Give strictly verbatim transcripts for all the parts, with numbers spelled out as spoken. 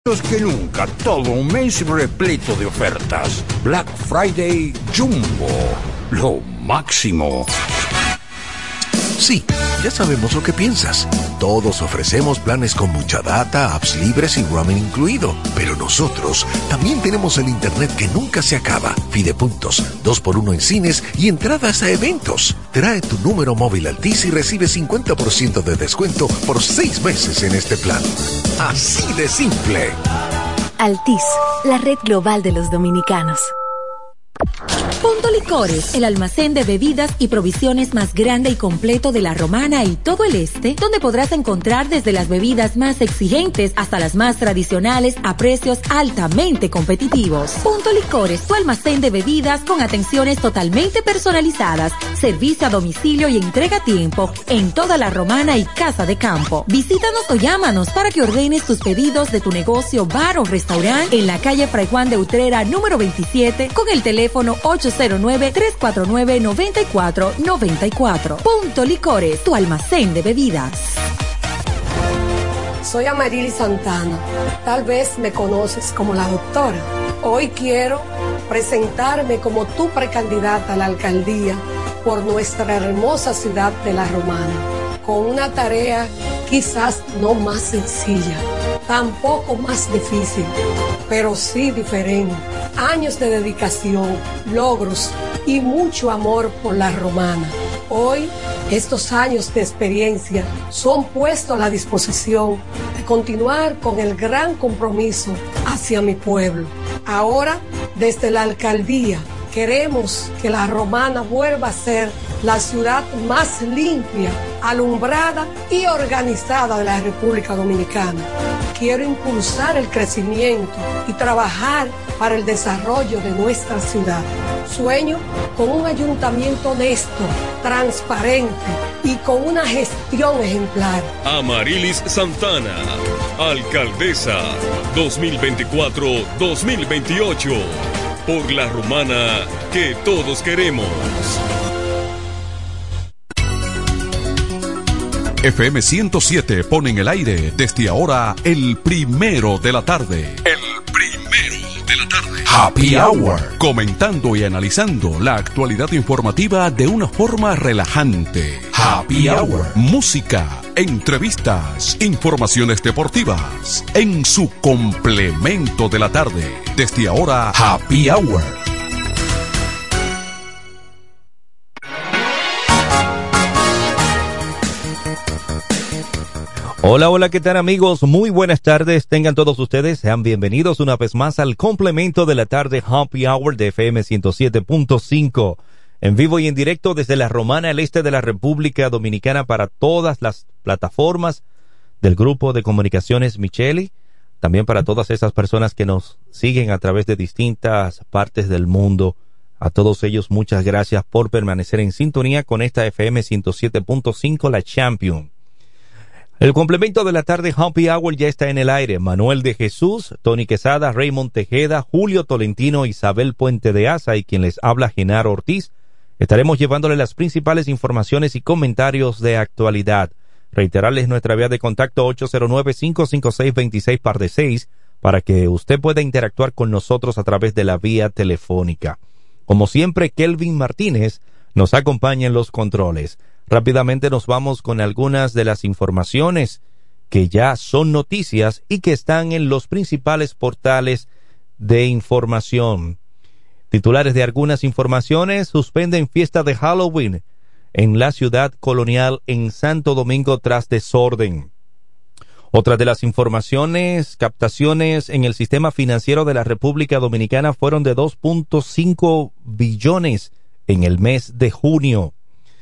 que nunca, todo un mes repleto de ofertas. Black Friday Jumbo, lo máximo. Sí, ya sabemos lo que piensas. Todos ofrecemos planes con mucha data, apps libres y roaming incluido. Pero nosotros también tenemos el internet que nunca se acaba. Fidepuntos, dos por uno en cines y entradas a eventos. Trae tu número móvil Altis y recibe cincuenta por ciento de descuento por seis meses en este plan. Así de simple. Altis, la red global de los dominicanos. Punto Licores, el almacén de bebidas y provisiones más grande y completo de La Romana y todo el este, donde podrás encontrar desde las bebidas más exigentes hasta las más tradicionales a precios altamente competitivos. Punto Licores, tu almacén de bebidas con atenciones totalmente personalizadas, servicio a domicilio y entrega a tiempo en toda La Romana y Casa de Campo. Visítanos o llámanos para que ordenes tus pedidos de tu negocio, bar o restaurante en la calle Fray Juan de Utrera número veintisiete con el teléfono ocho cero nueve, tres cuatro nueve, nueve cuatro nueve cuatro. Punto Licores, tu almacén de bebidas. Soy Amarilis Santana. Tal vez me conoces como la doctora. Hoy quiero presentarme como tu precandidata a la alcaldía por nuestra hermosa ciudad de La Romana, con una tarea quizás no más sencilla, tampoco más difícil, pero sí diferente. Años de dedicación, logros y mucho amor por La Romana. Hoy, estos años de experiencia son puestos a la disposición de continuar con el gran compromiso hacia mi pueblo. Ahora, desde la alcaldía, queremos que La Romana vuelva a ser la ciudad más limpia, alumbrada y organizada de la República Dominicana. Quiero impulsar el crecimiento y trabajar para el desarrollo de nuestra ciudad. Sueño con un ayuntamiento honesto, transparente y con una gestión ejemplar. Amarilis Santana, alcaldesa dos mil veinticuatro a dos mil veintiocho. Por La Romana que todos queremos. F M ciento siete pone en el aire desde ahora el primero de la tarde. El primero de la tarde. Happy Hour. Comentando y analizando la actualidad informativa de una forma relajante. Happy Hour. Música, entrevistas, informaciones deportivas. En su complemento de la tarde. Desde ahora, Happy Hour. Hola, hola, ¿qué tal amigos? Muy buenas tardes, tengan todos ustedes, sean bienvenidos una vez más al complemento de la tarde Happy Hour de F M ciento siete punto cinco, en vivo y en directo desde La Romana, el este de la República Dominicana, para todas las plataformas del grupo de comunicaciones Micheli, también para todas esas personas que nos siguen a través de distintas partes del mundo. A todos ellos, muchas gracias por permanecer en sintonía con esta F M ciento siete punto cinco, la Champion. El complemento de la tarde Happy Hour ya está en el aire. Manuel de Jesús, Tony Quesada, Raymond Tejeda, Julio Tolentino, Isabel Puente de Asa y quien les habla, Genaro Ortiz. Estaremos llevándole las principales informaciones y comentarios de actualidad. Reiterarles nuestra vía de contacto ocho cero nueve, cinco cinco seis, dos seis par de seis para que usted pueda interactuar con nosotros a través de la vía telefónica. Como siempre, Kelvin Martínez nos acompaña en los controles. Rápidamente nos vamos con algunas de las informaciones que ya son noticias y que están en los principales portales de información. Titulares de algunas informaciones: suspenden fiesta de Halloween en la ciudad colonial en Santo Domingo tras desorden. Otra de las informaciones: captaciones en el sistema financiero de la República Dominicana fueron de dos punto cinco billones en el mes de junio.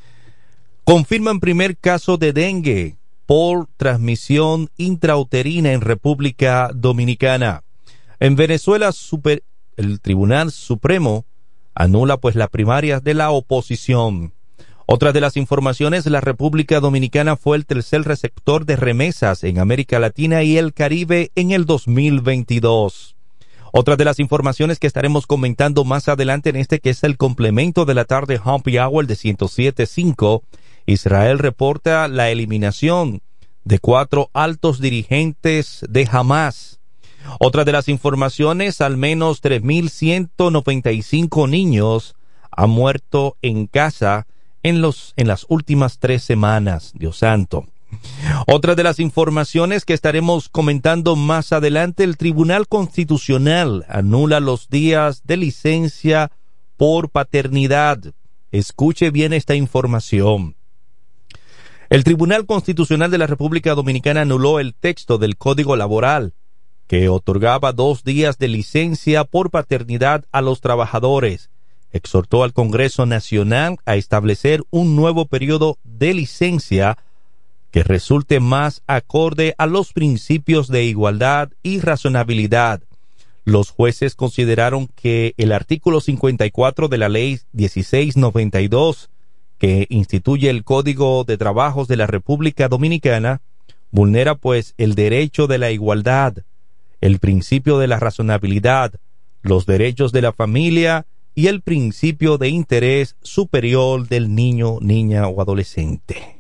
Confirman primer caso de dengue por transmisión intrauterina en República Dominicana. En Venezuela, super, el Tribunal Supremo anula pues las primarias de la oposición. Otra de las informaciones: la República Dominicana fue el tercer receptor de remesas en América Latina y el Caribe en el dos mil veintidós. Otra de las informaciones que estaremos comentando más adelante en este, que es el complemento de la tarde Happy Hour de ciento siete punto cinco, Israel reporta la eliminación de cuatro altos dirigentes de Hamas. Otra de las informaciones, al menos tres mil ciento noventa y cinco niños han muerto en casa en, los, en las últimas tres semanas. Dios santo. Otra de las informaciones que estaremos comentando más adelante, el Tribunal Constitucional anula los días de licencia por paternidad. Escuche bien esta información. El Tribunal Constitucional de la República Dominicana anuló el texto del Código Laboral que otorgaba dos días de licencia por paternidad a los trabajadores. Exhortó al Congreso Nacional a establecer un nuevo periodo de licencia que resulte más acorde a los principios de igualdad y razonabilidad. Los jueces consideraron que el artículo cincuenta y cuatro de la Ley dieciséis noventa y dos, que instituye el Código de Trabajos de la República Dominicana, vulnera pues el derecho de la igualdad, el principio de la razonabilidad, los derechos de la familia y el principio de interés superior del niño, niña o adolescente.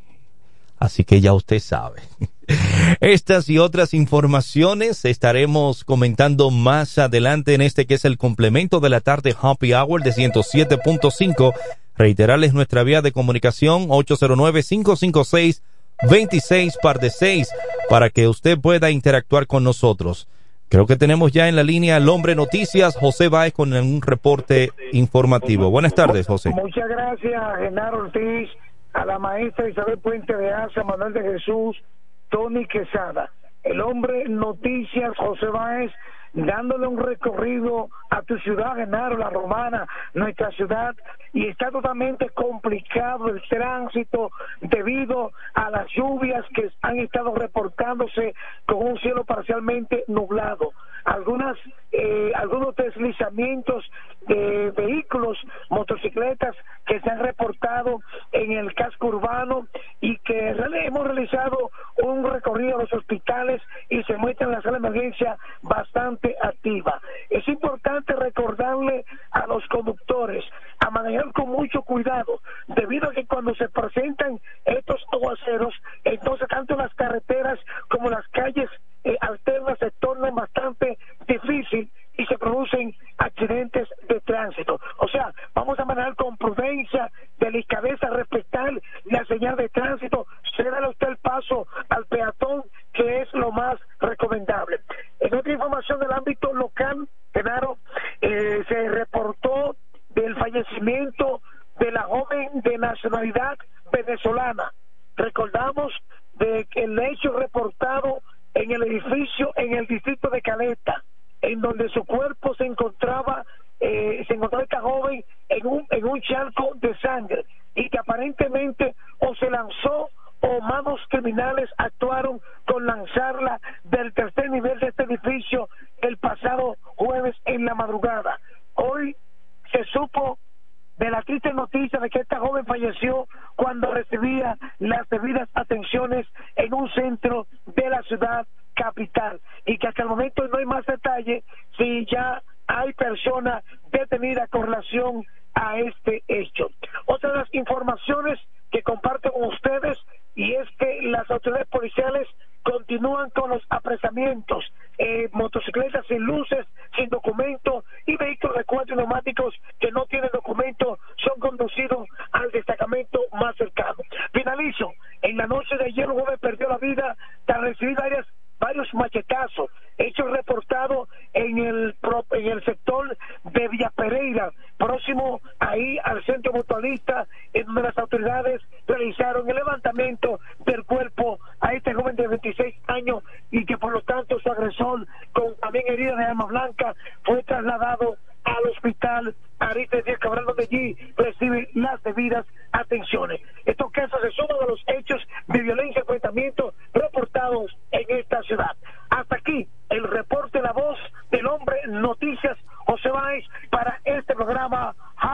Así que ya usted sabe. Estas y otras informaciones estaremos comentando más adelante en este que es el complemento de la tarde Happy Hour de ciento siete punto cinco. Reiterarles nuestra vía de comunicación ocho cero nueve, cinco cinco seis, dos seis par de seis para que usted pueda interactuar con nosotros. Creo que tenemos ya en la línea el hombre noticias, José Báez, con un reporte informativo. Buenas tardes, José. Muchas gracias, Genaro Ortiz, a la maestra Isabel Puente de Asa, Manuel de Jesús, Tony Quesada. El hombre noticias, José Báez, dándole un recorrido a tu ciudad, Genaro, la Romana, nuestra ciudad, y está totalmente complicado el tránsito debido a las lluvias que han estado reportándose con un cielo parcialmente nublado. Algunas eh, algunos deslizamientos de vehículos, motocicletas que se han reportado en el casco urbano y que hemos realizado un recorrido a los hospitales y se muestra en la sala de emergencia bastante activa. Es importante recordarle a los conductores a manejar con mucho cuidado, debido a que cuando se presentan estos aguaceros, entonces tanto las carreteras como las calles eh, alternas se tornan bastante difícil y se producen accidentes de tránsito. O sea, vamos a manejar con prudencia, delicadeza, respetar la señal de tránsito, cédale usted el paso al peatón, que es lo más recomendable. En otra información del ámbito local, Genaro, eh, se reportó del fallecimiento de la joven de nacionalidad venezolana. Recordamos de que el hecho reportado en el edificio en el distrito de Caleta, en donde su cuerpo se encontraba, eh, se encontraba esta joven en un, en un charco de sangre, y que aparentemente o se lanzó o manos criminales actuaron con lanzarla del tercer nivel de este edificio el pasado jueves en la madrugada. Hoy se supo de la triste noticia de que esta joven falleció cuando recibía las debidas atenciones en un centro de la ciudad capital, y que hasta el momento no hay más detalle si ya hay personas detenidas con relación a este hecho. Otra de las informaciones que comparto con ustedes, y es que las autoridades policiales continúan con los apresamientos, eh, motocicletas sin luces, sin documento, y vehículos de cuatro neumáticos que no tienen documento son conducidos al destacamento más cercano. Finalizo, en la noche de ayer un joven perdió la vida tras recibir varias varios machetazos, hechos reportados en el en el sector de Villa Pereira, próximo ahí al centro mutualista, en donde las autoridades realizaron el levantamiento del cuerpo a este joven de veintiséis años, y que por lo tanto su agresor, con también herida de arma blanca, fue trasladado al hospital Aristóteles Díaz Cabral, donde allí recibe las debidas atenciones. Estos casos se suman a los hechos de violencia y enfrentamiento reportados en esta ciudad. Hasta aquí el reporte, la voz del hombre noticias, José Báez, para este programa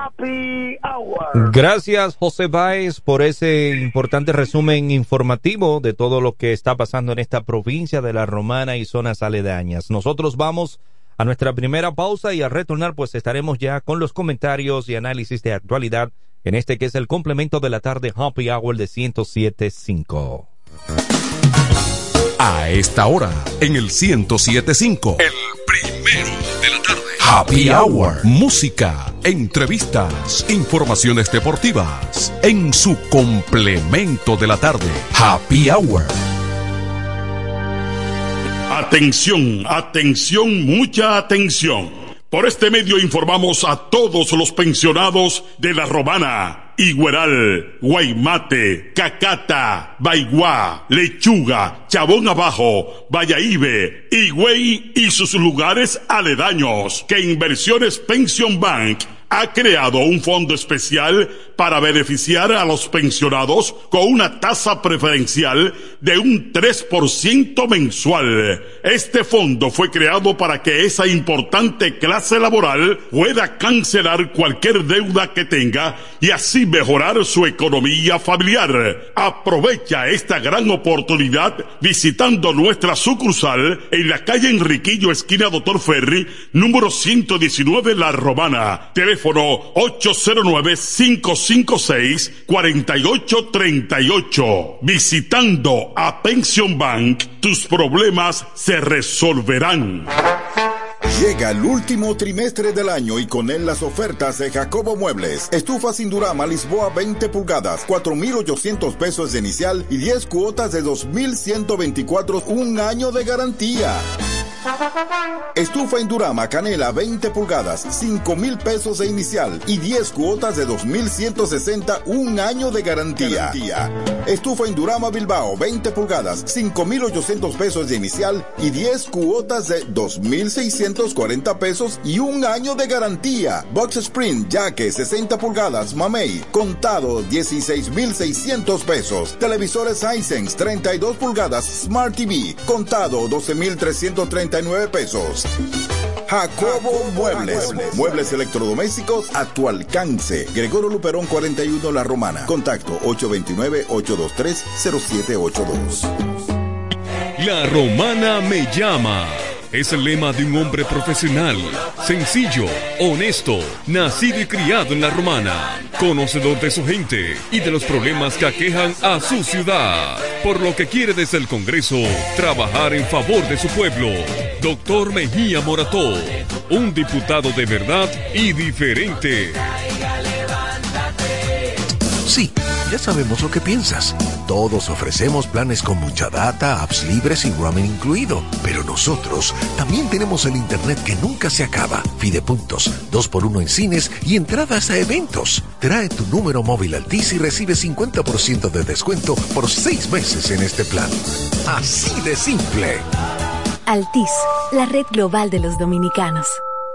Happy Hour. Gracias, José Báez, por ese importante resumen informativo de todo lo que está pasando en esta provincia de La Romana y zonas aledañas. Nosotros vamos a nuestra primera pausa, y al retornar pues estaremos ya con los comentarios y análisis de actualidad en este que es el complemento de la tarde Happy Hour de ciento siete punto cinco. A esta hora, en el ciento siete punto cinco, el Happy Hour. Música, entrevistas, informaciones deportivas. En su complemento de la tarde. Happy Hour. Atención, atención, mucha atención. Por este medio informamos a todos los pensionados de La Romana, Igueral, Guaymate, Cacata, Baigua, Lechuga, Chabón Abajo, Valladolid, Higüey y sus lugares aledaños, que Inversiones Pension Bank ha creado un fondo especial para beneficiar a los pensionados con una tasa preferencial de un tres por ciento mensual. Este fondo fue creado para que esa importante clase laboral pueda cancelar cualquier deuda que tenga y así mejorar su economía familiar. Aprovecha esta gran oportunidad visitando nuestra sucursal en la calle Enriquillo, esquina Doctor Ferry, número ciento diecinueve, La Romana. Teléfono ocho cero nueve, cinco cinco seis, cuatro ocho tres ocho. Visitando a Pension Bank, tus problemas se resolverán. Llega el último trimestre del año y con él las ofertas de Jacobo Muebles. Estufa sin Durama Lisboa veinte pulgadas, cuatro mil ochocientos pesos de inicial y diez cuotas de dos mil ciento veinticuatro, un año de garantía. Estufa Indurama Canela veinte pulgadas, cinco mil pesos de inicial y diez cuotas de dos mil ciento sesenta, un año de garantía. garantía. Estufa Indurama Bilbao veinte pulgadas, cinco mil ochocientos pesos de inicial y diez cuotas de dos mil seiscientos cuarenta pesos y un año de garantía. Box Spring Yaque sesenta pulgadas Mamey, contado dieciséis mil seiscientos pesos. Televisores Hisense treinta y dos pulgadas Smart T V, contado doce mil trescientos treinta y nueve pesos. Jacobo Muebles. Muebles electrodomésticos a tu alcance. Gregorio Luperón cuarenta y uno, La Romana. Contacto ocho dos nueve, ocho dos tres, cero siete ocho dos. La Romana me llama. Es el lema de un hombre profesional, sencillo, honesto, nacido y criado en La Romana, conocedor de su gente y de los problemas que aquejan a su ciudad, por lo que quiere desde el Congreso trabajar en favor de su pueblo. Doctor Mejía Morató, un diputado de verdad y diferente. Sí, ya sabemos lo que piensas. Todos ofrecemos planes con mucha data, apps libres y roaming incluido. Pero nosotros también tenemos el internet que nunca se acaba. Fidepuntos, dos por uno en cines y entradas a eventos. Trae tu número móvil Altis y recibe cincuenta por ciento de descuento por seis meses en este plan. Así de simple. Altis, la red global de los dominicanos.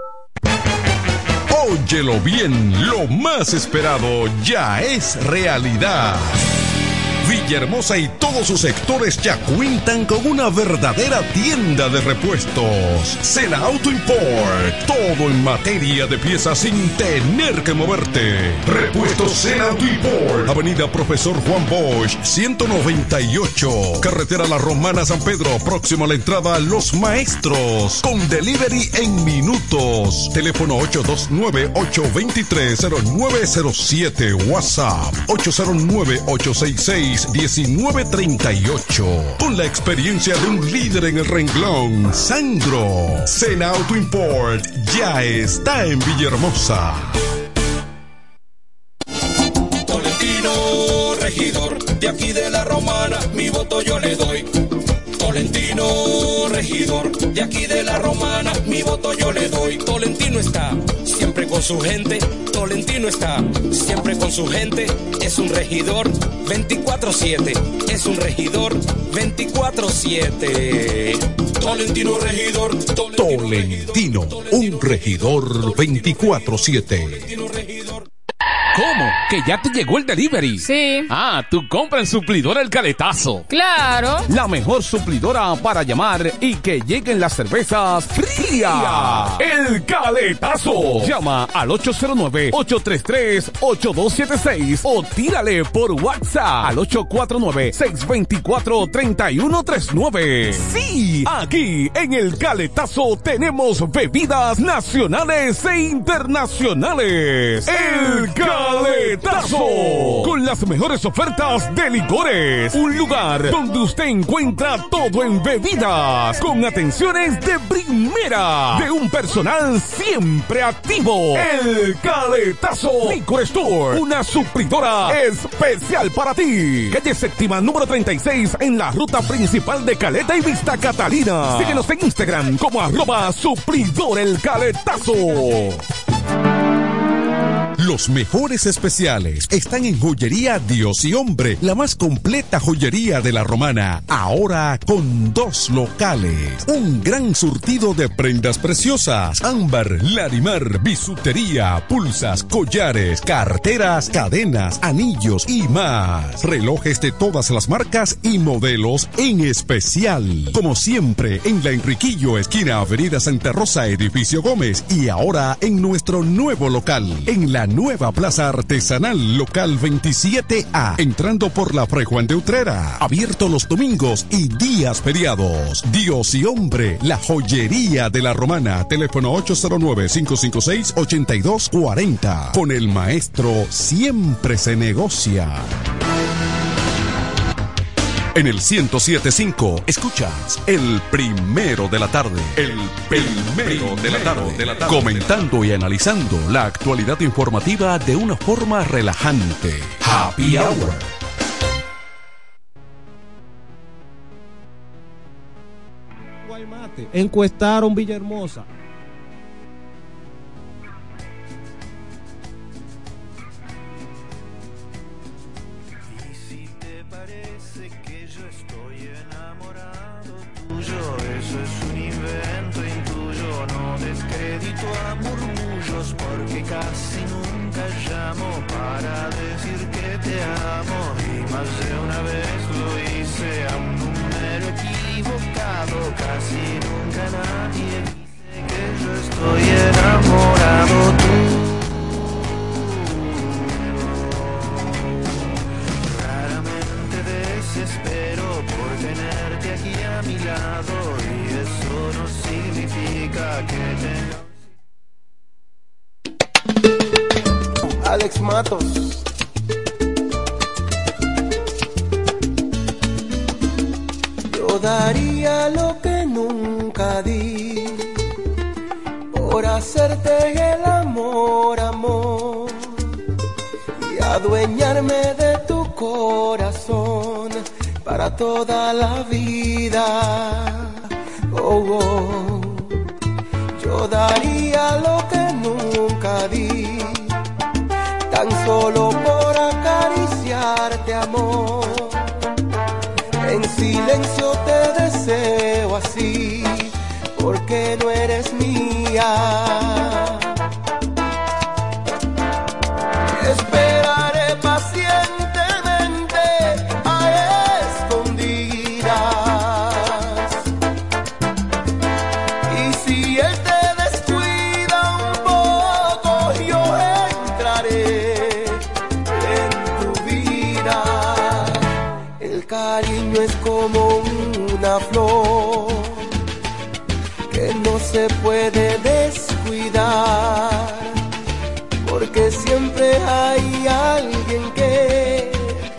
Óyelo bien, lo más esperado ya es realidad. Villahermosa y todos sus sectores ya cuentan con una verdadera tienda de repuestos. Sena Auto Import, todo en materia de piezas sin tener que moverte. Repuestos Sena Auto Import, Avenida Profesor Juan Bosch, ciento noventa y ocho, Carretera La Romana San Pedro, próximo a la entrada a Los Maestros, con delivery en minutos. Teléfono ocho dos nueve, ocho dos tres, cero nueve cero siete, WhatsApp ocho cero nueve, ocho seis seis, uno nueve tres ocho. Con la experiencia de un líder en el renglón, Sandro. Sena Auto Import ya está en Villahermosa. Tolentino, regidor, de aquí de La Romana, mi voto yo le doy. Tolentino, regidor, de aquí de La Romana, mi voto yo le doy. Tolentino está siempre con su gente, Tolentino está siempre con su gente, es un regidor veinticuatro siete, es un regidor veinticuatro siete. Tolentino regidor, Tolentino, Tolentino, un regidor veinticuatro siete. ¿Cómo? ¿Que ya te llegó el delivery? Sí. Ah, tú compras en Suplidora El Caletazo. Claro. La mejor suplidora para llamar y que lleguen las cervezas frías. El Caletazo. Llama al ocho cero nueve, ocho tres tres, ocho dos siete seis o tírale por WhatsApp al ocho cuatro nueve, seis dos cuatro, tres uno tres nueve. Sí, aquí en El Caletazo tenemos bebidas nacionales e internacionales. El Caletazo. Caletazo. Con las mejores ofertas de licores. Un lugar donde usted encuentra todo en bebidas. Con atenciones de primera. De un personal siempre activo. El Caletazo Liquor Store. Una supridora especial para ti. Calle Séptima, número treinta y seis, en la ruta principal de Caleta y Vista Catalina. Síguenos en Instagram como arroba suplidor el Caletazo. Los mejores especiales están en Joyería Dios y Hombre, la más completa joyería de la Romana, ahora con dos locales. Un gran surtido de prendas preciosas, ámbar, larimar, bisutería, pulsas, collares, carteras, cadenas, anillos y más. Relojes de todas las marcas y modelos en especial. Como siempre, en La Enriquillo, esquina Avenida Santa Rosa, edificio Gómez, y ahora en nuestro nuevo local, en la nueva Plaza Artesanal Local veintisiete A, entrando por la Fray Juan de Utrera, abierto los domingos y días feriados. Dios y Hombre, la joyería de la Romana, teléfono ocho cero nueve, cinco cinco seis, ocho dos cuatro cero. Con el maestro siempre se negocia. En el ciento siete punto cinco escuchas El Primero de la Tarde. El Primero de la Tarde. De la tarde. Comentando y analizando la actualidad informativa de una forma relajante. Happy Hour. Guaymate. Encuestaron Villahermosa. Eso es un invento intuyo, no descrédito a murmullos, porque casi nunca llamo para decir que te amo, y más de una vez lo hice a un número equivocado. Casi nunca nadie dice que yo estoy enamorado. Tú raramente desespero por tenerte aquí a mi lado, y eso no significa que tenga... Alex Matos. Yo daría lo que nunca di por hacerte el amor, amor, y adueñarme de tu corazón para toda la vida. Oh, oh. Yo daría lo que nunca di, tan solo por acariciarte, amor. En silencio te deseo así, porque no eres mía. Esperaré pacientemente a escondidas, y si él te descuida un poco, yo entraré en tu vida. El cariño es como una flor que no se puede descuidar, porque siempre hay alguien que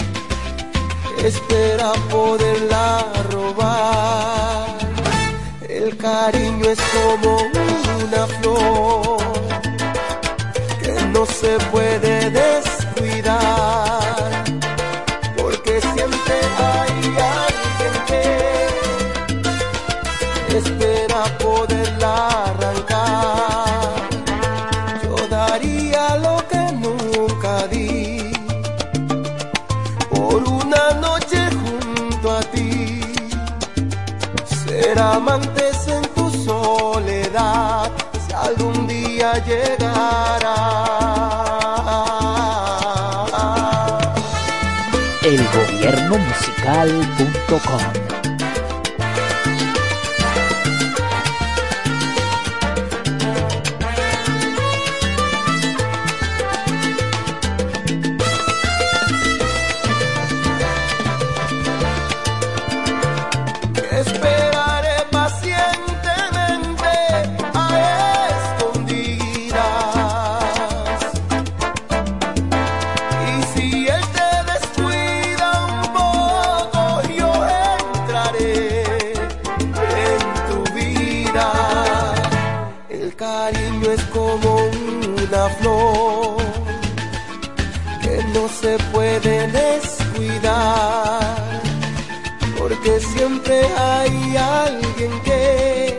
espera poderla robar. El cariño es como una flor que no se puede descuidar, porque siempre hay alguien que espera poderla arrancar. Yo daría lo que nunca di por una noche junto a ti, ser amantes en tu soledad, si algún día llegara. el gobierno musical punto com. El cariño es como una flor que no se puede descuidar, porque siempre hay alguien que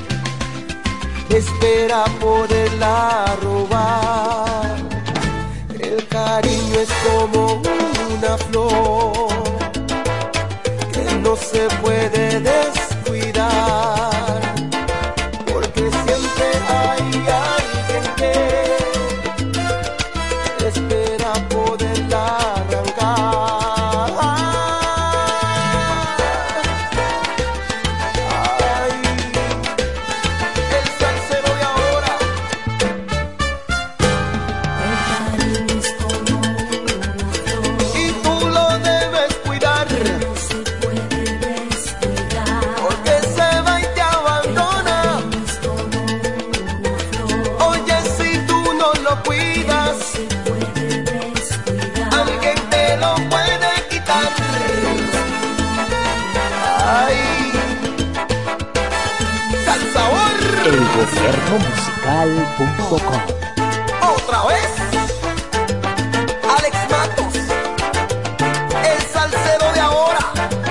espera poderla robar. El cariño es como una flor que no se puede descuidar, porque siempre hay alguien que espera poderla arrancar. Ay, el salsero de ahora. El cariño es como una flor y tú lo debes cuidar. No se puede descuidar, porque se va y te abandona. Es como una flor. Oye, si tú no lo cuidas, no se puede descuidar, alguien te lo puede quitar. Ay, salsabor. El gobierno musical punto com. Otra vez, Alex Matos, el salsero de ahora.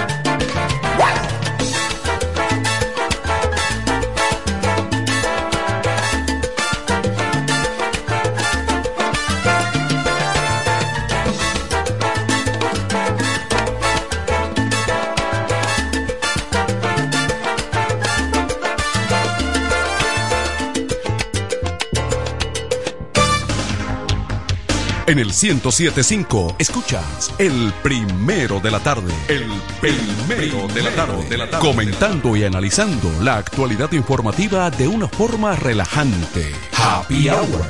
En el ciento siete punto cinco escuchas el primero de la tarde. El primero de la tarde. De la tarde. Comentando y analizando la actualidad informativa de una forma relajante. Happy Hour.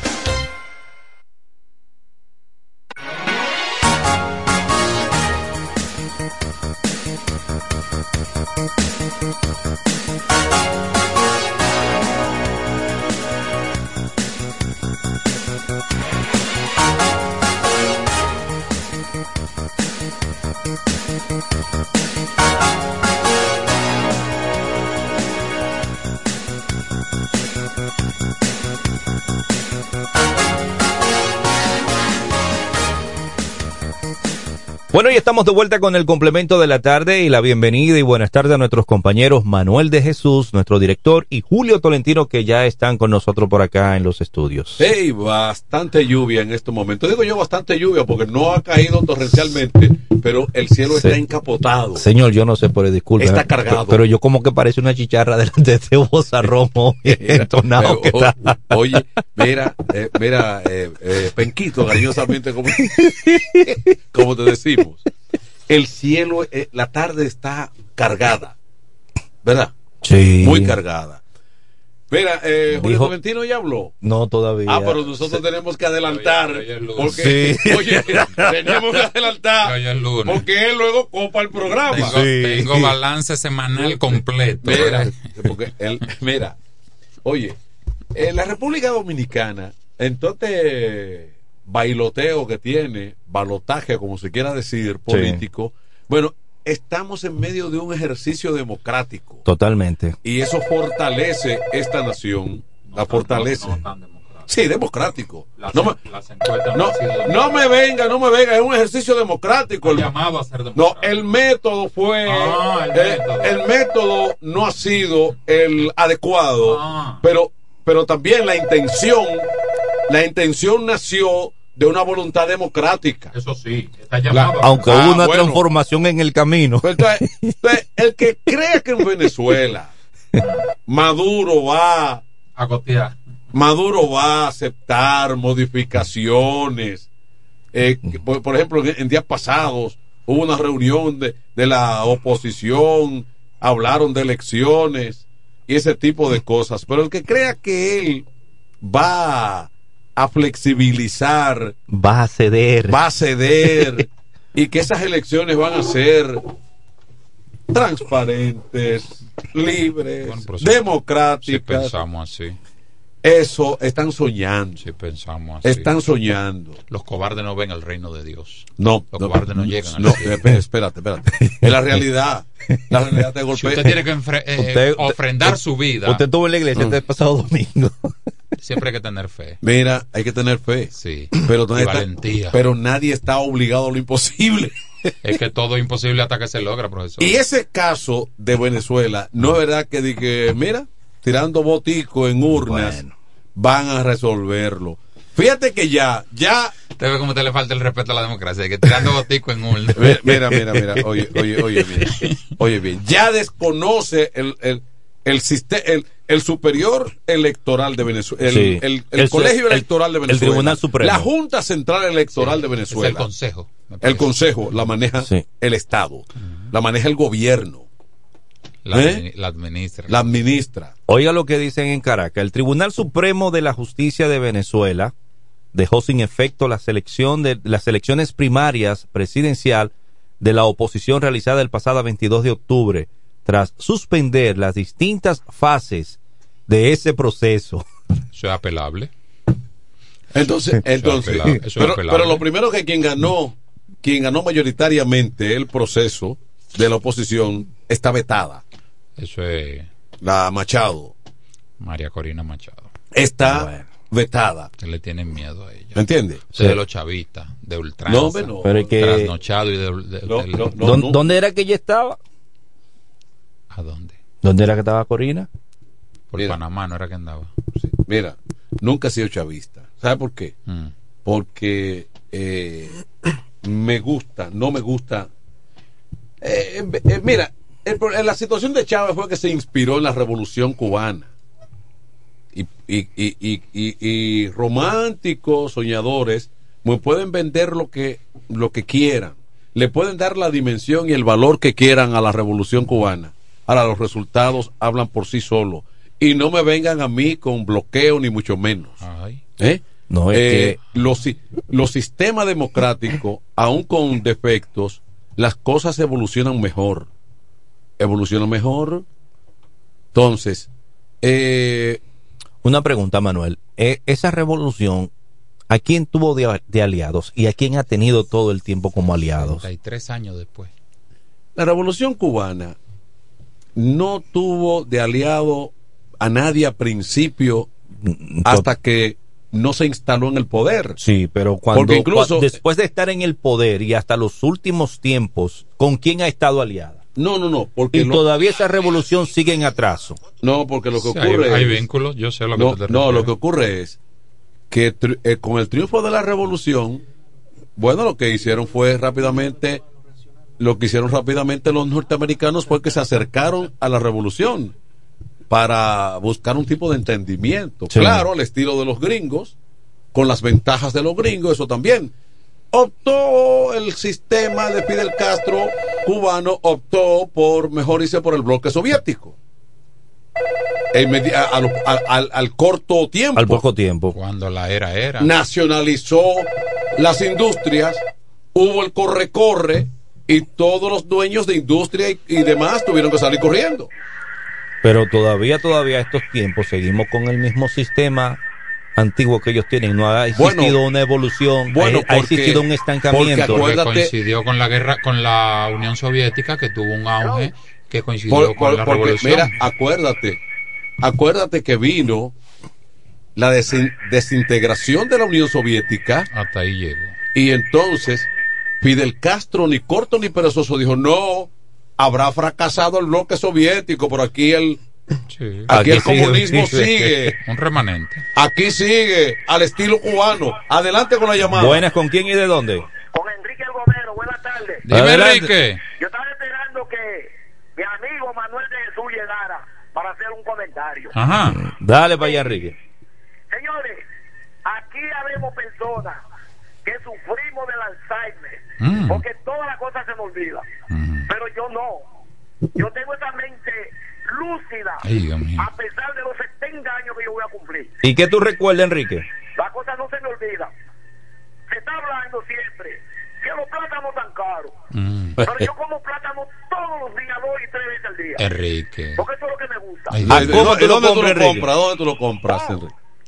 Bueno, y estamos de vuelta con el complemento de la tarde y la bienvenida y buenas tardes a nuestros compañeros Manuel de Jesús, nuestro director, y Julio Tolentino, que ya están con nosotros por acá en los estudios. Hey, bastante lluvia en este momento. Digo yo bastante lluvia porque no ha caído torrencialmente, pero el cielo Sí. está encapotado. Señor, yo no sé, por disculpe. Está cargado. Pero, pero yo como que parece una chicharra delante de ese bozarromo entonado que está. O- Oye, mira, eh, mira, eh, eh, Penquito, cariñosamente, como, como te decimos. El cielo, eh, la tarde está cargada, ¿verdad? Sí. Muy cargada. Mira, eh, Julio Dijo- Tolentino ya habló. No, todavía. Ah, pero nosotros tenemos que adelantar. Hoy- hoy es lunes. Porque, Sí. oye, tenemos que adelantar. Hoy es lunes. Porque él luego copa el programa. Tengo, tengo balance semanal completo. Mira, porque él, mira, oye, en la República Dominicana, entonces, bailoteo que tiene, balotaje, como se quiera decir, político, bueno, estamos en medio de un ejercicio democrático. Totalmente. Y eso fortalece esta nación, la fortalece. Sí, democrático. Las, No me, las encuestas no, han sido no me venga, no me venga, es un ejercicio democrático. El- llamado a ser No, democrático. el método fue. Ah, el eh, método. el método no ha sido el adecuado, Ah. pero, pero también la intención, la intención nació de una voluntad democrática. Eso sí, está llamado. Aunque Ah, hubo una bueno. transformación en el camino. Pues, entonces, entonces, el que crea que en Venezuela Maduro va a gotear. Maduro va a aceptar modificaciones. Eh, que, por, por ejemplo, en, en días pasados hubo una reunión de, de la oposición, hablaron de elecciones y ese tipo de cosas. Pero el que crea que él va a flexibilizar, Va a ceder. va a ceder y que esas elecciones van a ser transparentes, libres, Bueno, pero si- democráticas. Si pensamos así. Eso, están soñando. Si pensamos así. Están soñando. Los cobardes no ven el reino de Dios. No. Los no, cobardes no llegan al No, cielo. espérate, espérate. Es la realidad. La realidad te golpea. Si usted tiene que enfre- eh, Usted- ofrendar usted- su vida, Usted estuvo en la iglesia Mm. este pasado domingo. siempre hay que tener fe. Mira, hay que tener fe. Sí. Pero, Y nadie está, valentía. pero nadie está obligado a lo imposible. Es que todo es imposible hasta que se logra, profesor. Y ese caso de Venezuela, no es verdad que, di que mira, tirando botico en urnas, Bueno. van a resolverlo. Fíjate que ya, ya. Usted ve cómo te le falta el respeto a la democracia, que tirando botico en un. Mira, mira, mira, oye, oye, oye bien. Oye bien, ya desconoce el, el, el, sistema, el, el superior electoral de Venezuela, el, Sí. el, el, El- colegio el- electoral de el Venezuela, Tribunal Supremo. la Junta Central Electoral Sí, de Venezuela, es el Consejo. me el parece. Consejo la maneja Sí. el Estado, la maneja el gobierno, La, ¿Eh? la administra. la administra. Oiga lo que dicen en Caracas. El Tribunal Supremo de la Justicia de Venezuela dejó sin efecto la selección de las elecciones primarias presidencial de la oposición realizada el pasado veintidós de octubre, tras suspender las distintas fases de ese proceso. Eso es apelable. Entonces, entonces, Eso es apelable, eso es pero, apelable. pero lo primero que quien ganó, quien ganó mayoritariamente el proceso de la oposición está vetada. Eso es La Machado María Corina Machado. está Bueno. vetada. Que le tienen miedo a ella. ¿Me entiendes? Eso es de los chavistas, de ultranza. No, hombre, no. Pero es que- Trasnochado y de, de- No, del- no, no, ¿Dó- no. ¿Dónde era que ella estaba? ¿A dónde? ¿Dónde era que estaba Corina? Por Mira. Panamá, no era que andaba. Sí. Mira, nunca he sido chavista. ¿Sabe por qué? Mm. Porque eh, me gusta, no me gusta. Eh, eh, mira, el pro- la situación de Chávez fue que se inspiró en la Revolución Cubana. Y, y, y, y, y- y románticos, soñadores, me pueden vender lo que, lo que quieran. Le pueden dar la dimensión y el valor que quieran a la Revolución Cubana. Ahora, los resultados hablan por sí solos. Y no me vengan a mí con bloqueo, ni mucho menos. Ay. ¿Eh? No, es Eh, que los, si- los sistemas democráticos, aun con defectos, las cosas evolucionan mejor. Evolucionan mejor. Entonces, eh, una pregunta, Manuel. Eh, esa revolución, ¿a quién tuvo de, de aliados y a quién ha tenido todo el tiempo como aliados? treinta y tres años después. la revolución cubana no tuvo de aliado a nadie a principio hasta que no se instaló en el poder. Sí, pero cuando, Porque incluso- cua- después de estar en el poder y hasta los últimos tiempos, ¿con quién ha estado aliada? No, no, no, porque Y lo- todavía esa revolución sigue en atraso. no, porque lo que Sí, hay- ocurre hay, es- vínculos, yo sé lo que no, tú te no, refieres. lo que ocurre es que tri- eh, con el triunfo de la revolución, bueno, lo que hicieron fue rápidamente, lo que hicieron rápidamente los norteamericanos fue que se acercaron a la revolución para buscar un tipo de entendimiento. Sí. Claro, al estilo de los gringos, con las ventajas de los gringos, eso también. Optó el sistema de Fidel Castro cubano, optó por mejor irse por el bloque soviético. E inmedi- a- a lo- a- al, al corto tiempo. Al poco tiempo. Cuando la era era. Nacionalizó las industrias, hubo el corre-corre y todos los dueños de industria y, y demás tuvieron que salir corriendo. Pero todavía, todavía a estos tiempos seguimos con el mismo sistema antiguo que ellos tienen. No ha existido Bueno, una evolución, bueno, ha, ha porque- existido un estancamiento. porque Porque acuérdate- coincidió con la guerra, con la Unión Soviética, que tuvo un auge que coincidió Por- con por- la porque, revolución. mira, acuérdate, acuérdate que vino la desin- desintegración de la Unión Soviética Hasta ahí llegó. y entonces Fidel Castro, ni corto ni perezoso, dijo, no, habrá fracasado el bloque soviético, pero aquí el, Sí. aquí el Aquí sigue, comunismo sigue. sigue. Un remanente. Aquí sigue, al estilo cubano. Adelante con la llamada. Buenas, ¿con quién y de dónde? Con Enrique El Gomero, buenas tardes. Dime, Adelante. Enrique. Yo estaba esperando que mi amigo Manuel de Jesús llegara para hacer un comentario. Ajá. Dale para allá, Enrique. Señores, aquí habemos personas que sufrimos del Alzheimer, Mm. porque todas las cosas se me olvidan. Mm. Pero yo no. Yo tengo esa mente lúcida, Ay, Dios mío. a pesar de los setenta años que yo voy a cumplir. ¿Y qué tú recuerdas, Enrique? Las cosas no se me olvidan. Se está hablando siempre que los plátanos están caros. Mm. Pero yo como plátano todos los días, dos y tres veces al día. Enrique. Porque eso es lo que me gusta. Ay, Ah, ¿A ¿de- cómo de tú lo ¿Dónde tú compras, lo Enrique? compras? ¿Dónde tú lo compras, Enrique?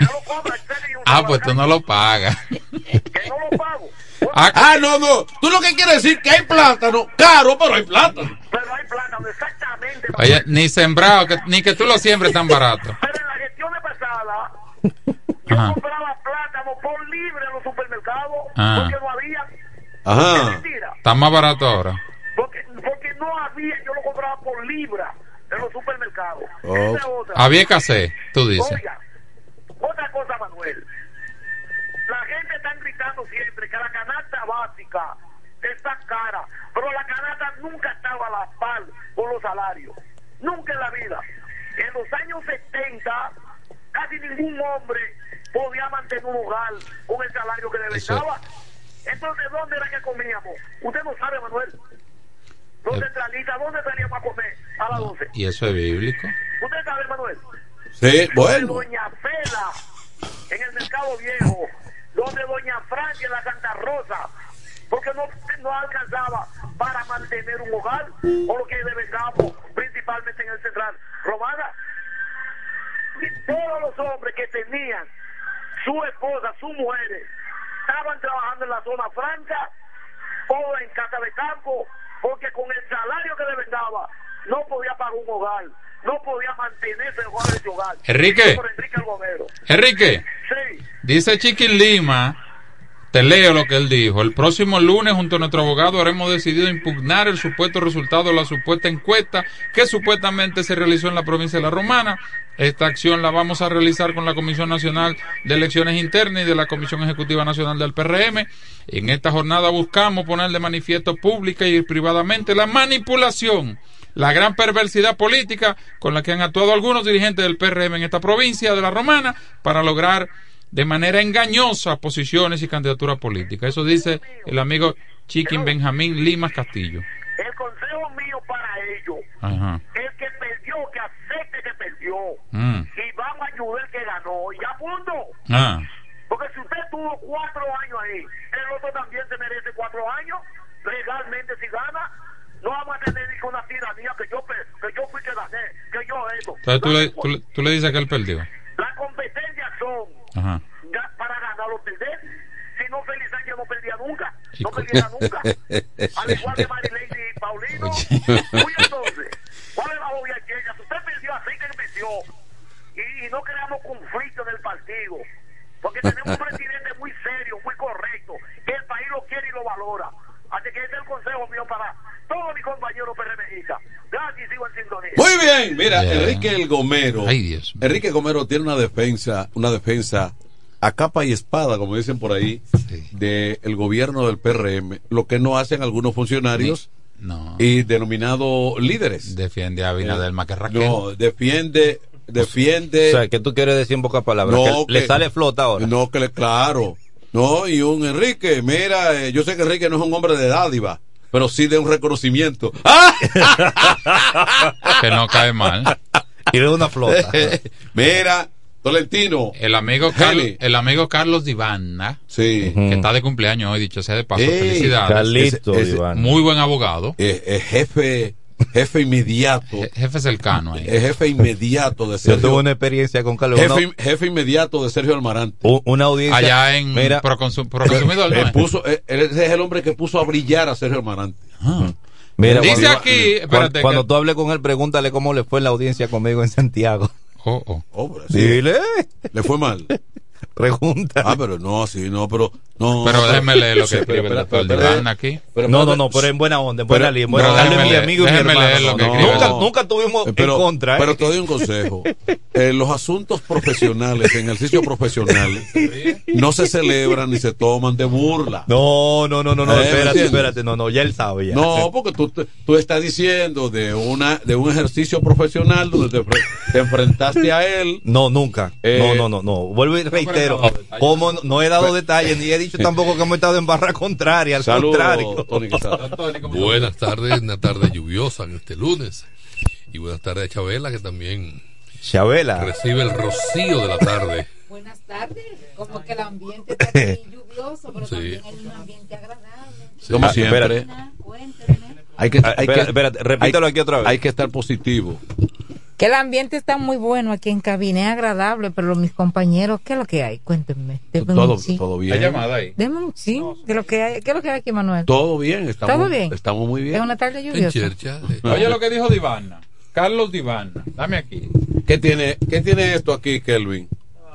Ah, pues tú no lo pagas. Que no lo pago. Ah, ah, no, no. Tú lo que quieres decir que hay plátano caro, pero hay plátano. Pero hay plátano, exactamente. Oye, ni sembrado, que, ni que tú lo siembres tan barato. Pero en la gestión pasada, yo Ajá. compraba plátano por libre en los supermercados, Ah. porque no había. Ajá. Es mentira. Está más barato ahora. Porque, porque no había, yo lo compraba por libra en los supermercados. Oh. Esa es otra. Había escasez, tú dices. Oiga, otra cosa, Manuel. La gente está gritando siempre que la canasta básica está cara, pero la canasta nunca estaba a la par con los salarios. Nunca en la vida. En los años setenta, casi ningún hombre podía mantener un hogar con el salario que le vendaba. Entonces, ¿dónde era que comíamos? Usted no sabe, Manuel. Los centralistas, ¿dónde salíamos a comer? A las doce. ¿Y eso es bíblico? ¿Usted sabe, Manuel? Sí, bueno. Doña Fela, en el Mercado Viejo, donde Doña Francia en la Santa Rosa, porque no, no alcanzaba para mantener un hogar, o lo que devengamos, principalmente en el Central Romana. Y todos los hombres que tenían su esposa, sus mujeres, estaban trabajando en la zona franca o en casa de campo, porque con el salario que devengaba no podía pagar un hogar, no podía mantenerse el hogar de su hogar. Enrique. Por Enrique el Gomero. Enrique, Sí. dice Chiquín Lima, te leo lo que él dijo. El próximo lunes, junto a nuestro abogado, habremos decidido impugnar el supuesto resultado de la supuesta encuesta que supuestamente se realizó en la provincia de La Romana. Esta acción la vamos a realizar con la Comisión Nacional de Elecciones Internas y de la Comisión Ejecutiva Nacional del P R M. En esta jornada buscamos poner de manifiesto pública y privadamente la manipulación, la gran perversidad política con la que han actuado algunos dirigentes del P R M en esta provincia de La Romana para lograr de manera engañosa posiciones y candidaturas políticas. Eso dice el amigo Chiquín Benjamín Limas Castillo. El consejo mío para ellos, Ajá. el que perdió, que acepte que perdió, Mm. y vamos a ayudar al que ganó, y a punto. Ah. Porque si usted tuvo cuatro años ahí, el otro también se merece cuatro años, legalmente si gana, no vamos a tener ni con una tiranía que yo, pe- que yo fui que gané, que yo eso. Entonces tú le, tú, le- tú le dices que él perdió. Las competencias son Ajá. ya para ganar o perder. Si no, Félix Sánchez no perdía nunca, no perdía nunca. Al igual que Marilady y Paulino. Oye, entonces, ¿cuál es la obvia que ella? Si usted perdió, así que perdió. Y, y no creamos conflicto en el partido. Porque tenemos un presidente muy serio, muy correcto, que el país lo quiere y lo valora. Así que ese es el consejo mío para todos mis compañeros PRMistas. Gracias, sigo en sintonía. Muy bien, mira, Yeah. Enrique el Gomero. Ay, Dios mío. Enrique Gomero tiene una defensa, una defensa a capa y espada, como dicen por ahí, Sí. del gobierno del P R M, lo que no hacen algunos funcionarios No. y denominados líderes. Defiende a Abinader más que Raquel. No, defiende, defiende. O sea, ¿qué tú quieres decir en pocas palabras? No, que le que- sale flota ahora. No, que le, claro. No, y un Enrique, mira, eh, yo sé que Enrique no es un hombre de dádiva, pero sí de un reconocimiento. ¡Ah! Que no cae mal. Y de una flota. Mira, Tolentino. El amigo Carlos, Geli. el amigo Carlos Divana, Sí. que está de cumpleaños hoy, dicho sea de paso, Ey, felicidades. Carlito, Ese- ese- Iván. Muy buen abogado, Eh, eh, jefe, jefe inmediato. je- jefe cercano ahí. eh, jefe inmediato de Yo Sergio. tuve una experiencia con Carlos. jefe, Una, jefe inmediato de Sergio Almarante. u- una audiencia. Allá en Mira, Proconsum- Proconsumidor, ¿no Eh, es? puso, eh, él es el hombre que puso a brillar a Sergio Almarante. mira, Dice cuando, aquí, cuando, espérate, cuando que- tú hables con él, pregúntale cómo le fue en la audiencia conmigo en Santiago. Oh, oh. Oh, pero sí, Dile, le fue mal. pregunta. Ah, pero no, sí, no, pero no. Pero déjeme leer lo que Sí, escribe el pero doctor espera, Divana espera, aquí. pero No, no, espérate. no, pero en buena onda, en buena Pero- línea. en buena- pero Carlos es déjeme mi leer- amigo y mi déjeme hermano. leer lo No, que no, escribe nunca, el- nunca estuvimos Pero, en contra. ¿eh? pero te doy un consejo. Eh, los asuntos profesionales, en ejercicio profesional, no se celebran ni se toman de burla. No, no, no, no, no, Eh, ¿me espérate, entiendes? espérate, no, no, ya él sabe ya. No, porque tú, tú estás diciendo de una de un ejercicio profesional donde te, fre- te enfrentaste a él. No, nunca. Eh, no, no, no, no. Vuelvo y reitero. Como no, no he dado detalles ni he dicho tampoco que hemos estado en barra contraria, al Saludos, contrario. Tony Quesada. Buenas tardes, una tarde lluviosa en este lunes. Y buenas tardes a Chabela, que también Chabela. recibe el rocío de la tarde. Buenas tardes. Como que el ambiente está aquí lluvioso, pero Sí. también hay un ambiente agradable. Como Ah, siempre. espérate. Cuénteme. Hay que, hay Espérate, que, espérate, repítelo hay- aquí otra vez. Hay que estar positivo. Que el ambiente está muy bueno aquí en cabina, es agradable, pero mis compañeros, ¿qué es lo que hay? Cuéntenme. Todo, todo bien. ¿Hay llamada ahí? Deme un sí, de lo que hay. ¿Qué es lo que hay aquí, Manuel? Todo bien, estamos, ¿Todo bien? estamos muy bien. Es una tarde lluviosa. Oye lo que dijo Divana, Carlos Divana, dame aquí. ¿Qué tiene, qué tiene esto aquí, Kelvin?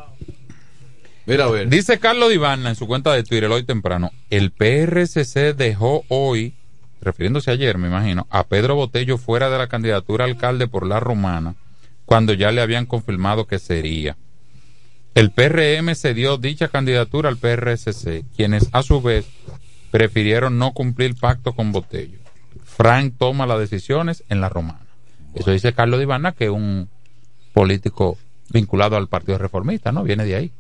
Mira a ver. Dice Carlos Divana en su cuenta de Twitter hoy temprano, el P R C C dejó hoy, refiriéndose a ayer me imagino, a Pedro Botello fuera de la candidatura a alcalde por La Romana, cuando ya le habían confirmado que sería. El P R M cedió dicha candidatura al P R C C, quienes a su vez prefirieron no cumplir pacto con Botello. Frank toma las decisiones en La Romana. Eso dice Carlos Divana, que es un político vinculado al Partido Reformista, ¿no? Viene de ahí.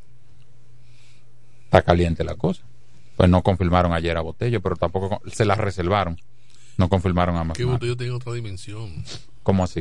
Está caliente la cosa. Pues no confirmaron ayer a Botello, pero tampoco se la reservaron. No confirmaron a más. Que Botello tiene otra dimensión. ¿Cómo así?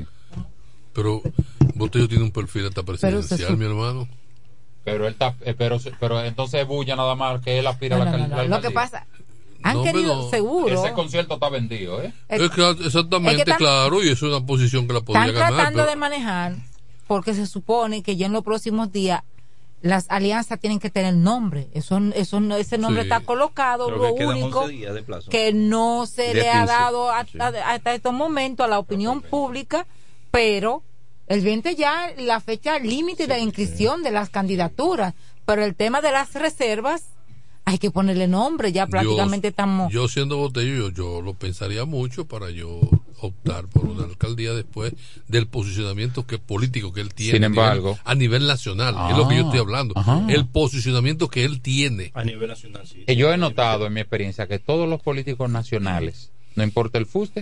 Pero Botello tiene un perfil hasta presidencial, mi hermano. Pero él está, eh, pero, pero entonces es bulla nada más que él aspira No, a la no, no, alcaldía. no. Lo que pasa, han No, querido, pero- seguro. Ese concierto está vendido, ¿eh? Es que exactamente, Es que están- claro, y es una posición que la podría Están ganar. tratando pero- de manejar, porque se supone que ya en los próximos días las alianzas tienen que tener nombre. Eso, eso, no- ese nombre Sí. está colocado. Creo Lo que quedan único once días de plazo. que no se De le ha quince. dado hasta, hasta estos momentos a la opinión pública, pero el veinte ya la fecha límite de inscripción de las candidaturas. Pero el tema de las reservas hay que ponerle nombre. Ya prácticamente yo, estamos. Yo siendo Botello, yo, yo lo pensaría mucho para yo optar por una alcaldía después del posicionamiento que político que él tiene. Sin a nivel- embargo. a nivel nacional, Ah, es lo que yo estoy hablando. ajá. El posicionamiento que él tiene. A nivel nacional, sí. Que yo he notado en mi experiencia que todos los políticos nacionales, no importa el fuste,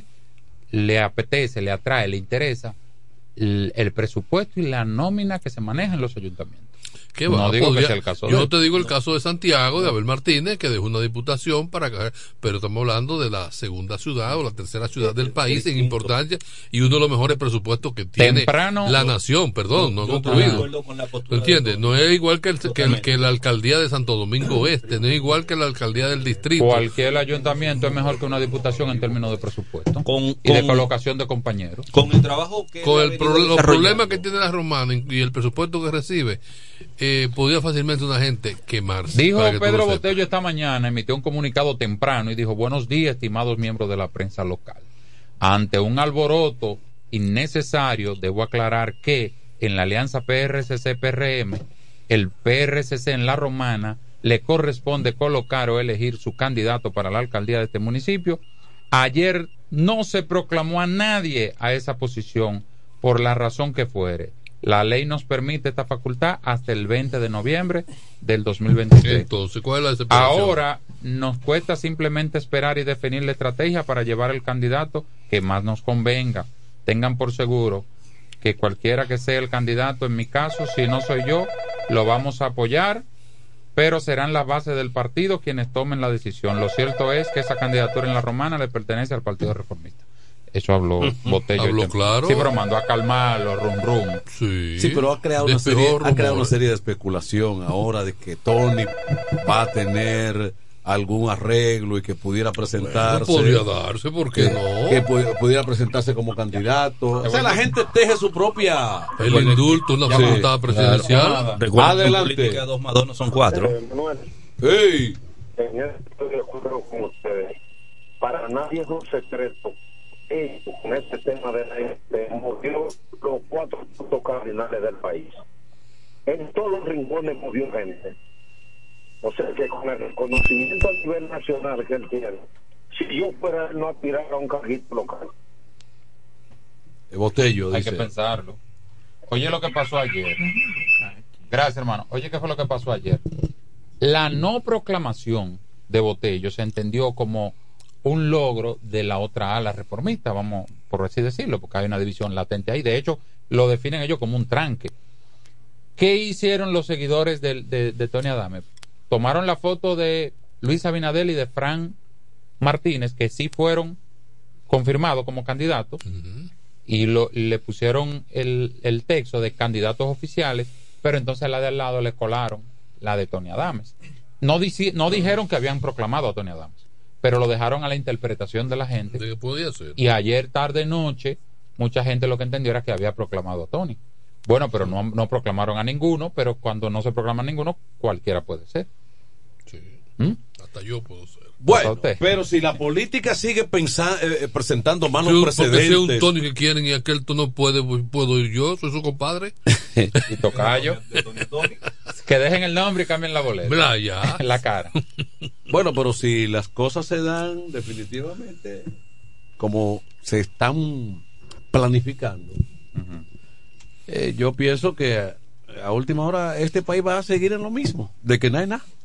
le apetece, le atrae, le interesa el, el presupuesto y la nómina que se maneja en los ayuntamientos. ¿Qué no va? digo Podría- que sea el caso. yo de- te digo el caso de Santiago, de Abel Martínez, que dejó una diputación para caer, pero estamos hablando de la segunda ciudad o la tercera ciudad del país en importancia y uno de los mejores presupuestos que tiene Temprano- la nación, perdón, no he Yo estoy de concluido. acuerdo con la postura ¿Tú entiendes? de No es igual que, el, que, el- Totalmente. que la alcaldía de Santo Domingo Oeste, no es igual que la alcaldía del distrito. Cualquier ayuntamiento es mejor que una diputación en términos de presupuesto Con, y de con- colocación de compañeros. con el trabajo que Con él ha el venido pro- los desarrollando. problemas que tiene la romana y el presupuesto que recibe, eh, podría fácilmente una gente quemarse. Dijo para que tú Pedro lo sepas. Botello esta mañana, emitió un comunicado temprano y dijo: buenos días, estimados miembros de la prensa local. Ante un alboroto innecesario, debo aclarar que en la alianza P R C C P R M, el P R C C en La Romana le corresponde colocar o elegir su candidato para la alcaldía de este municipio. Ayer no se proclamó a nadie a esa posición por la razón que fuere. La ley nos permite esta facultad hasta el veinte de noviembre del dos mil veintitrés. Entonces, ¿cuál es la desesperación? Ahora nos cuesta simplemente esperar y definir la estrategia para llevar el candidato que más nos convenga. Tengan por seguro que cualquiera que sea el candidato, en mi caso, si no soy yo, lo vamos a apoyar, pero serán las bases del partido quienes tomen la decisión. Lo cierto es que esa candidatura en La Romana le pertenece al Partido Reformista. Eso habló Botello. Habló y claro. Sí, pero mandó a calmar los rum rum. Sí, Sí, pero ha creado, una Despejó serie, ha creado rumores. una serie de especulación ahora de que Tony va a tener algún arreglo y que pudiera presentarse. Bueno, podría darse, ¿por qué que, no? Que pu- pudiera presentarse como candidato. O sea, la gente teje su propia. El indulto, una Sí, facultad presidencial. Recuerda que en Adelante. política dos más dos no son cuatro. Manuel, ¡Ey! en esto estoy de acuerdo con ustedes. Para nadie es un secreto. Ellos, con este tema de la gente, movió los cuatro puntos cardinales del país. En todos los rincones movió gente. O sea que con el reconocimiento a nivel nacional que él tiene, si yo fuera él no aspirar a un carguito local. Botello, Hay dice. que pensarlo. Oye lo que pasó ayer. Gracias, hermano. Oye, ¿qué fue lo que pasó ayer? La no proclamación de Botello se entendió como un logro de la otra ala reformista, vamos por así decirlo, porque hay una división latente ahí. De hecho, lo definen ellos como un tranque. ¿Qué hicieron los seguidores de, de, de Tony Adame? Tomaron la foto de Luis Abinadel y de Fran Martínez, que sí fueron confirmados como candidatos, uh-huh. y lo, le pusieron el, el texto de candidatos oficiales, pero entonces la de al lado le colaron la de Tony Adames. No, dici, no dijeron que habían proclamado a Tony Adames, pero lo dejaron a la interpretación de la gente. ¿De qué podía ser? Y ayer tarde noche mucha gente lo que entendió era que había proclamado a Tony. Bueno, pero no, no proclamaron a ninguno, pero cuando no se proclama a ninguno, cualquiera puede ser. Sí. ¿Mm? Hasta yo puedo ser. Bueno, pero si la política sigue pensando, eh, presentando malos Sí, precedentes. porque si es un Tony que quieren y aquel tú no puedes, pues, puedo ir yo, soy su compadre. Y tocayo. Que dejen el nombre y cambien la boleta. Bla, ya. La cara. Bueno, pero si las cosas se dan definitivamente como se están planificando, uh-huh. eh, yo pienso que a, a última hora este país va a seguir en lo mismo, de que nada es nada.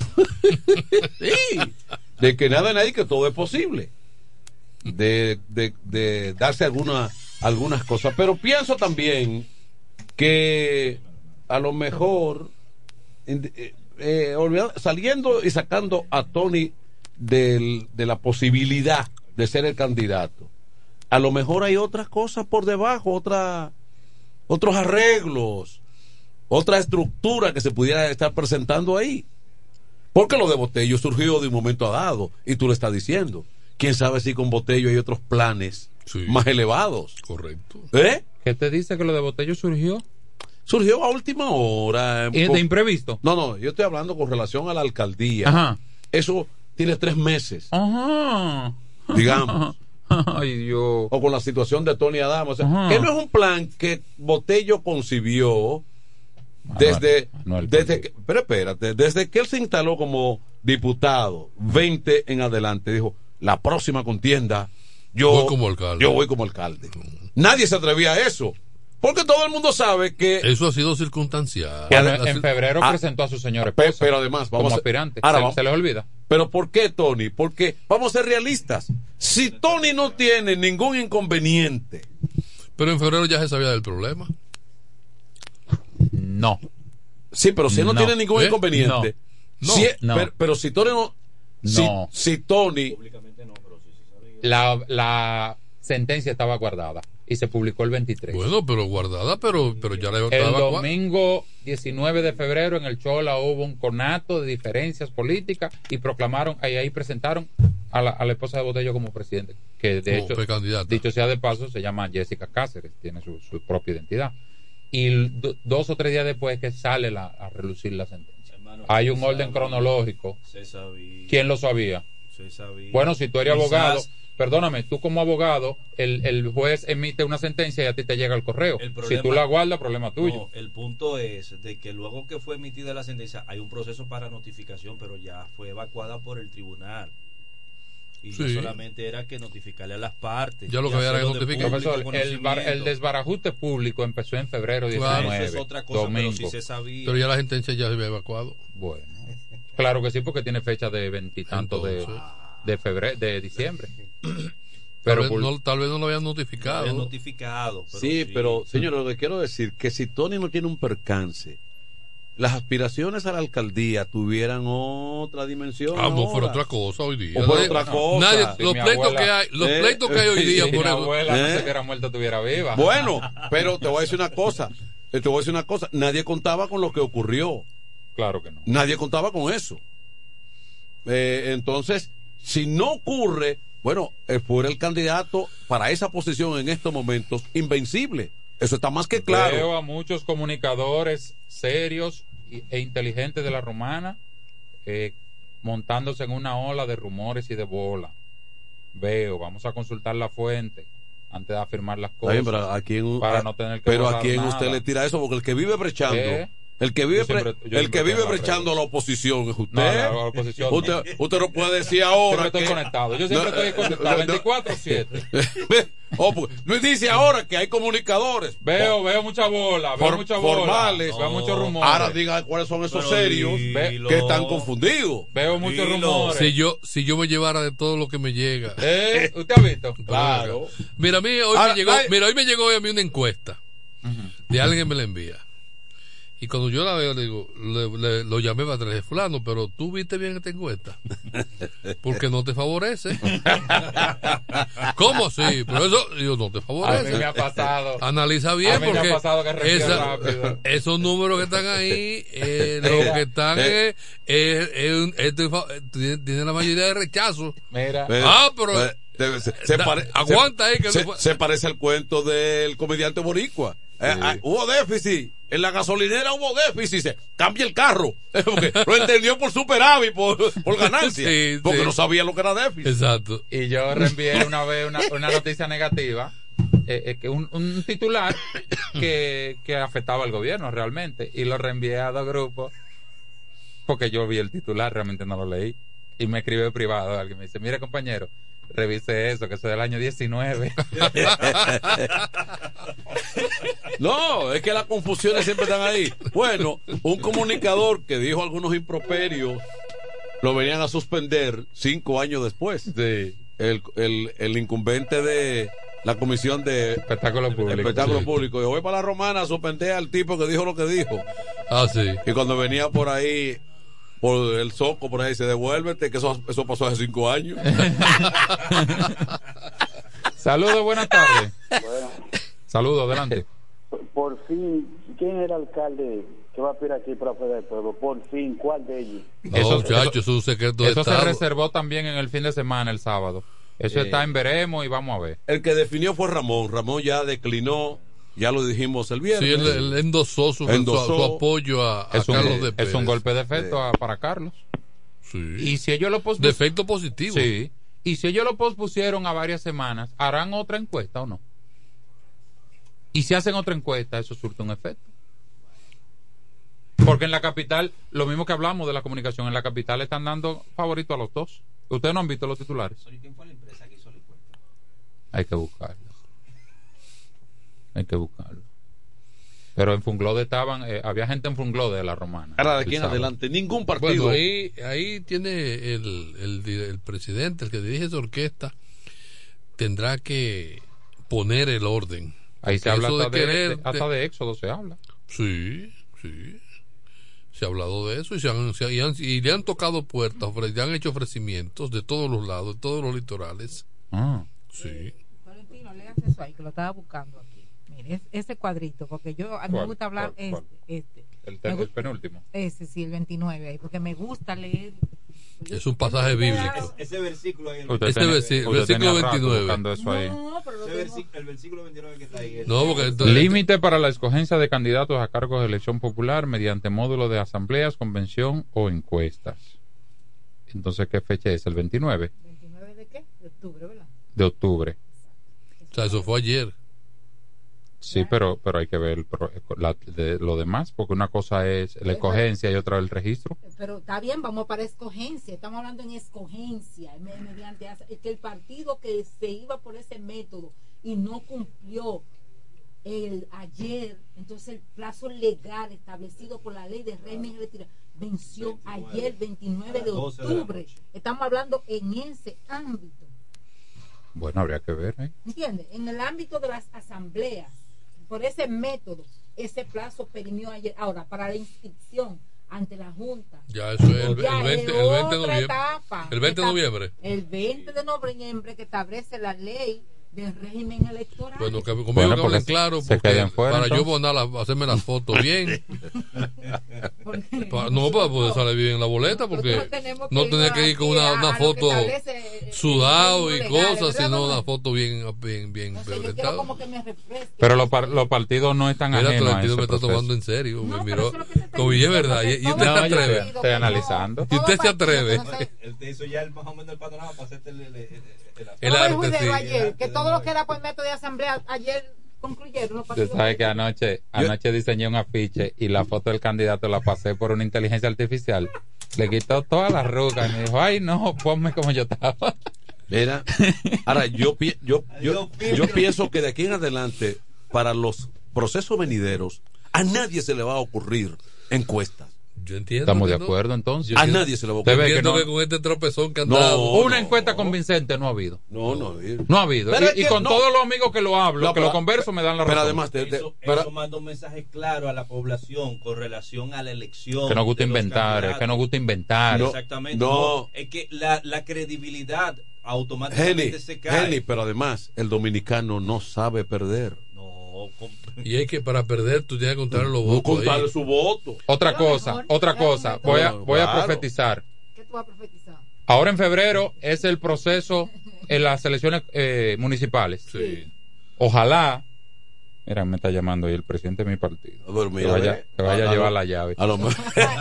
Sí, de que nada es nada y que todo es posible. De, de, de darse alguna, algunas cosas. Pero pienso también que a lo mejor eh, eh, olvidando, saliendo y sacando a Tony del, de la posibilidad de ser el candidato, a lo mejor hay otras cosas por debajo, otra, otros arreglos, otra estructura que se pudiera estar presentando ahí, porque lo de Botello surgió de un momento dado y tú le estás diciendo, quién sabe si con Botello hay otros planes sí. más elevados. Correcto. ¿Eh? ¿Qué te dice que lo de Botello surgió? Surgió a última hora. ¿Y de imprevisto? No, no, yo estoy hablando con relación a la alcaldía. Ajá. Eso tiene tres meses. Ajá. Digamos. Ay, Dios. O con la situación de Tony Adams. O sea, que no es un plan que Botello concibió desde, Manuel, Manuel, desde que, pero espérate, desde que él se instaló como diputado, veinte en adelante, dijo, la próxima contienda, yo voy como alcalde. Yo voy como alcalde. Nadie se atrevía a eso. Porque todo el mundo sabe que eso ha sido circunstancial. En, en febrero ah, presentó a su señor esposa pero además vamos como a, aspirante. Ahora, se, vamos, se les olvida. Pero ¿por qué, Tony? Porque vamos a ser realistas. Si Tony no tiene ningún inconveniente, pero en febrero ya se sabía del problema. No. Sí, pero si él no, no tiene ningún ¿Eh? inconveniente, no. Si, no. Pero, pero si Tony no, no. Si, si Tony, la la sentencia estaba guardada y se publicó el veintitrés. Bueno, pero guardada, pero, pero ya la el estaba domingo diecinueve de febrero en el Chola hubo un conato de diferencias políticas y proclamaron, ahí, ahí presentaron a la, a la esposa de Botello como presidente, que de como hecho, dicho sea de paso, se llama Jessica Cáceres, tiene su, su propia identidad. Y do, dos o tres días después que sale la, a relucir la sentencia. Hermano, hay un orden sabía, cronológico. Se sabía. ¿Quién lo sabía? Se sabía. Bueno, si tú eres Quizás, abogado, perdóname, tú como abogado, el, el juez emite una sentencia y a ti te llega el correo. El problema, si tú la guardas, problema tuyo. No, el punto es de que luego que fue emitida la sentencia hay un proceso para notificación, pero ya fue evacuada por el tribunal. Y sí. no solamente era que notificarle a las partes. Ya lo que había era que notificar. Profesor, el, bar, el desbarajuste público empezó en febrero diecinueve. Claro, eso es otra cosa, domingo. pero sí se sabía. Pero ya la sentencia ya se había evacuado. Bueno, claro que sí, porque tiene fecha de veintitantos de, de febrero, de diciembre. Pero tal vez, no, tal vez no lo habían notificado. No habían notificado. Pero sí, sí, pero señor, lo que quiero decir que si Tony no tiene un percance, las aspiraciones a la alcaldía tuvieran otra dimensión. Ah, no, fuera otra cosa hoy día. O por otra cosa. Nadie, sí, los pleitos abuela, que hay, los eh, pleitos que hay hoy día, si por mi eso. abuela eh. no se hubiera muerto, estuviera viva. Bueno, pero te voy a decir una cosa. Te voy a decir una cosa. Nadie contaba con lo que ocurrió. Claro que no. Nadie contaba con eso. Eh, entonces, si no ocurre, bueno, él fuera el candidato para esa posición en estos momentos invencible. Eso está más que claro. Veo a muchos comunicadores serios e inteligentes de la Romana eh, montándose en una ola de rumores y de bola. Veo, vamos a consultar la fuente antes de afirmar las cosas. Bien, pero a quién, para a, no tener que pero a quién nada. Usted le tira eso, porque el que vive brechando ¿Eh? el que vive siempre, pre, el que vive brechando a la oposición es usted. No, la, la oposición usted, no. usted no puede decir ahora siempre que estoy conectado. Yo siempre no, estoy conectado veinticuatro siete. Oh, pues, dice ahora que hay comunicadores. Veo, por, veo mucha bola, veo por, mucha bola. Formales. Veo muchos rumores. Ahora diga cuáles son esos pero serios dilo. Que están confundidos. Veo muchos dilo. rumores. Si yo, si yo me llevara de todo lo que me llega. ¿Eh? ¿Usted ha visto? Claro. Mira, a mí hoy ahora, me llegó, hay... mira, hoy me llegó hoy a mí una encuesta uh-huh. de alguien que me la envía. Y cuando yo la veo, le digo, le, le, lo llamé para atrás, fulano, pero tú viste bien esta encuesta. Porque no te favorece. ¿Cómo así? Pero eso, yo no te favorece. A mí me ha pasado. Analiza bien, a mí porque me ha pasado que esa, esos números que están ahí, eh, lo Mira, que están eh, es, es, es, es, es, tiene la mayoría de rechazo. Mira. Ah, pero. Eh, Se, se, se pare, aguanta ahí se, que se, no... se parece al cuento del comediante boricua. Sí. Eh, eh, hubo déficit en la gasolinera, hubo déficit, se cambia el carro porque lo entendió por superávit, por, por ganancia, sí, porque sí. no sabía lo que era déficit. Exacto. Y yo reenvié una vez una, una noticia negativa, eh, eh, que un, un titular que, que afectaba al gobierno realmente, y lo reenvié a dos grupos porque yo vi el titular, realmente no lo leí, y me escribe privado alguien, me dice, mire compañero, revise eso, que eso es del año diecinueve. No, es que las confusiones siempre están ahí. Bueno, un comunicador que dijo algunos improperios lo venían a suspender cinco años después. De el, el, el incumbente de la Comisión de Espectáculo Público. Espectáculo Sí. Público. Yo voy para la Romana a suspender al tipo que dijo lo que dijo. Ah, sí. Y cuando venía por ahí, por el Soco, por ahí, dice, devuélvete, que eso, eso pasó hace cinco años. Saludos, buenas tardes. Bueno, Saludos, adelante. por fin, ¿quién era el alcalde que va a pedir aquí para Fuera del Pueblo? Por fin, ¿cuál de ellos? No, eso, muchacho, es un secreto de Eso Estado. se reservó también en el fin de semana, el sábado. Eso Eh, está en veremos y vamos a ver. El que definió fue Ramón. Ramón ya declinó, ya lo dijimos el viernes. Sí, él, él endosó, su, Endosó. Su, su apoyo a, a Es un, Carlos de es Pérez. un golpe de efecto a- para Carlos. Sí. Y si ellos lo De pospusieron. efecto positivo. Sí. Y si ellos lo pospusieron a varias semanas, ¿harán otra encuesta o no? Y si hacen otra encuesta, eso surte un efecto. Porque en la capital, lo mismo que hablamos de la comunicación, en la capital le están dando favorito a los dos. ¿Ustedes no han visto los titulares? ¿Quién fue la empresa que hizo la encuesta? Hay que buscarlo. Hay que buscarlo. Pero en Funglode estaban, eh, había gente en Funglode de la Romana. Ahora, de el aquí en sábado. adelante, ningún partido. Bueno, ahí, ahí tiene el, el, el presidente, el que dirige esa orquesta, tendrá que poner el orden. Ahí se Porque habla eso hasta de, querer- de- hasta de éxodo se habla. Sí, sí. Se ha hablado de eso y, se han, se- y, han- y le han tocado puertas, ofre- le han hecho ofrecimientos de todos los lados, de todos los litorales. Ah. Sí. Valentino, leas eso ahí, que lo estaba buscando aquí. Mire, es- ese cuadrito, porque yo a mí me ¿Cuál? gusta hablar ¿Cuál? ¿Cuál? este, este. El, Me te- el gusta- penúltimo. Ese sí, el veintinueve ahí, porque me gusta leer. Es un pasaje bíblico. Ese versículo ahí. Usted Este tenía- versi- usted versículo tenía rato veintinueve. buscando eso ahí. No, pero lo Ese tengo- versi- el versículo veintinueve que está ahí. No, porque entonces- Límite para la escogencia de candidatos a cargos de elección popular mediante módulo de asambleas, convención o encuestas. Entonces, ¿qué fecha es? El veintinueve ¿veintinueve de qué? De octubre, ¿verdad? de octubre. O sea, eso fue ayer. Sí, pero pero hay que ver el pro- la- de, lo demás, porque una cosa es la escogencia y otra el registro. Pero está bien, vamos para escogencia. Estamos hablando en escogencia. me- Mediante es que el partido que se iba por ese método y no cumplió el ayer, entonces el plazo legal establecido por la ley de régimen retira venció ayer veintinueve de octubre. Estamos hablando en ese ámbito. Bueno, habría que ver. ¿eh? ¿Entiendes? En el ámbito de las asambleas, por ese método, ese plazo perimió ayer. Ahora, para la inscripción ante la Junta. Ya, eso es el, Ya el veinte, es el veinte de otra noviembre. etapa. El veinte de noviembre. El veinte de noviembre que establece la ley del régimen electoral. Bueno, que conmigo Bueno, que hablen porque claro, se porque queden fuera, para yo entonces. poner la- hacerme la foto bien. Pa- no, para poder salir bien en la boleta, porque Nosotros tenemos que no ir tener que ir con una, a- una a lo que foto establece el sudado y régimen legal, cosas, ¿verdad, sino Manuel? una foto bien, bien, bien. Entonces, yo quiero como que me refresque. Pero los, par- los partidos no están Mira, ajenos a Tolentino ese me está proceso. tomando en serio. No, me pero miró eso es lo que te estoy como y es diciendo, verdad. Y, que y usted todo se No, yo atreve. estoy, estoy analizando. Y usted se atreve. Él te hizo ya el, más o menos el panorama para hacerte el, el, el, el- El No me arte, juzgue sí. ayer, que todo lo que era por método de asamblea ayer concluyeron los Usted partidos. sabe que anoche, anoche diseñé un afiche y la foto del candidato la pasé por una inteligencia artificial. Le quitó todas las arrugas y me dijo, ay no, ponme como yo estaba. Mira, ahora yo, pi- yo, yo, yo pienso que de aquí en adelante, para los procesos venideros, a nadie se le va a ocurrir encuestas. Yo entiendo. Estamos que de no. acuerdo entonces. Yo A entiendo- nadie se le va a Usted ocurrir. ve que Entiendo no, que con este tropezón que han No, dado. una encuesta convincente no ha habido. No, no. No ha habido. Pero Y, es y que con no. todos los amigos que lo hablo, No, que pero- lo converso, me dan la Pero razón. además, de- de- Eso, pero- eso manda un mensaje claro a la población con relación a la elección. que nos gusta de los inventar, es candidatos. que nos gusta inventar. No, Exactamente. no. Es que la, la credibilidad automáticamente Geni, se cae. Geni, pero además, el dominicano no sabe perder. No, com- Y es que para perder tú tienes que contar los No votos. contarle ahí. su voto. Otra Pero cosa, mejor, otra pero cosa. mejor. Voy a, No, voy a claro. profetizar. ¿Qué tú vas a profetizar? Ahora en febrero es el proceso en las elecciones eh, municipales. Sí. Ojalá, mira, me está llamando ahí el presidente de mi partido. Pero mira, que vaya, ve, que vaya a, a llevar lo, la llave. A lo mejor.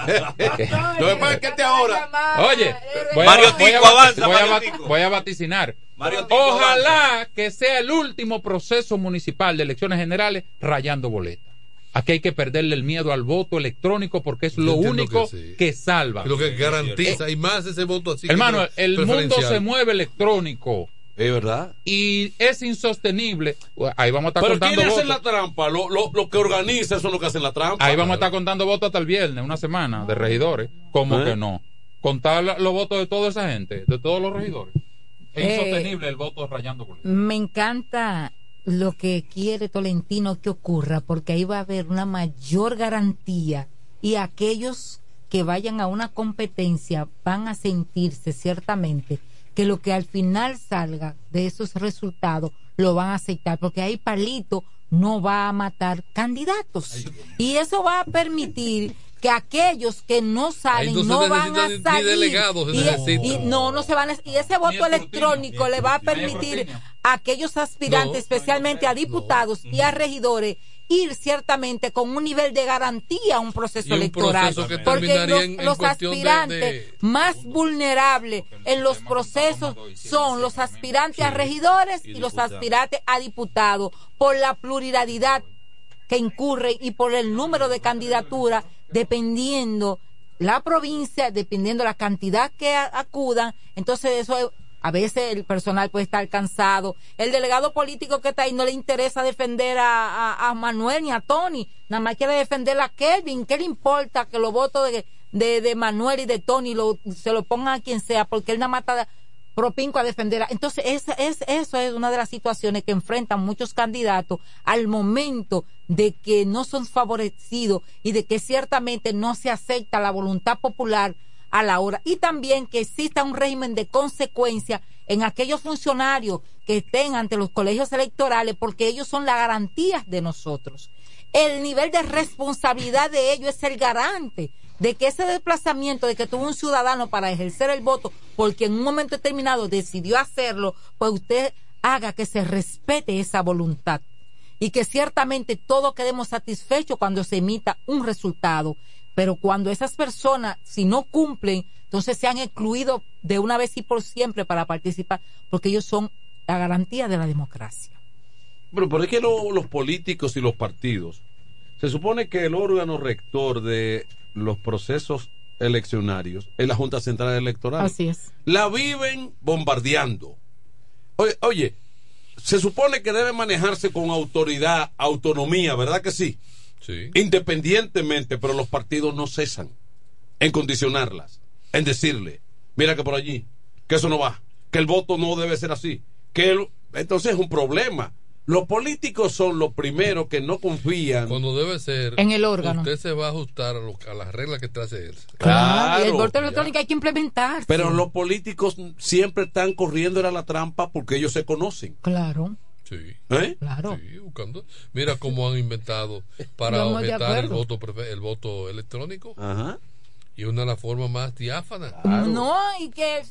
Lo que pasa es que este ahora. Oye, voy Mario a, voy Tico, a, avanza, voy a, Mario Tico. voy a vaticinar. Mario Tico, Ojalá avanza. que sea el último proceso municipal de elecciones generales rayando boletas. Aquí hay que perderle el miedo al voto electrónico porque es Yo lo entiendo único que sí. que salva. Lo que garantiza, y más ese voto así. Hermano, que el mundo preferencial. se mueve electrónico. Es verdad. Y es insostenible. Ahí vamos a estar Pero contando ¿quién votos. hace la trampa? Lo, lo, lo que organiza, eso es lo que hacen la trampa. Ahí vamos a estar contando votos hasta el viernes, una semana de regidores. ¿Cómo ¿Eh? que no? Contar la- los votos de toda esa gente, de todos los regidores. Es Eh, insostenible el voto rayando boletas. Me encanta lo que quiere Tolentino que ocurra, porque ahí va a haber una mayor garantía y aquellos que vayan a una competencia van a sentirse ciertamente que lo que al final salga de esos resultados lo van a aceptar, porque ahí Palito no va a matar candidatos y eso va a permitir que aquellos que no salen Ahí no se no van necesita a ni- ni salir delegados, se y, necesita. y no no se van a, y ese voto electrónico le va a permitir a aquellos aspirantes, No, especialmente a diputados y a regidores, ir ciertamente con un nivel de garantía a un proceso Y un electoral, proceso que porque terminaría los, en- en los cuestión de- aspirantes de- más vulnerables en los procesos son los aspirantes a regidores y los aspirantes a diputados, por la pluralidad que incurre y por el número de candidaturas, dependiendo la provincia, dependiendo la cantidad que a- acudan. Entonces eso es- a veces el personal puede estar cansado. El delegado político que está ahí no le interesa defender a, a, a Manuel ni a Tony, nada más quiere defender a Kelvin. ¿Qué le importa que los votos de, de, de Manuel y de Tony lo, se lo pongan a quien sea? Porque él nada más está propinco a defender. Entonces, esa, es, eso es una de las situaciones que enfrentan muchos candidatos al momento de que no son favorecidos y de que ciertamente no se acepta la voluntad popular a la hora. Y también que exista un régimen de consecuencia en aquellos funcionarios que estén ante los colegios electorales, porque ellos son la garantía de nosotros. El nivel de responsabilidad de ellos es el garante de que ese desplazamiento de que tuvo un ciudadano para ejercer el voto, porque en un momento determinado decidió hacerlo, pues usted haga que se respete esa voluntad y que ciertamente todos quedemos satisfechos cuando se emita un resultado. Pero cuando esas personas, si no cumplen, entonces se han excluido de una vez y por siempre para participar, porque ellos son la garantía de la democracia. Bueno, pero es que lo- los políticos y los partidos, se supone que el órgano rector de los procesos eleccionarios es la Junta Central Electoral. Así es. La viven bombardeando. Oye, oye, se supone que debe manejarse con autoridad, autonomía, ¿verdad que sí? Sí. Independientemente, pero los partidos no cesan en condicionarlas, en decirle, mira que por allí, que eso no va, que el voto no debe ser así, que el... entonces es un problema. Los políticos son los primeros que no confían. Cuando debe ser En el órgano. usted se va a ajustar a, lo- a las reglas que trae él. Claro, y el Claro, voto electrónico hay que implementar. pero los políticos siempre están corriendo a la trampa porque ellos se conocen. Claro. Sí. ¿Eh? Claro. Sí, buscando. Mira cómo han inventado para Vamos de objetar el acuerdo. voto prefe- el voto electrónico. Ajá. Y una de las formas más diáfanas. No, y que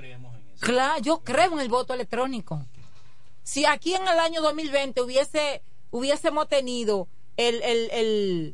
claro, yo creo en el voto electrónico. Si aquí en el año dos mil veinte hubiese hubiésemos tenido el el el,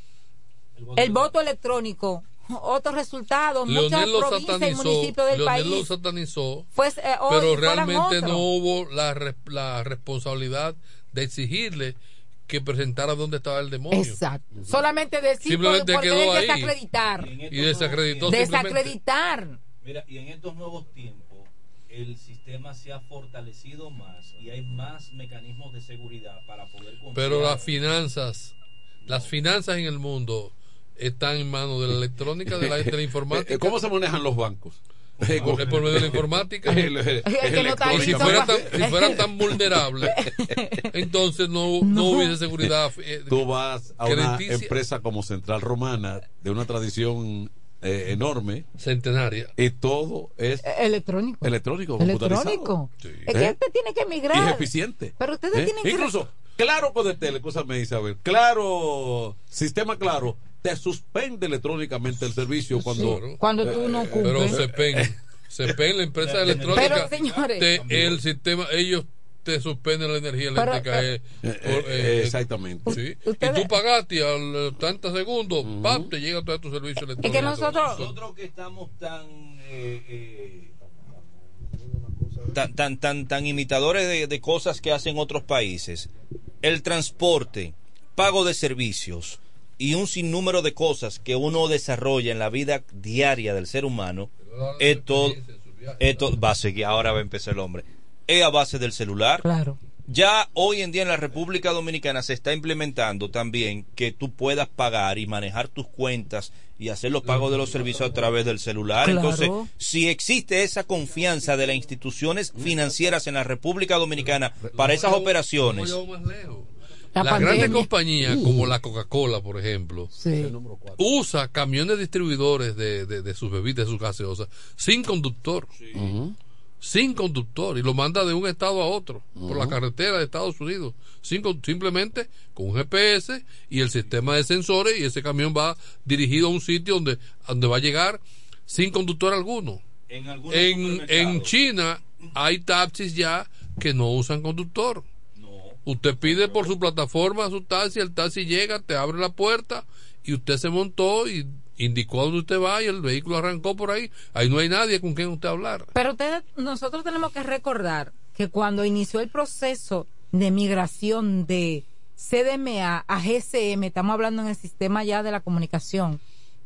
el voto electrónico, otros resultados, muchas Leonel lo provincias y satanizó, municipios del Leonel lo país, satanizó, pues, eh, hoy pero fueran realmente otros. no hubo la, re- la responsabilidad de exigirle que presentara dónde estaba el demonio. Exacto. Solamente decir Simplemente por, por quedó querer ahí. desacreditar. Y desacreditó simplemente. Desacreditar. Mira, y en estos nuevos tiempos el sistema se ha fortalecido más y hay más mecanismos de seguridad para poder confiar. Pero las finanzas, las finanzas en el mundo están en manos de la electrónica, de la, de la informática. ¿Cómo se manejan los bancos? Por, por medio de la informática. El- el- Y si fuera tan, si fuera tan vulnerable, entonces no, no hubiese seguridad. eh, Tú vas a una crediticia. empresa como Central Romana, de una tradición eh, enorme, centenaria, y todo es electrónico. electrónico, Electrónico. computarizado. Es que ¿Eh? usted tiene que Y emigrar. es eficiente. Pero ustedes ¿Eh? tienen que Incluso, claro, con el tele, escúchame, Isabel, claro, sistema claro, te suspende electrónicamente el servicio cuando Cuando tú no eh, cumples. Pero Cepen, C P E en la empresa electrónica, Pero, señores, te, el sistema, ellos te suspenden la energía Pero, eléctrica. eh, eh, Eh, por, eh, eh, exactamente. Sí. Ustedes- Y tú pagaste al tantos segundos, ¡pam! Te llega todo tu servicio electrónico. Es que nosotros, Nosotros que estamos tan eh, eh, tan, tan tan tan imitadores de, de cosas que hacen otros países, el transporte, pago de servicios y un sinnúmero de cosas que uno desarrolla en la vida diaria del ser humano, esto esto va a seguir, ahora va a empezar el hombre, es a base del celular. claro. Ya hoy en día en la República Dominicana se está implementando también que tú puedas pagar y manejar tus cuentas y hacer los pagos de los servicios a través del celular. Claro. Entonces, si existe esa confianza de las instituciones financieras en la República Dominicana para esas operaciones, ¿Cómo llevo más lejos? La Las pandemia. grandes compañías como la Coca-Cola, por ejemplo, Sí. usa camiones distribuidores de, de, de sus bebidas, de sus gaseosas, sin conductor. Ujú. Sin conductor, y lo manda de un estado a otro por la carretera de Estados Unidos, sin con- simplemente con un G P S y el sistema de sensores, y ese camión va dirigido a un sitio donde, donde va a llegar sin conductor alguno. en algunos En, supermercados, en China hay taxis ya que no usan conductor. Usted pide por su plataforma su taxi, el taxi llega, te abre la puerta y usted se montó y indicó a dónde usted va y el vehículo arrancó por ahí. Ahí no hay nadie con quien usted hablar. Pero ustedes, nosotros tenemos que recordar que cuando inició el proceso de migración de C D M A a G S M, estamos hablando en el sistema ya de la comunicación,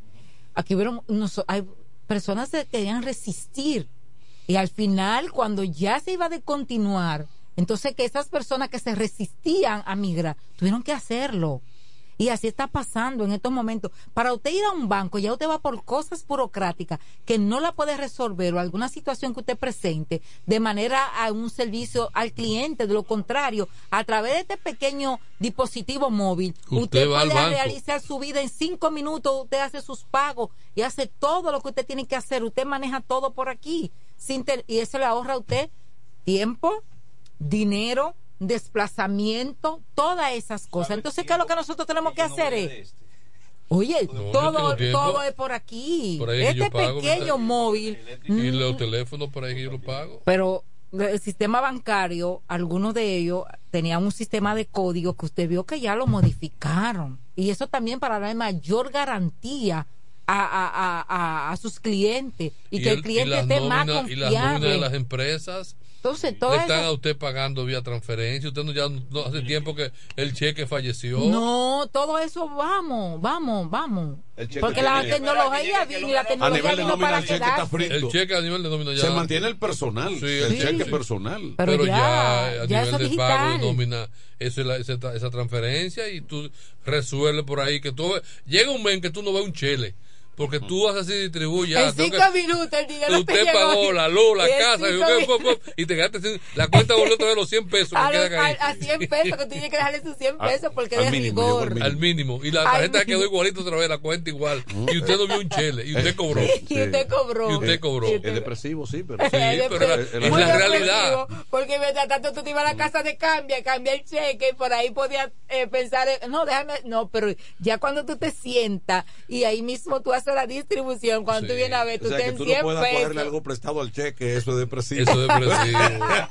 aquí vieron, nos- hay personas que querían resistir y al final cuando ya se iba a continuar, entonces que esas personas que se resistían a migrar tuvieron que hacerlo. Y así está pasando en estos momentos. Para usted ir a un banco, ya usted va por cosas burocráticas que no la puede resolver, o alguna situación que usted presente de manera a un servicio al cliente. De lo contrario, a través de este pequeño dispositivo móvil, Usted usted, va al puede banco. realizar su vida en cinco minutos. Usted hace sus pagos y hace todo lo que usted tiene que hacer. Usted maneja todo por aquí. Sin ter- y eso le ahorra a usted tiempo, dinero, desplazamiento, todas esas cosas. Entonces, ¿qué es lo que nosotros tenemos que hacer? Es, oye, No, yo todo, tengo tiempo. todo es por aquí. Por ahí que Este yo pago, pequeño ¿verdad? móvil. Y mm, los teléfonos por ahí que yo lo pago. Pero el sistema bancario, algunos de ellos tenían un sistema de código que usted vio que ya lo modificaron. Y eso también para dar mayor garantía a, a, a, a, a sus clientes y, que el, y cliente las esté más nóminas- y las nóminas de confiable. las empresas Entonces, le todo están eso. a usted pagando vía transferencia. Usted no, ya no hace tiempo que el cheque falleció. No, todo eso vamos, vamos, vamos. El cheque Porque la tiene- tecnología vino y la A tecnología nivel de vino nómina para el cheque está quedarse. frito. El cheque a nivel de nómina ya Se mantiene el personal, Sí, el sí, cheque sí. personal. Pero pero ya, ya, a ya nivel eso de pago de digital. nómina, eso es la- esa, tra- esa transferencia, y tú resuelves por ahí que tú llega un mes en que tú no ves un chele, porque tú haces así distribuyes. En cinco minutos el dinero te Usted llegó pagó y- la luz, la y en casa, y, cinco pop, minutos- pop, pop, y te gastas sin- la cuenta volvió otra vez los cien pesos A, que los- quedan ahí. a, a cien pesos, que tú tienes que dejarle sus cien pesos porque al es de mínimo, rigor. al mínimo. Y la Al tarjeta mínimo. quedó igualito otra vez, la cuenta igual. Y usted no vio un chele, y usted cobró. Y usted cobró. Y usted cobró. Y usted- Es depresivo, sí, pero. Sí, pero la- es es Muy la depresivo, realidad. Porque mientras tanto tú te ibas a la casa de cambio, cambia el cheque, y por ahí podías eh, pensar, eh, no, déjame, no, pero ya cuando tú te sientas y ahí mismo tú haces la distribución, cuando tú vienes a ver, tú O sea, que tienes tú cien no puedas pesos. cogerle algo prestado al cheque, eso es depresivo. Eso es depresivo.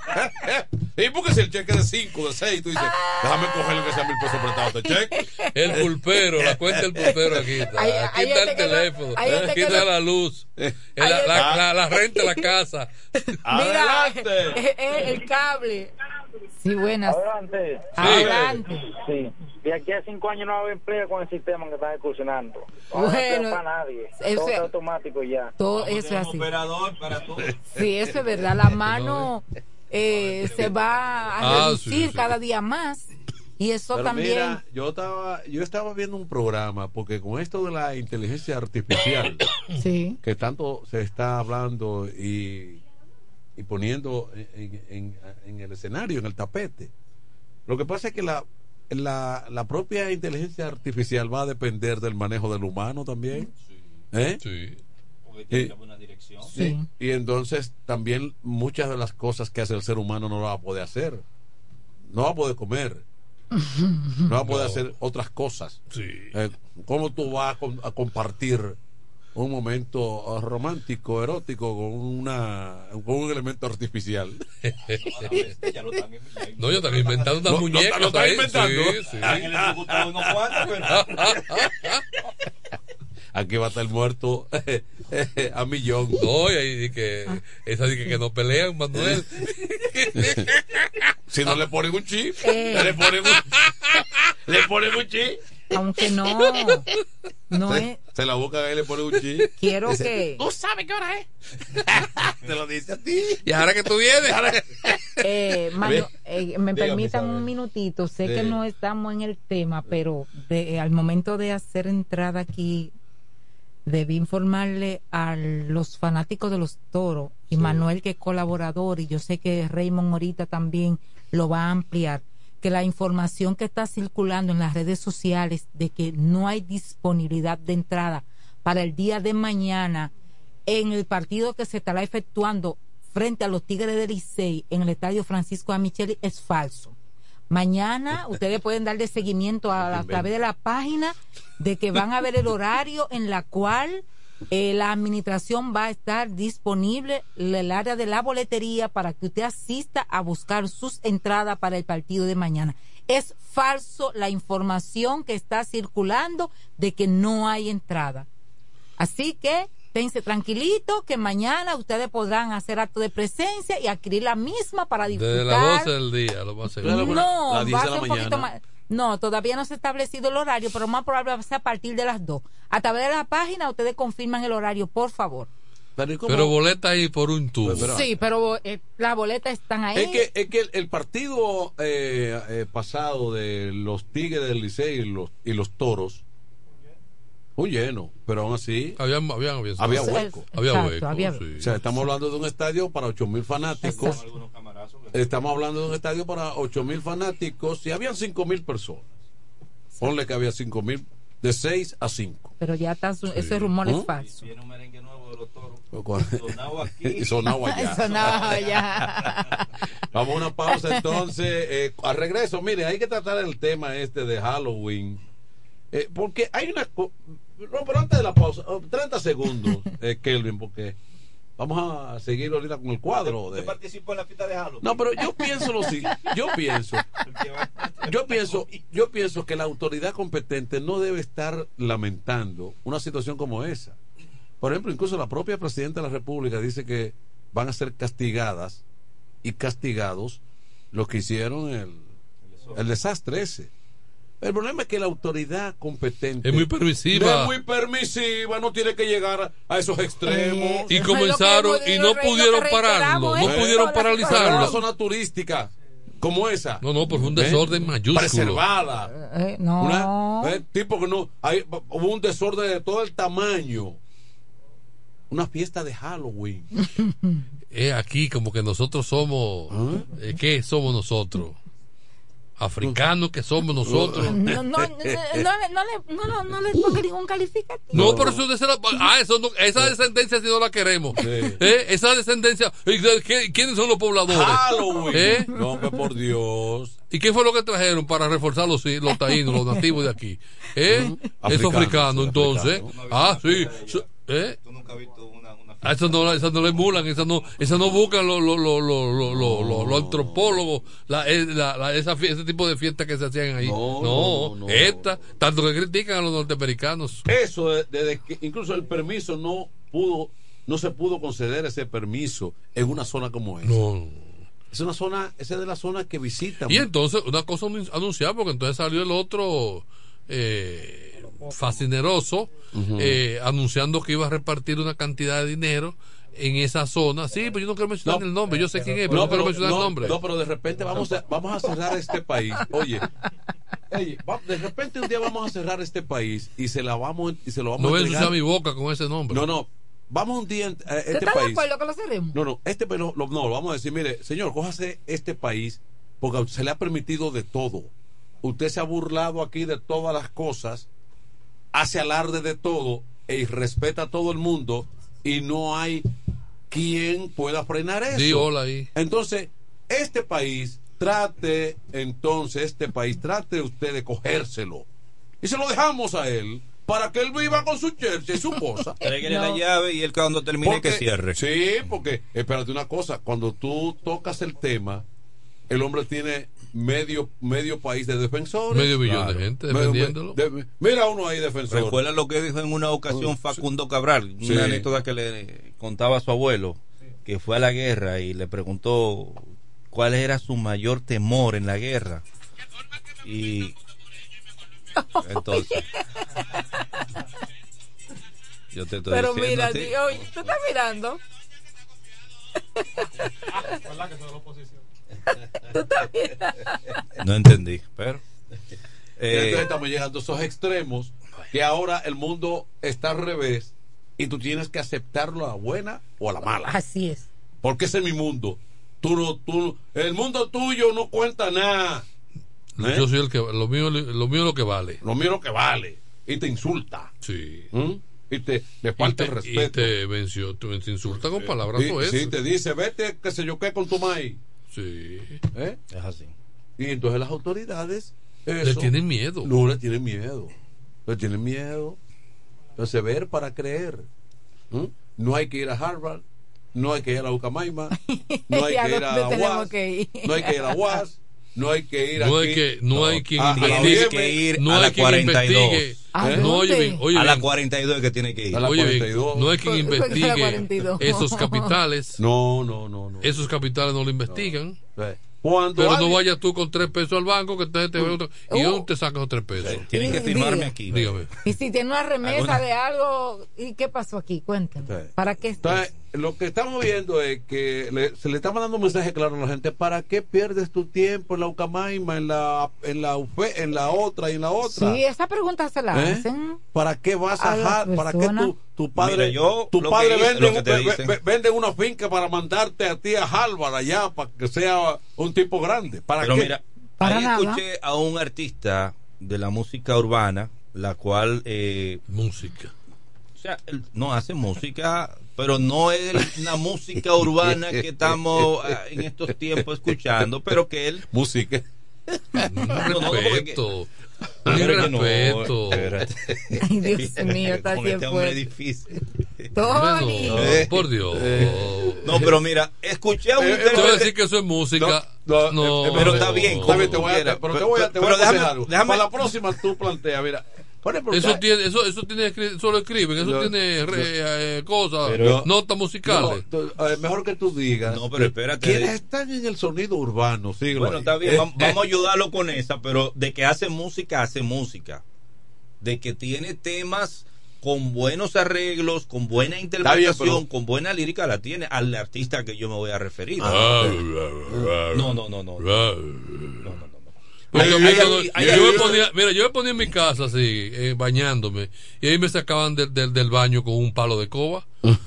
¿Y por qué si el cheque de cinco, de seis, tú dices, déjame cogerle que sea mil pesos prestados de cheque? El pulpero, la cuenta del pulpero aquí está. Ahí- Aquí ahí está este el que lo- teléfono, ahí este aquí que está lo- la luz, Ahí la, este- la, la, la renta de la casa. Mira, eh, eh, el cable. Sí, buenas. Adelante. Adelante. Sí. De aquí a cinco años no va a haber empleo con el sistema que están excursionando. No Bueno, hay empleo para nadie. eso Todo es- está automático ya. Todo eso es así. operador para todo. Sí, eso es verdad. La mano eh, se va a Ah, reducir sí, sí. cada día más. Y eso Pero también. mira, yo estaba, yo estaba viendo un programa, porque con esto de la inteligencia artificial, Sí. que tanto se está hablando y, y poniendo en, en- en el escenario, en el tapete, lo que pasa es que la, la, la propia inteligencia artificial va a depender del manejo del humano también. ¿Eh? Sí. Porque Y- tiene que haber una dirección. Sí. Y entonces también muchas de las cosas que hace el ser humano no lo va a poder hacer. No va a poder comer. No va a poder No. hacer otras cosas. Sí. Eh, ¿Cómo tú vas a, com- a compartir un momento uh, romántico, erótico, con una con un elemento artificial. No, yo están inventando unas Lo- lo- muñecas. lo están ahí. inventando. Sí, sí. Aquí va a estar muerto a millón. No, y ahí di que esa dice que, que no pelean, Manuel. Si no le ponen un chip, Eh. le ponen un, le ponen un chip. Aunque no, no se, es. se la busca a él, le pone un chip. Quiero Dice, que. ¿tú sabes qué hora es? Te lo dice a ti. Y ahora que tú vienes. Eh, Manu- eh, me Dígame, permitan Isabel. un minutito. Sé Sí. que no estamos en el tema, pero de, eh, al momento de hacer entrada aquí, debí informarle a los fanáticos de los toros y Manuel, que es colaborador, y yo sé que Raymond ahorita también lo va a ampliar, que la información que está circulando en las redes sociales de que no hay disponibilidad de entrada para el día de mañana en el partido que se estará efectuando frente a los Tigres del Licey en el estadio Francisco Amicheli es falso. Mañana ustedes pueden darle seguimiento a, a través de la página de que van a ver el horario en la cual eh, la administración va a estar disponible el área de la boletería para que usted asista a buscar sus entradas para el partido de mañana. Es falso la información que está circulando de que no hay entrada. Así que pense tranquilito que mañana ustedes podrán hacer acto de presencia y adquirir la misma para disfrutar. Desde las doce del día lo va a hacer. No, Las diez va a de la ser un poquito mañana. más. No, todavía no se ha establecido el horario, pero más probable va a ser a partir de las dos. A través de la página ustedes confirman el horario, por favor. Pero boleta ahí por un tubo. Sí, pero eh, las boletas están ahí. Es que, es que el, el partido eh, eh, pasado de los Tigres del Licey y los, y los Toros muy lleno, pero aún así había, había, había, había hueco. Había Exacto, hueco. había- sí. O sea, estamos hablando de un estadio para ocho mil fanáticos. Estamos hablando de un estadio para ocho mil fanáticos y habían cinco mil personas. Ponle que había cinco mil, de seis a cinco. Pero ya está, su- ese rumor ¿Mm? es falso. Y sonaba allá. Sonaba allá. Vamos a una pausa entonces. Eh, al regreso, mire, hay que tratar el tema este de Halloween. Eh, porque hay una... co- No, pero antes de la pausa, oh, treinta segundos, eh, Kelvin, porque vamos a seguir ahorita con el cuadro. De... participó en la fiesta de Halloween? No, pero yo pienso lo siguiente. Yo pienso, yo pienso, yo pienso que la autoridad competente no debe estar lamentando una situación como esa. Por ejemplo, incluso la propia presidenta de la República dice que van a ser castigadas y castigados los que hicieron el, el desastre ese. El problema es que la autoridad competente Es muy permisiva. es muy permisiva, no tiene que llegar a, a esos extremos. Y comenzaron y no pudieron pararlo, no pudieron Una paralizarlo. zona turística como esa. No, no, pero fue un ¿Eh? desorden mayúsculo. Preservada. Eh, no. Una, eh, tipo que no, hay, hubo un desorden de todo el tamaño. Una fiesta de Halloween. Es aquí como que nosotros somos. eh, ¿Qué somos nosotros? Africanos que somos nosotros. No, no, no, no, le- no, le- no, no, no le ponga ningún calificativo. No, pero eso de ser, ah, eso no, esa descendencia si no la queremos. ¿Eh? Esa descendencia, ¿y qué- ¿quiénes son los pobladores? Halloween. ¿Eh? No, hombre, por Dios. ¿Y qué fue lo que trajeron para reforzar los, los taínos, los nativos de aquí? ¿Eh? Africanos, Esos africanos, sí, entonces. africanos. Ah, sí. So- ¿Eh? Ah, Esas no, esas no le emulan, esas no, esas no buscan los los los los los los- los- los antropólogos, la, eh, la, la- esa, fie- ese tipo de fiestas que se hacían ahí. No, no, no, esta, tanto que critican a los norteamericanos. Eso, de- desde que incluso el permiso no pudo, no se pudo conceder ese permiso en una zona como esa. No. Es una zona, esa es de las zonas que visitan. Y entonces, una cosa anunciada, porque entonces salió el otro eh, fascineroso eh, anunciando que iba a repartir una cantidad de dinero en esa zona. Sí, pero yo no quiero mencionar No, el nombre, yo sé quién es, pero no, quiero mencionar no, el nombre. no, pero de repente vamos a, vamos a cerrar este país. Oye, oye, va- de repente un día vamos a cerrar este país y se la vamos y se lo vamos No a voy a entregar. ensuciar mi boca con ese nombre. No, no. Vamos un día a ¿Usted este está de país. acuerdo que lo cerremos? No, no, este pero lo- no, lo vamos a decir, mire, señor, cójase este país porque se le ha permitido de todo. Usted se ha burlado aquí de todas las cosas, hace alarde de todo y respeta a todo el mundo y no hay quien pueda frenar eso. Di hola ahí. Entonces, este país trate, entonces este país trate usted de cogérselo y se lo dejamos a él para que él viva con su Chelsea y su cosa. Tráigale no. la llave y él cuando termine porque, que cierre. Sí, porque, espérate una cosa, cuando tú tocas el tema, el hombre tiene medio medio país de defensores. Medio billón claro. de gente defendiéndolo. De, de, mira uno ahí defensor. Recuerda lo que dijo en una ocasión Facundo Cabral, sí. una anécdota que le contaba a su abuelo, que fue a la guerra y le preguntó cuál era su mayor temor en la guerra. Y entonces yo te estoy pero diciendo mira, tío, tú estás mirando. ¿Verdad que soy de la oposición? Tú estás mirando. No entendí, pero eh, entonces estamos llegando a esos extremos que ahora el mundo está al revés y tú tienes que aceptarlo a la buena o a la mala. Así es. Porque ese es mi mundo. Tú no, tú, el mundo tuyo no cuenta nada. ¿Eh? Yo soy el que lo mío, lo mío es lo que vale. Lo mío es lo que vale. Y te insulta. Sí. ¿Mm? Y te le falta y te, el respeto. Y te venció, te, te insulta con palabras sí, o eso. Sí, te dice, vete, qué sé yo qué, con tu maíz. Sí. ¿Eh? Es así. Y entonces las autoridades eso, le tienen miedo. No, le tienen miedo. Le tienen miedo. Entonces, ver para creer. ¿Mm? No hay que ir a Harvard. No hay que ir a la Ucamaima. No hay que ir a U A S. No hay que ir a U A S. No hay que ir no aquí. Hay que, no, no hay quien a, investigue. Hay que ir no a hay la quien cuarenta y dos. investigue. ¿A, ¿Eh? no, oye bien, oye a la bien. cuarenta y dos que tiene que ir. A la oye cuarenta y dos. Bien, no hay quien investigue esos capitales. No, no, no, no. Esos capitales no lo investigan. No. Cuando pero alguien... no vayas tú con tres pesos al banco que te, te ve otro, y dónde te sacas los tres pesos. Sí, tienen que firmarme aquí. Dígame. Y si tiene una remesa ¿Alguna? de algo, ¿y qué pasó aquí? Cuéntame. Sí. ¿Para qué? Entonces, lo que estamos viendo es que le, se le está mandando un mensaje claro a la gente: ¿para qué pierdes tu tiempo en la Ucamaima, en la en la Ufe, en la otra y en la otra? Sí, esa pregunta se la ¿Eh? hacen. ¿Para qué vas a, a para qué tu, tu padre Mira, yo, tu padre hice, vende, un, ve, vende una finca para mandarte a ti a Harvard allá para que sea un tipo grande? ¿Para Pero qué? Mira, para ahí nada. Escuché a un artista de la música urbana, la cual eh, música. O sea, él no hace música, pero no es una música urbana que estamos en estos tiempos escuchando, pero que él música. No, no, respeto. No, respeto. Ay, Dios mío, está con bien este hombre difícil. Tony. No, por Dios. No, pero mira, escuché a un eh, intérprete. Te voy a decir que eso es música. No, no, no pero está bien. Como te voy a, pero, pero te voy a, te voy a déjame, algo. Déjame, para la próxima tú plantea, mira. Ejemplo, eso tiene, eso, eso tiene, solo escriben, eso no, tiene re, eh, cosas, pero, notas musicales. No, tú, eh, mejor que tú digas. No, pero espérate. ¿Quiénes están en el sonido urbano? Síguelo bueno, ahí. está bien, vamos, vamos a ayudarlo con esa, pero de que hace música, hace música. De que tiene temas con buenos arreglos, con buena interpretación, bien, pero... con buena lírica, la tiene al artista que yo me voy a referir. Ah, no, no, no, no. No, no, no. Hay, hay, hay, hay, yo me ponía, mira, yo me ponía en mi casa así, eh, bañándome, y ahí me sacaban de, de, del baño con un palo de coba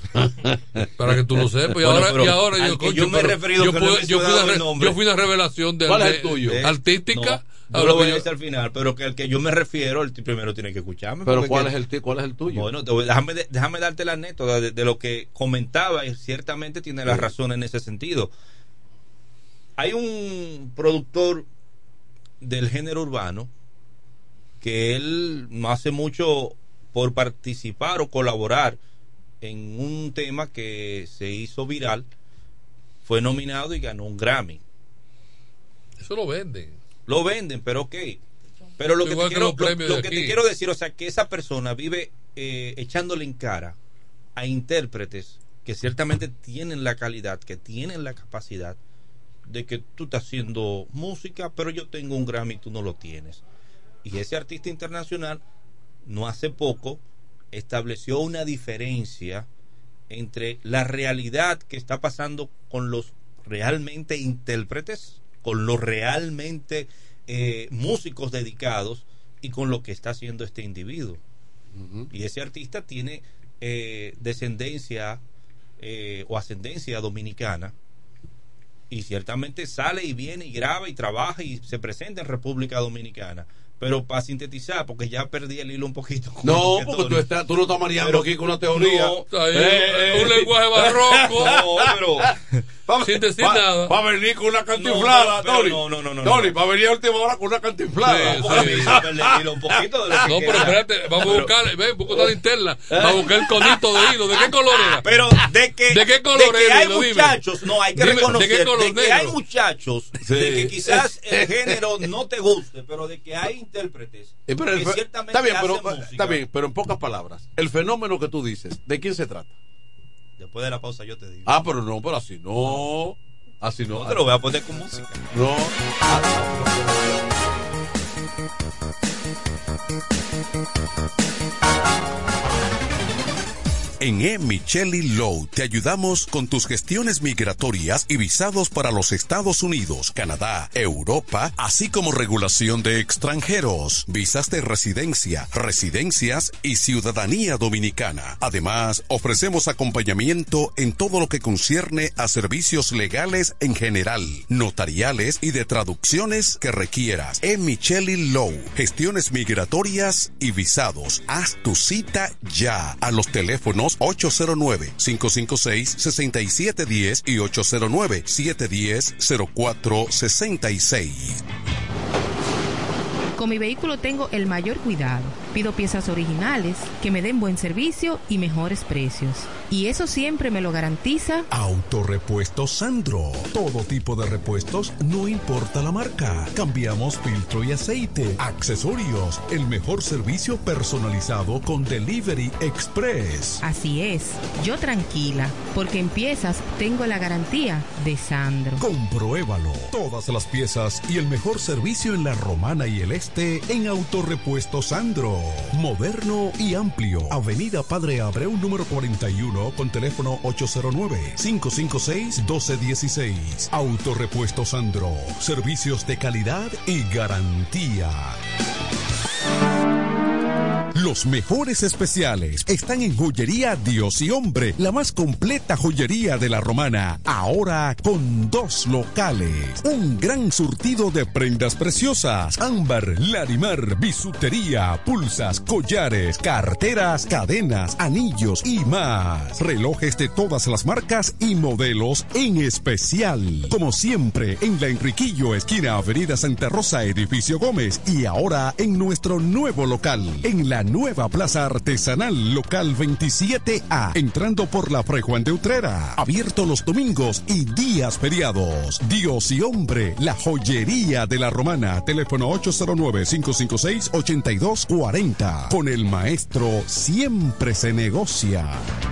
para que tú lo sepas. Y ahora, bueno, y ahora yo, coño, yo me he referido yo, que pude, no yo, fui una, yo fui una revelación de, ¿cuál es de, el tuyo? De, artística. No, yo lo voy a decir al final, pero que el que yo me refiero, el primero tiene que escucharme. Pero ¿cuál, que, es el, ¿cuál es el tuyo? Bueno, voy, déjame, déjame darte la anécdota de, de lo que comentaba, y ciertamente tiene la razón en ese sentido. Hay un productor del género urbano que él no hace mucho por participar o colaborar en un tema que se hizo viral, fue nominado y ganó un Grammy. Eso lo venden. Lo venden, pero ok. Pero lo que, te quiero, lo, lo que te quiero decir, o sea, que esa persona vive eh, echándole en cara a intérpretes que ciertamente tienen la calidad, que tienen la capacidad de que tú estás haciendo música, pero yo tengo un Grammy y tú no lo tienes. Y ese artista internacional no hace poco estableció una diferencia entre la realidad que está pasando con los realmente intérpretes, con los realmente eh, músicos dedicados, y con lo que está haciendo este individuo. Uh-huh. Y ese artista tiene eh, descendencia eh, o ascendencia dominicana, y ciertamente sale y viene y graba y trabaja y se presenta en República Dominicana. Pero para sintetizar, porque ya perdí el hilo un poquito. No, porque tú, estás, tú no estás mareando aquí con una teoría. No, eh, eh, un lenguaje barroco. No, pero pa, sin decir pa, nada. Para venir con una cantinflada, no, Tony. no, no, no, no, Tony, no. para venir a última hora con una cantinflada. Sí, sí. Un poquito de lo que no, pero quiera. espérate, vamos a buscar, ven, busca una linterna, vamos a buscar el conito de hilo. ¿De qué color era? Pero de que, ¿De qué color de que era? hay Dilo, dime. muchachos, no, hay que Dime, reconocer ¿de qué color? de que Negro. hay muchachos, Sí. de que quizás el género no te guste, pero de que hay intérpretes Eh, pero el que fe- ciertamente está bien, pero, hacen música. está bien, pero en pocas palabras, el fenómeno que tú dices, ¿de quién se trata? Después de la pausa yo te digo. Ah, pero no, pero así no. Así no. No te lo voy a poner con música. No. En E. Micheli Law te ayudamos con tus gestiones migratorias y visados para los Estados Unidos, Canadá, Europa, así como regulación de extranjeros, visas de residencia, residencias y ciudadanía dominicana. Además, ofrecemos acompañamiento en todo lo que concierne a servicios legales en general, notariales y de traducciones que requieras. E. Micheli Law, gestiones migratorias y visados. Haz tu cita ya a los teléfonos ocho cero nueve, cinco cinco seis, seis siete uno cero y ocho cero nueve, siete uno cero, cero cuatro seis seis. Con mi vehículo tengo el mayor cuidado. Pido piezas originales, que me den buen servicio y mejores precios. Y eso siempre me lo garantiza Autorepuestos Sandro. Todo tipo de repuestos, no importa la marca. Cambiamos filtro y aceite, accesorios, el mejor servicio personalizado con Delivery Express. Así es, yo tranquila, porque en piezas tengo la garantía de Sandro. Compruébalo. Todas las piezas y el mejor servicio en la Romana y el Este en Autorepuestos Sandro. Moderno y amplio. Avenida Padre Abreu número cuarenta y uno con teléfono ocho cero nueve, cinco cinco seis, uno dos uno seis. Autorepuestos Sandro. Servicios de calidad y garantía. Los mejores especiales están en Joyería Dios y Hombre, la más completa joyería de la Romana, ahora con dos locales. Un gran surtido de prendas preciosas, ámbar, larimar, bisutería, pulsas, collares, carteras, cadenas, anillos y más. Relojes de todas las marcas y modelos en especial. Como siempre, en la Enriquillo, esquina Avenida Santa Rosa, edificio Gómez, y ahora en nuestro nuevo local, en la nueva Plaza Artesanal, local veintisiete A, entrando por la Fray Juan de Utrera. Abierto los domingos y días feriados. Dios y Hombre, la joyería de la Romana. Teléfono ocho cero nueve, cinco cinco seis, ocho dos cuatro cero. Con el maestro siempre se negocia.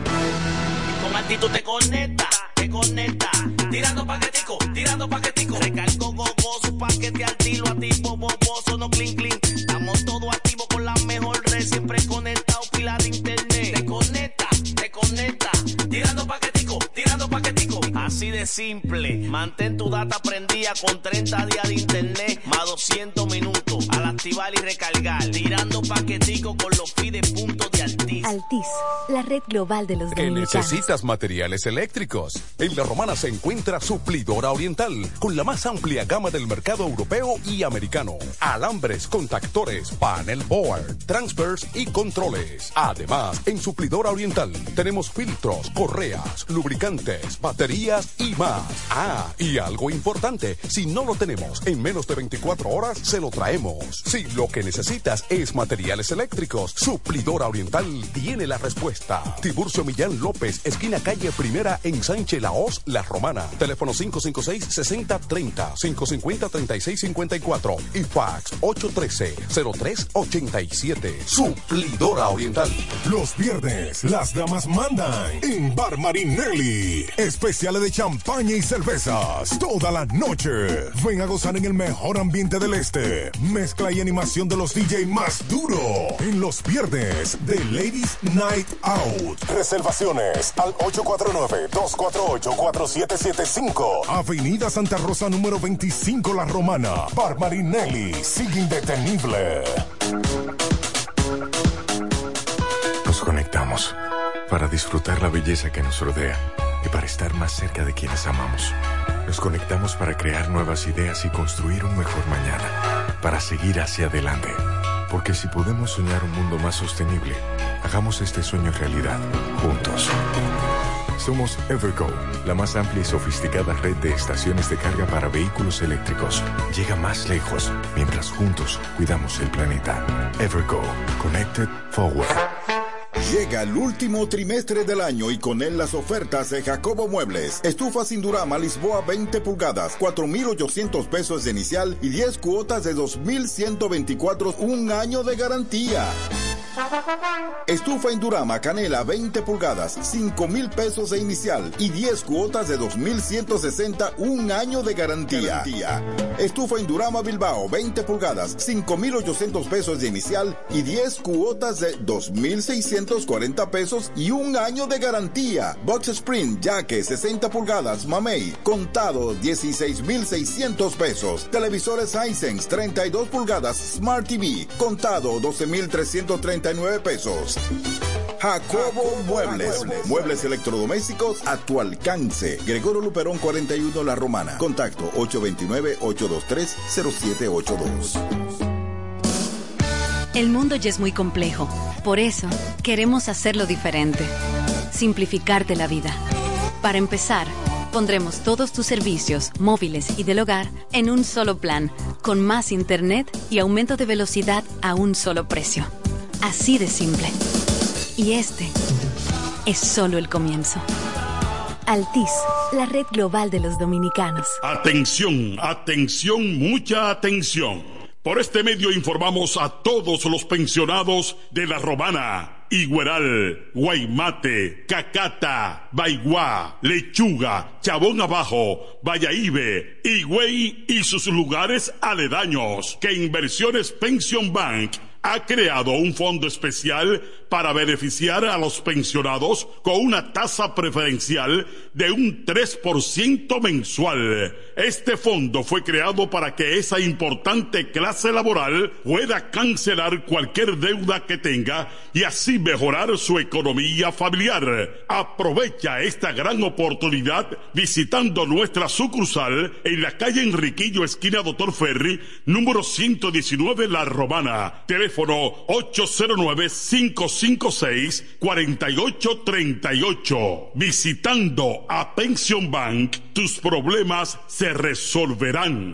Con actitud te conecta, te conecta. Tirando paquetico, tirando paquetico. Recargo gogoso, paquete al tiro, a tipo boboso, no clean clean. Estamos todos activos con la mejor red, siempre conectado, pila de internet. Te conecta, te conecta. Tirando paquetico, tirando paquetico. Así de simple, mantén tu data prendida con treinta días de internet, más doscientos minutos, al activar y recargar. Tirando paquetico con los fides puntos de Altiz. Altiz, la red global de los ¿Que dominicanos. necesitas materiales eléctricos? En La Romana se encuentra Suplidora Oriental, con la más amplia gama del mercado europeo y americano. Alambres, contactores, panel board, transfers y controles. Además, en Suplidora Oriental tenemos filtros, correas, lubricantes, baterías y más. Ah, y algo importante, si no lo tenemos en menos de veinticuatro horas, se lo traemos. Si lo que necesitas es materiales eléctricos, Suplidora Oriental tiene la respuesta. Tiburcio Millán López, esquina calle Primera en Sánchez Laos, La Romana. Teléfono cinco cinco seis, seis cero tres cero, cinco cinco cero, tres seis cinco cuatro y fax ocho uno tres, cero tres ocho siete. Suplidora Oriental. Los viernes, las damas mandan en Bar Marinelli. Especiales de champaña y cervezas toda la noche. Ven a gozar en el mejor ambiente del este. Mezcla y animación de los D J más duro en los viernes de Ladies Night Out. Reservaciones al ocho cuatro nueve, dos cuatro ocho, cuatro siete siete cinco. Avenida Santa Rosa número veinticinco La Romana. Bar Marinelli. Sigue indetenible. Nos conectamos para disfrutar la belleza que nos rodea y para estar más cerca de quienes amamos. Nos conectamos para crear nuevas ideas y construir un mejor mañana, para seguir hacia adelante. Porque si podemos soñar un mundo más sostenible, hagamos este sueño realidad, juntos. Somos Evergo, la más amplia y sofisticada red de estaciones de carga para vehículos eléctricos. Llega más lejos mientras juntos cuidamos el planeta. Evergo, Connected Forward. Llega el último trimestre del año y con él las ofertas de Jacobo Muebles. Estufa sin Durama Lisboa veinte pulgadas, cuatro mil ochocientos pesos de inicial y diez cuotas de dos mil ciento veinticuatro, un año de garantía. Estufa Indurama Canela veinte pulgadas, cinco mil pesos de inicial y diez cuotas de dos mil ciento sesenta, un año de garantía. garantía. Estufa Indurama Bilbao veinte pulgadas, cinco mil ochocientos pesos de inicial y diez cuotas de dos mil seiscientos cuarenta pesos y un año de garantía. Box Spring Jaque sesenta pulgadas Mamey, contado dieciséis mil seiscientos pesos. Televisores Hisense treinta y dos pulgadas Smart T V, contado doce mil trescientos treinta y nueve pesos. Jacobo Muebles. Muebles electrodomésticos a tu alcance. Gregorio Luperón cuarenta y uno La Romana. Contacto ocho dos nueve, ocho dos tres, cero siete ocho dos. El mundo ya es muy complejo. Por eso, queremos hacerlo diferente. Simplificarte la vida. Para empezar, pondremos todos tus servicios, móviles y del hogar, en un solo plan, con más internet y aumento de velocidad a un solo precio. Así de simple. Y este es solo el comienzo. Altis, la red global de los dominicanos. Atención, atención, mucha atención. Por este medio informamos a todos los pensionados de La Romana, Igueral, Guaymate, Cacata, Baigua, Lechuga, Chabón Abajo, Valladolid, Higüey y sus lugares aledaños, que Inversiones Pension Bank ha creado un fondo especial para beneficiar a los pensionados con una tasa preferencial de un tres por ciento mensual. Este fondo fue creado para que esa importante clase laboral pueda cancelar cualquier deuda que tenga y así mejorar su economía familiar. Aprovecha esta gran oportunidad visitando nuestra sucursal en la calle Enriquillo, esquina Doctor Ferry, número ciento diecinueve, La Romana. Teléfono ocho cero nueve, cinco cinco seis, cuatro ocho tres ocho. Visitando a Pension Bank, tus problemas se resolverán.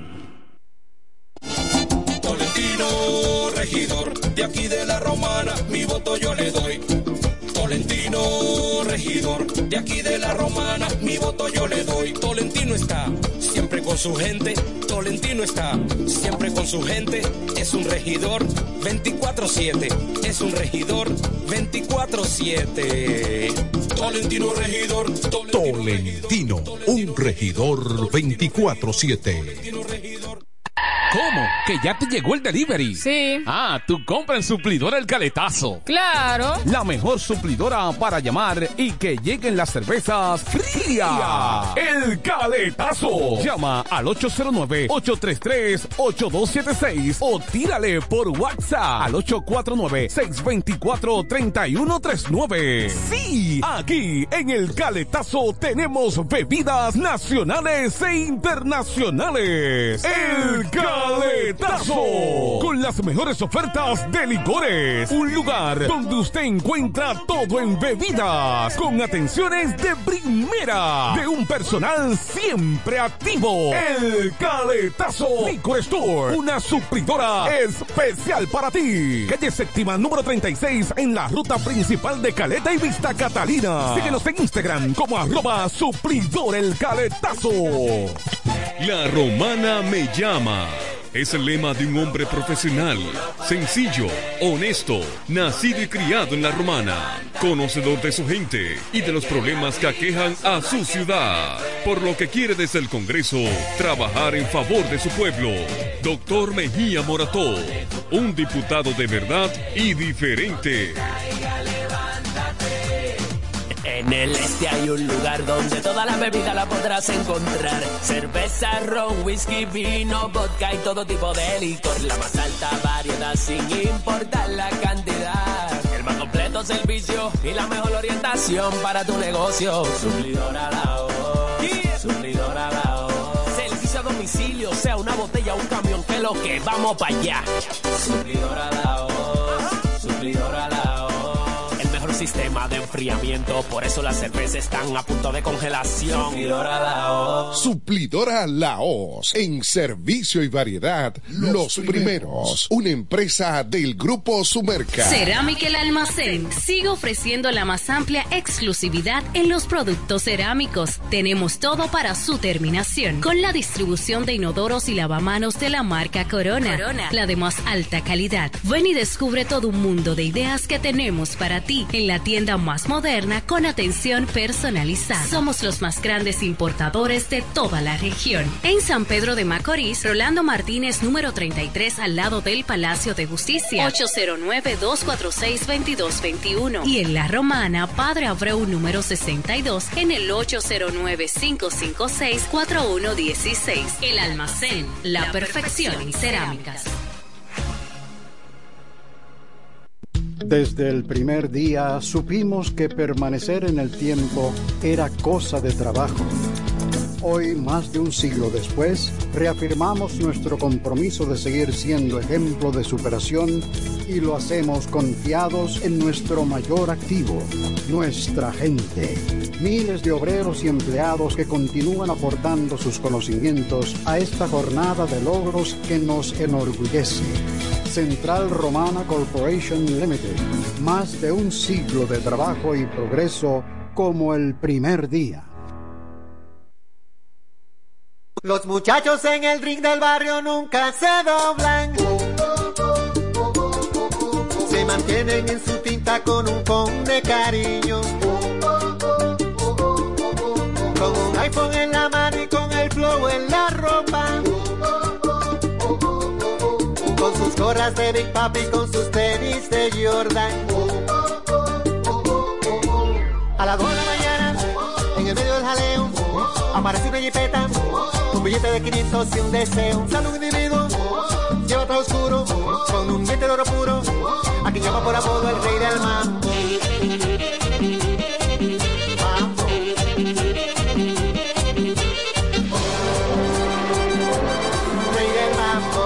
Tolentino, regidor, de aquí de La Romana, mi voto yo le doy. Tolentino, regidor, de aquí de La Romana, mi voto yo le doy. Tolentino está siempre con su gente, Tolentino está siempre con su gente, es un regidor veinticuatro siete, es un regidor veinticuatro siete. Tolentino regidor, Tolentino, un regidor veinticuatro siete. ¿Cómo? ¿Que ya te llegó el delivery? Sí. Ah, tú compras en Suplidora El Caletazo. Claro. La mejor suplidora para llamar y que lleguen las cervezas frías. El Caletazo. Llama al ocho cero nueve, ocho tres tres, ocho dos siete seis o tírale por WhatsApp al ocho cuatro nueve, seis dos cuatro, tres uno tres nueve. Sí, aquí en El Caletazo tenemos bebidas nacionales e internacionales. El Caletazo. Con las mejores ofertas de licores. Un lugar donde usted encuentra todo en bebidas. Con atenciones de primera. De un personal siempre activo. El Caletazo Liquor Store. Una suplidora especial para ti. Calle Séptima, número treinta y seis, en la ruta principal de Caleta y Vista Catalina. Síguenos en Instagram como arroba suplidor El Caletazo. La Romana me llama. Es el lema de un hombre profesional, sencillo, honesto, nacido y criado en La Romana, conocedor de su gente y de los problemas que aquejan a su ciudad, por lo que quiere desde el Congreso trabajar en favor de su pueblo. Doctor Mejía Morató, un diputado de verdad y diferente. En el este hay un lugar donde toda la bebida la podrás encontrar. Cerveza, ron, whisky, vino, vodka y todo tipo de licor. La más alta variedad sin importar la cantidad. El más completo servicio y la mejor orientación para tu negocio. Suplidor a la voz, yeah. Suplidor a la voz. Servicio a domicilio, sea una botella o un camión, que lo que vamos para allá. Suplidor a la voz, suplidor a la voz. sistema de enfriamiento. Por eso las cervezas están a punto de congelación. Suplidora Laos. Suplidora Laos. En servicio y variedad, los, los primeros. primeros. Una empresa del Grupo Sumerca. Cerámica El Almacén sigue ofreciendo la más amplia exclusividad en los productos cerámicos. Tenemos todo para su terminación. Con la distribución de inodoros y lavamanos de la marca Corona. Corona. La de más alta calidad. Ven y descubre todo un mundo de ideas que tenemos para ti en la tienda más moderna con atención personalizada. Somos los más grandes importadores de toda la región. En San Pedro de Macorís, Rolando Martínez, número treinta y tres, al lado del Palacio de Justicia, ocho cero nueve, dos cuatro seis, dos dos dos uno. Y en La Romana, Padre Abreu, número sesenta y dos, en el ocho cero nueve, cinco cinco seis, cuatro uno uno seis. El Almacén, la perfección en cerámicas. Desde el primer día supimos que permanecer en el tiempo era cosa de trabajo. Hoy, más de un siglo después, reafirmamos nuestro compromiso de seguir siendo ejemplo de superación y lo hacemos confiados en nuestro mayor activo, nuestra gente. Miles de obreros y empleados que continúan aportando sus conocimientos a esta jornada de logros que nos enorgullece. Central Romana Corporation Limited. Más de un siglo de trabajo y progreso como el primer día. Los muchachos en el ring del barrio nunca se doblan. Se mantienen en su tinta con un pon de cariño. Con un iPhone en la mano y con el flow en la ropa. Con sus gorras de Big Papi, con sus tenis de Jordan. A las dos de la mañana, en el medio del jaleo, aparece una jipeta, un billete de quinientos y un deseo. Sale un individuo, lleva todo oscuro, con un diente de oro puro, a quien llama por apodo el rey del mambo. Mambo. Rey del mambo.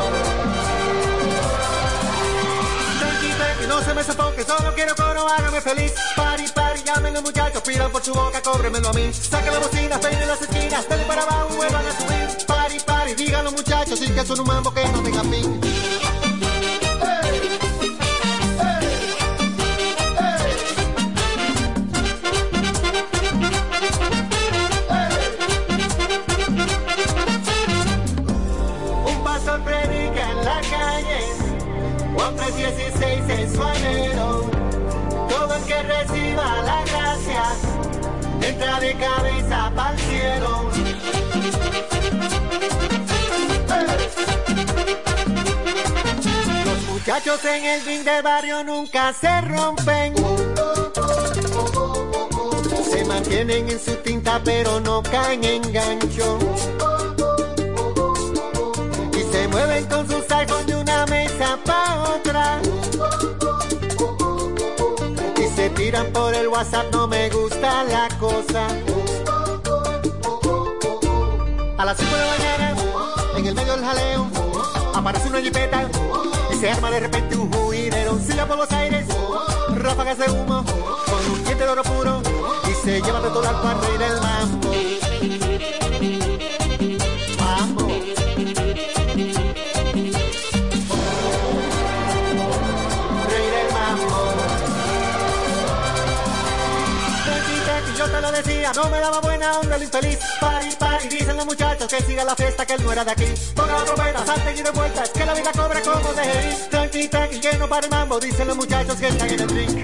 Tranqui, tranqui, no se me sofoque, solo quiero coro, hágame feliz. Party, party, llamen los muchachos, pidan por su boca, cóbremelo a mí. Saquen la bocina, peinen las esquinas, denle para abajo, vuelvan a subir. Party, party, digan los muchachos, sí que son un mambo que no tenga fin. Un pastor predica en la calle, Juan tres dieciséis en su anhelo. Todo el que reciba la gracia entra de cabeza pa'l cielo. Los muchachos en el ring de barrio nunca se rompen. Se mantienen en su tinta pero no caen en gancho. Y se mueven con sus iPhones de una mesa pa' otra. Se tiran por el WhatsApp, no me gusta la cosa. A las cinco de la mañana, en el medio del jaleo, aparece una jipeta y se arma de repente un juidero. Silla por los aires, ráfagas de humo, con un diente de oro puro, y se lleva de todo al cuarto y del mambo. Mambo. Rey del mambo. Yo te lo decía, no me daba buena onda el infeliz. Pari, pari, dicen los muchachos que siga la fiesta, que él no era de aquí. Ponga la trompeta, salten y de vueltas, que la vida cobra como de ir. Tranqui, tranqui, que no para el mambo, dicen los muchachos que están en el ring.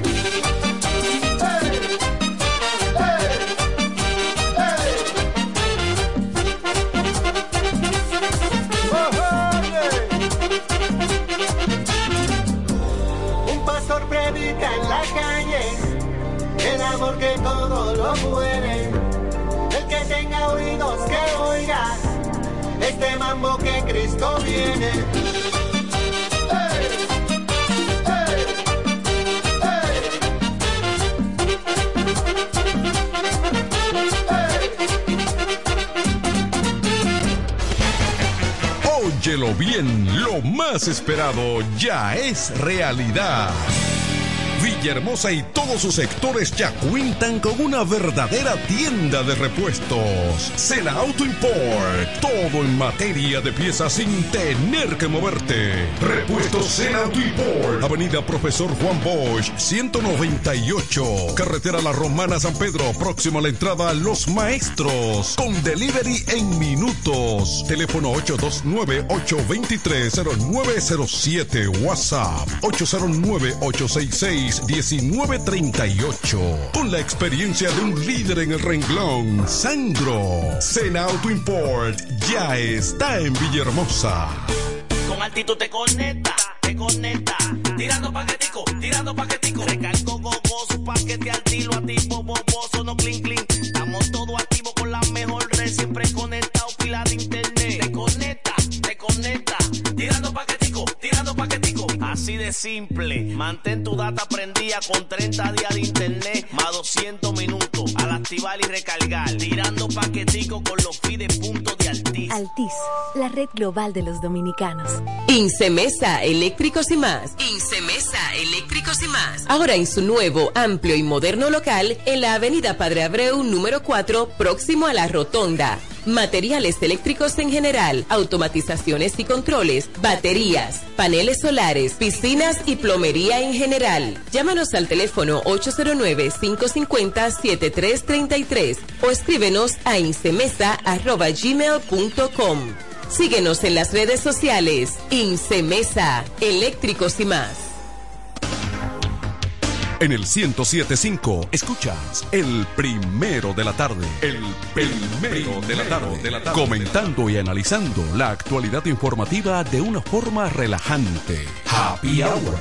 Un pastor predica en la calle el amor que todo lo puede. El que tenga oídos que oiga este mambo que Cristo viene. Hey, hey, hey. Óyelo bien, lo más esperado ya es realidad. Villahermosa y todos sus sectores ya cuentan con una verdadera tienda de repuestos. Sena Auto Import. Todo en materia de piezas sin tener que moverte. Repuestos Sena Auto Import. Avenida Profesor Juan Bosch, ciento noventa y ocho. Carretera La Romana San Pedro, próximo a la entrada a Los Maestros. Con delivery en minutos. Teléfono ocho dos nueve, ocho dos tres, cero nueve cero siete. WhatsApp ocho cero nueve, ocho seis seis, uno nueve tres ocho. Con la experiencia de un líder en el renglón, Sandro. Sena Auto Import ya está en Villahermosa. Con altitud te conecta, te conecta. Tirando paquetico, tirando paquetico. Recargo gogoso, paquete al tiro, activo, boboso, no clean, clean. Estamos todos activos con la mejor red, siempre conectado, pila de internet. Te conecta, te conecta. Tirando paquetico, tirando paquetico. Así de simple, mantén tu data prendida con treinta días de internet, más doscientos minutos, al activar y recargar. Tirando paquetico con los fides puntos de Altiz. Altiz, la red global de los dominicanos. Incemesa Eléctricos y más. Incemesa Eléctricos y más. Ahora en su nuevo, amplio y moderno local en la avenida Padre Abreu número cuatro, próximo a la Rotonda. Materiales eléctricos en general, automatizaciones y controles, baterías, paneles solares, piscinas y plomería en general. Llámanos al teléfono ocho cero nueve, cinco cinco cero, siete tres tres tres o escríbenos a incemesa arroba gmail punto com. Síguenos en las redes sociales. Incemesa, Eléctricos y más. En el ciento siete punto cinco escuchas el primero de la tarde. El primero de la tarde. De la tarde. Comentando y analizando la actualidad informativa de una forma relajante. Happy Hour.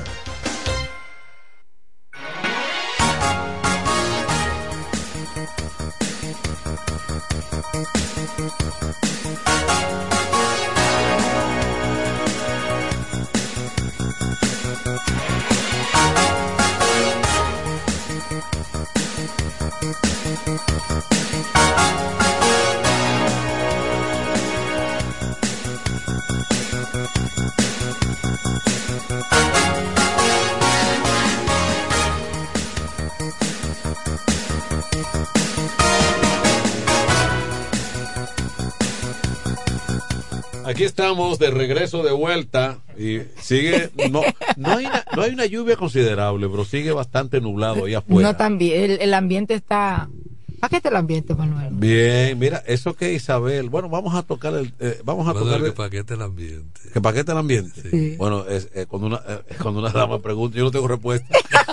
Aquí estamos de regreso de vuelta y sigue, no, no hay una, no hay una lluvia considerable, pero sigue bastante nublado ahí afuera. No, también, el, el ambiente está, ¿para qué está el ambiente, Manuel? Bien, mira, eso que Isabel, bueno, vamos a tocar el, eh, vamos a Manuel, tocar que el, paquete el ambiente. que paquete el ambiente. Sí. Bueno, es, eh, cuando una, eh, cuando una dama pregunta, yo no tengo respuesta.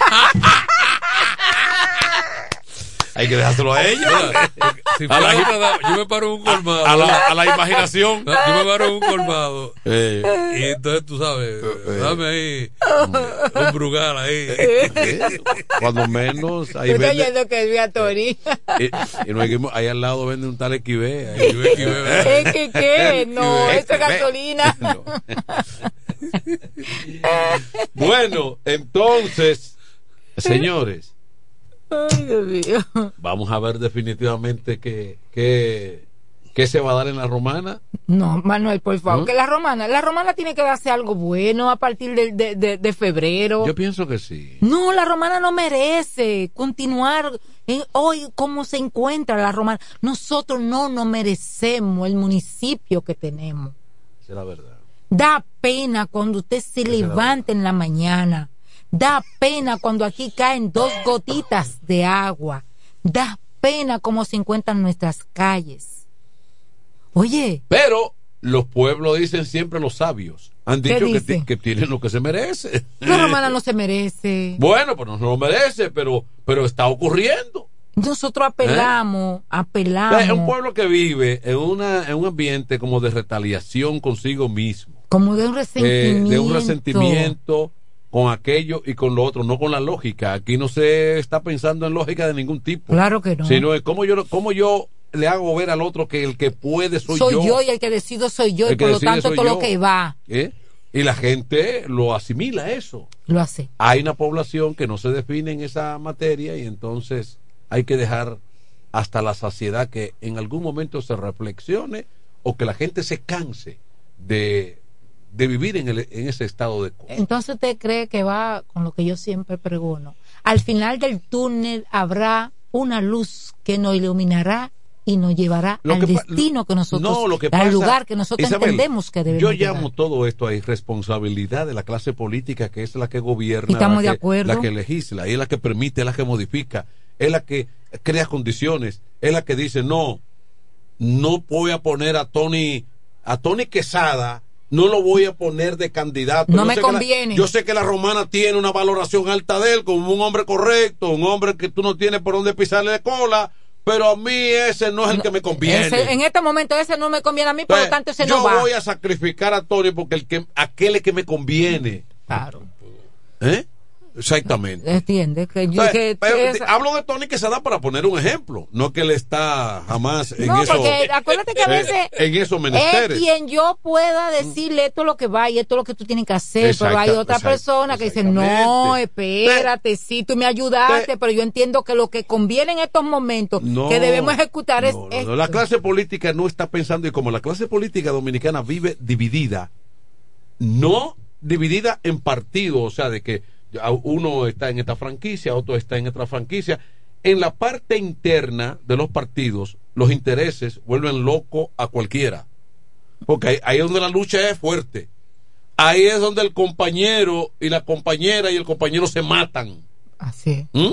Hay que dejárselo a ella. Mira, si a la, dama, yo me paro en un colmado. A, a, la, a la imaginación. No, yo me paro en un colmado. Eh. Y entonces tú sabes, eh. dame ahí un brugal ahí. Eh. Cuando menos. Ahí estoy vende, oyendo que es Viatori. Y, y no hay, ahí al lado vende un tal Equivé. ¿Es que qué? No, esto es gasolina. No. Bueno, entonces, señores. Ay, Dios mío. Vamos a ver definitivamente qué, qué, qué se va a dar en la romana. No, Manuel, por favor, ¿no? Que la romana, la romana tiene que darse algo bueno a partir de, de, de, de febrero. Yo pienso que sí. No, la romana no merece continuar en, hoy como se encuentra la romana. Nosotros no nos merecemos el municipio que tenemos. Esa es la verdad. Da pena cuando usted se Esa levanta en la mañana. Da pena cuando aquí caen dos gotitas de agua. Da pena cómo se encuentran nuestras calles. Oye. Pero los pueblos dicen siempre, los sabios han dicho que, t- que tienen lo que se merece. La romana no se merece. Bueno, pues no se lo merece, pero, pero está ocurriendo. Nosotros apelamos, ¿Eh? apelamos. Es un pueblo que vive en, una, en un ambiente como de retaliación consigo mismo. Como de un resentimiento. Eh, de un resentimiento con aquello y con lo otro, no con la lógica. Aquí no se está pensando en lógica de ningún tipo. Claro que no. Sino en cómo yo, cómo yo le hago ver al otro que el que puede soy, soy yo. Soy yo y el que decido soy yo, y por lo tanto todo yo. Lo que va. ¿Eh? Y la gente lo asimila eso. Lo hace. Hay una población que no se define en esa materia y entonces hay que dejar hasta la saciedad que en algún momento se reflexione o que la gente se canse de de vivir en, el, en ese estado de cosas. Entonces usted cree que va con lo que yo siempre pregono. Al final del túnel habrá una luz que nos iluminará y nos llevará Lo al que pa- destino que nosotros, No, lo que al pasa, lugar que nosotros Isabel, entendemos que debemos yo llegar. llamo todo esto a irresponsabilidad de la clase política, que es la que gobierna, Estamos la de que, acuerdo. la que legisla, es la que permite, es la que modifica, es la que crea condiciones, es la que dice no, no voy a poner a Tony, a Tony Quesada, no lo voy a poner de candidato. No Yo me sé que la- conviene. yo sé que la Romana tiene una valoración alta de él como un hombre correcto, un hombre que tú no tienes por dónde pisarle de cola, pero a mí ese no es el que me conviene. Ese- en este momento ese no me conviene a mí, por lo tanto ese yo no va. voy a sacrificar a Tony porque el que aquel es que me conviene. Claro. ¿Eh? Exactamente. Entiende que, yo, Entonces, que pero es- te- hablo de Tony que se da para poner un ejemplo, no que él está jamás en no, eso. porque acuérdate que a eh, veces en esos es menesteres. quien yo pueda decirle esto es lo que va y esto es lo que tú tienes que hacer, pero hay Exacta- otra exact- persona que dice no, espérate, sí, tú me ayudaste, pero yo entiendo que lo que conviene en estos momentos No, que debemos ejecutar es No, no, esto. no, la clase política no está pensando, y como la clase política dominicana vive dividida, no dividida en partidos, o sea, de que uno está en esta franquicia, otro está en otra franquicia. En la parte interna de los partidos, los intereses vuelven loco a cualquiera, porque ahí, ahí es donde la lucha es fuerte, ahí es donde el compañero y la compañera y el compañero se matan. Así, ¿Mm?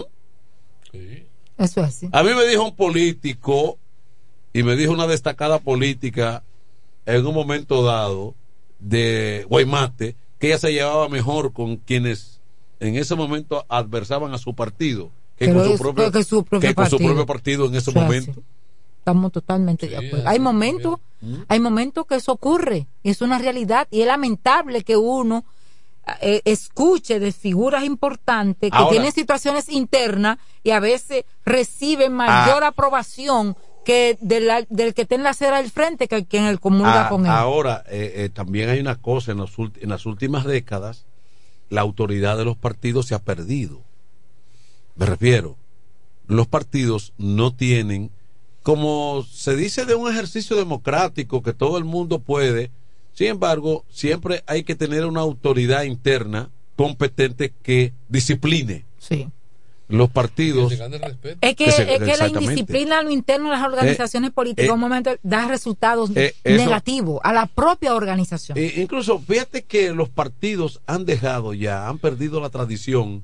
eso es así. A mí me dijo un político y me dijo una destacada política en un momento dado de Guaymate que ella se llevaba mejor con quienes en ese momento adversaban a su partido que, Pero con su, es- propio, que su propio que con su partido. propio partido en ese O sea, momento. sí. Estamos totalmente de acuerdo. Hay momentos, hay momentos que eso ocurre, es una realidad y es lamentable que uno eh, escuche de figuras importantes que Ahora- tienen situaciones internas y a veces reciben mayor Ah. aprobación que de la- del que está en la acera del frente que quien el comulga Ah, con él. ahora, eh, eh, también hay una cosa, en, los ult- en las últimas décadas, la autoridad de los partidos se ha perdido. Me refiero, los partidos no tienen, como se dice de un ejercicio democrático que todo el mundo puede, sin embargo, siempre hay que tener una autoridad interna competente que discipline. Sí. Los partidos. Es que, Que se- es que la exactamente. indisciplina a lo interno de las organizaciones políticas eh, en un momento da resultados eh, eso- negativos a la propia organización. E incluso, fíjate que los partidos han dejado ya, han perdido la tradición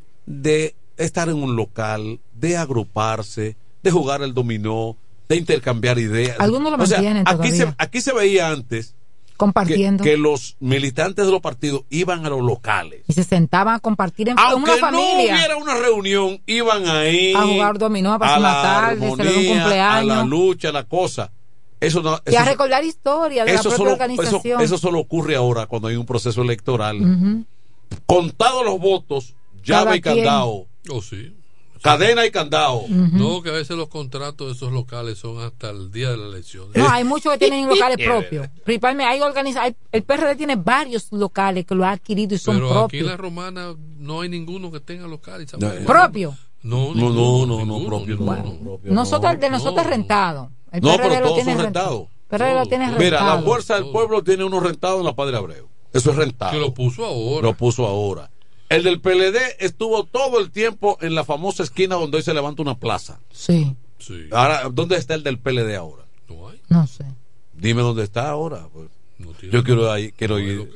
de estar en un local, de agruparse, de jugar el dominó, de intercambiar ideas. Algunos lo O sea, mantienen aquí se, todavía. aquí se veía antes Compartiendo. que, que los militantes de los partidos iban a los locales. Y se sentaban a compartir en, en Aunque una familia. no hubiera una reunión, iban ahí A jugar dominó, a pasar a una la tarde, celebrar un armonía, cumpleaños. a la lucha, a la cosa. Eso no, Y a eso- recordar historia de la eso propia solo, organización. eso, eso solo ocurre ahora cuando hay un proceso electoral. Ujú. Contados los votos, llave Cada y quien. candado. Oh, sí. Cadena y candado. No, que a veces los contratos de esos locales son hasta el día de la elección. No, hay muchos que tienen locales Eh, propios. Principalmente hay organiza hay- el P R D tiene varios locales que lo ha adquirido y son Pero aquí en propios. la Romana no hay ninguno que tenga locales. No, ¿sabes? ¿Propio? No, No, ninguno, no, no, no, ninguno, propio, no, ninguno. no, propio, Nosotros, no. de nosotros es rentado. El No, P R D pero lo todos tiene son rentado. rentados. P R D lo tiene Mira, la rentado. fuerza del pueblo tiene uno rentado en la Padre Abreu. Eso es rentado. Que lo puso ahora. Lo puso ahora. El del P L D estuvo todo el tiempo en la famosa esquina donde hoy se levanta una plaza. Sí. Ahora, ¿dónde está el del P L D ahora? No sé. Dime dónde está ahora. Pues. Yo quiero, ahí, quiero ir.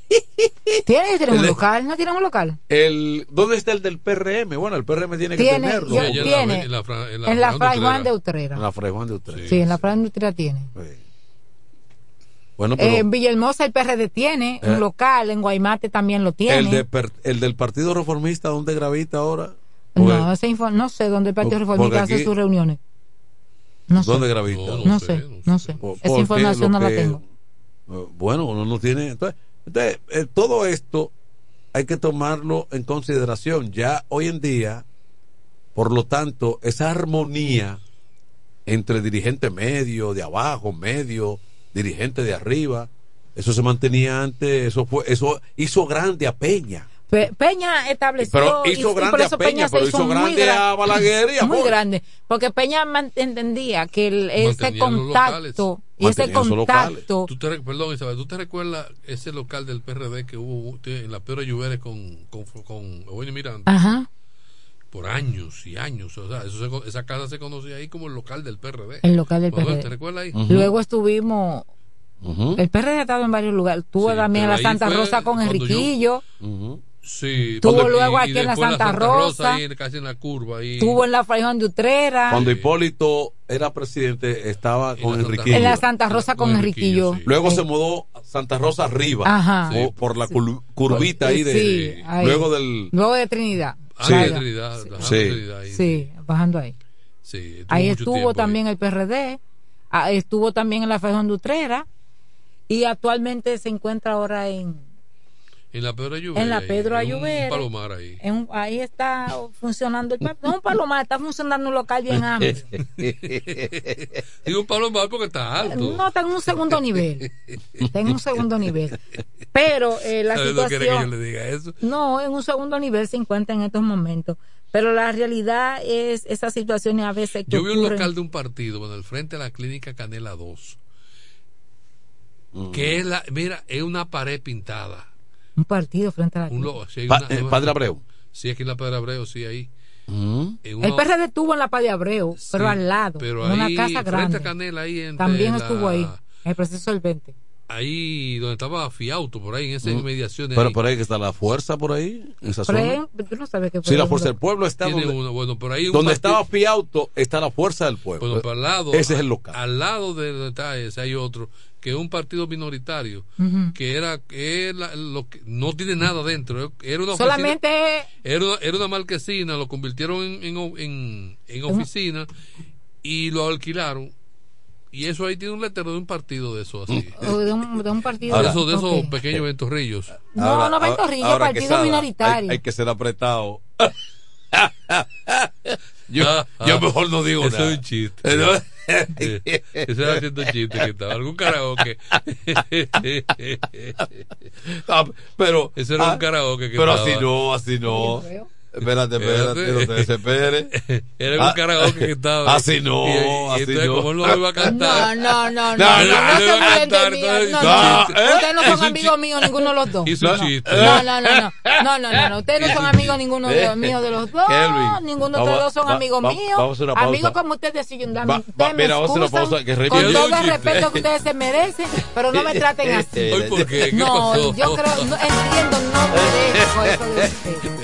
¿Tiene, tiene un El de- local? ¿No tiene un local? El, ¿Dónde está el del P R M? Bueno, el P R M tiene que Tiene, tenerlo. yo- tiene. en la Fra- en En la Fray Juan Utrera. de Utrera. En la Fray Juan de Utrera. Sí, en la Fray Juan de Utrera tiene. Bueno, pero Eh, en Villahermosa el P R D tiene Eh. un local, en Guaymate también lo tiene. el, de per- el del Partido Reformista, ¿dónde gravita ahora? No, ese info- no sé dónde el Partido Porque Reformista hace aquí- sus reuniones. No sé. ¿Dónde gravita? No, sé, no sé. Por- Esa porque información lo no la que- tengo. eh, Bueno, uno no tiene. Entonces, entonces, eh, todo esto hay que tomarlo en consideración. Ya hoy en día, por lo tanto, esa armonía entre dirigente medio, de abajo, medio, dirigente de arriba, eso se mantenía antes, eso fue, eso hizo grande a Peña. Pe- Peña estableció. Pero hizo y, grande y por a eso Peña, se pero hizo grande a Balaguer y a Muy Boy. grande. Porque Peña man- entendía que el, ese Mantenían los contacto. Y ese Mantenían esos contacto. ¿Tú te, perdón, Isabel, ¿tú te recuerdas ese local del P R D que hubo en la Pedro Lluveres con, con, con Eugenio Miranda? Ajá. Por años y años. O sea, eso se, esa casa se conocía ahí como el local del P R D. El local del P R D. ¿Te recuerdas ahí? Uh-huh. Luego estuvimos. Uh-huh. El P R D ha estado en varios lugares. Tuvo Sí, también en la pero ahí Santa fue Rosa con cuando Enriquillo. yo- Uh-huh. Sí, Tuvo cuando- luego y- aquí y en la después Santa Rosa. ahí, casi en la curva. Ahí. Tuvo en la Frayón de Utrera. Cuando Hipólito era presidente, estaba con Santa- Enriquillo. En la Santa Rosa con Enriquillo. Luego Sí. se mudó a Santa Rosa arriba. Ajá. o por la cur- curvita ahí de. Sí, ahí. Luego del. Luego de Trinidad. Sí. Vaya. Trinidad, Sí. bajando Sí. Trinidad ahí. Sí, bajando ahí. Sí, estuvo Ahí mucho estuvo tiempo también el P R D. ah, Estuvo también en la Frayón de Utrera. Y actualmente se encuentra ahora en. En la Pedro Ayuber. En la Pedro ahí, en un Ayuber. palomar ahí. En un- ahí está funcionando el pa- no un palomar, está funcionando un local bien amplio. Digo un palomar porque está alto. No, está en un segundo nivel. Está en un segundo nivel. Pero eh, la ¿Sabes? ¿No quiere que yo situación. le diga eso? No, en un segundo nivel se encuentra en estos momentos. Pero la realidad es esas situaciones a veces que Yo vi un ocurren. local de un partido, bueno, al frente de la clínica Canela dos. Que es la, mira, es una pared pintada. Un partido frente a la Un lo- sí, hay Pa- una- eh, Padre Abreu. Sí, aquí en la Padre Abreu, sí, ahí. Mm. En una- El P R D estuvo en la Paz de Abreu, pero sí, al lado, pero en una ahí, casa frente grande. a Canela, ahí entre También la- estuvo ahí, en el proceso del veinte. Ahí donde estaba Fiauto, por ahí, en esas Mm. inmediaciones. Pero ahí. por ahí que está la fuerza por ahí, en esa Pero zona. ahí, tú no sabes qué Sí, la pueblo- fuerza del pueblo está Tiene donde, una- bueno, por ahí un donde partido- estaba Fiauto, está la fuerza del pueblo. Bueno, pero al lado, Ese es el local. Al lado de donde está ese hay otro, que es un partido minoritario, Ujú. que era, que era lo que no tiene nada dentro. Era una oficina- Solamente era, una- era una marquesina, lo convirtieron en, en, en, en oficina y lo alquilaron. Y eso ahí tiene un letrero de un partido de eso así. o de un, de un partido. de esos, de esos Ok. pequeños ventorrillos. No, no ventorrillo, ahora, partido Quesada, minoritario. Hay, hay que ser apretado. yo, Ah, yo ah, mejor no digo eso nada. es un chiste. ¿No? Sí, eso era haciendo chiste que estaba. Algún karaoke. Ah, pero Eso era ah, un karaoke que pero estaba. así no, así no. Espérate, espérate, Espérate. no te desesperes. Era un Ah, karaoke que estaba. Así no, Y- y así entonces, no. como él no lo iba a cantar. No, no, no, no, No, no, no, no, no se iba a burlen de cantar, mí. entonces No, hizo no, un no. chiste. Ustedes no Hizo son un amigos míos, ninguno de los dos. Hizo un chiste. No, no, no, no, no, no, no, no. Ustedes no Hizo son un amigos chiste. ninguno de los míos de los dos. Kelvin, Ninguno de vamos- ustedes dos son va- amigos va- míos. vamos a una pausa. Amigos como ustedes, si yo Va- ustedes va- me mira, vamos a una excusan pausa, que con repite. todo Un el chiste. respeto que ustedes se merecen, pero no me traten así. Hoy, ¿por qué? ¿Qué No, pasó? yo creo, no, entiendo, no merezco eso de ustedes.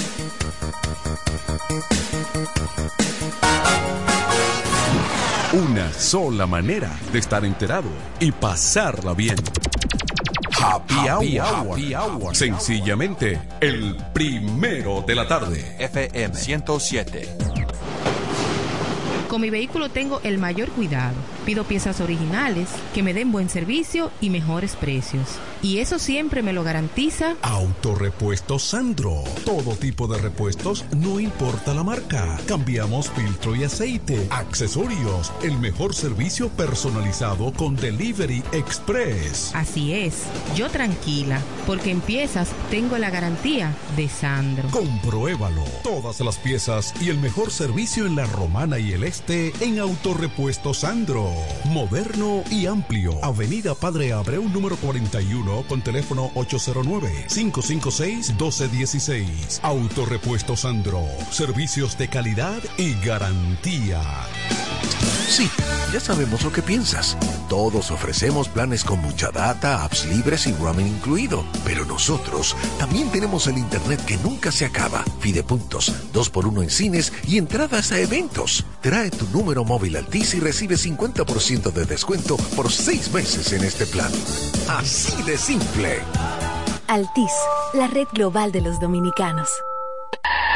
Una sola manera de estar enterado y pasarla bien. Happy, Happy Hour. Happy Hour. Sencillamente, el primero de la tarde. F M ciento siete. Con mi vehículo tengo el mayor cuidado. Pido piezas originales, que me den buen servicio y mejores precios. Y eso siempre me lo garantiza Autorepuesto Sandro. Todo tipo de repuestos, no importa la marca. Cambiamos filtro y aceite, accesorios, el mejor servicio personalizado con Delivery Express. Así es, yo tranquila, porque en piezas tengo la garantía de Sandro. Compruébalo. Todas las piezas y el mejor servicio en la Romana y el Este en Autorepuesto Sandro. Moderno y amplio. Avenida Padre Abreu número cuarenta y uno con teléfono ocho cero nueve, cinco cinco seis, uno dos uno seis. Autorepuesto Sandro. Servicios de calidad y garantía. Sí, ya sabemos lo que piensas. Todos ofrecemos planes con mucha data, apps libres y roaming incluido. Pero nosotros también tenemos el internet que nunca se acaba. Fidepuntos, dos por uno en cines y entradas a eventos. Trae tu número móvil Altis y recibe cincuenta por ciento de descuento por seis meses en este plan. Así de simple. Altis, la red global de los dominicanos.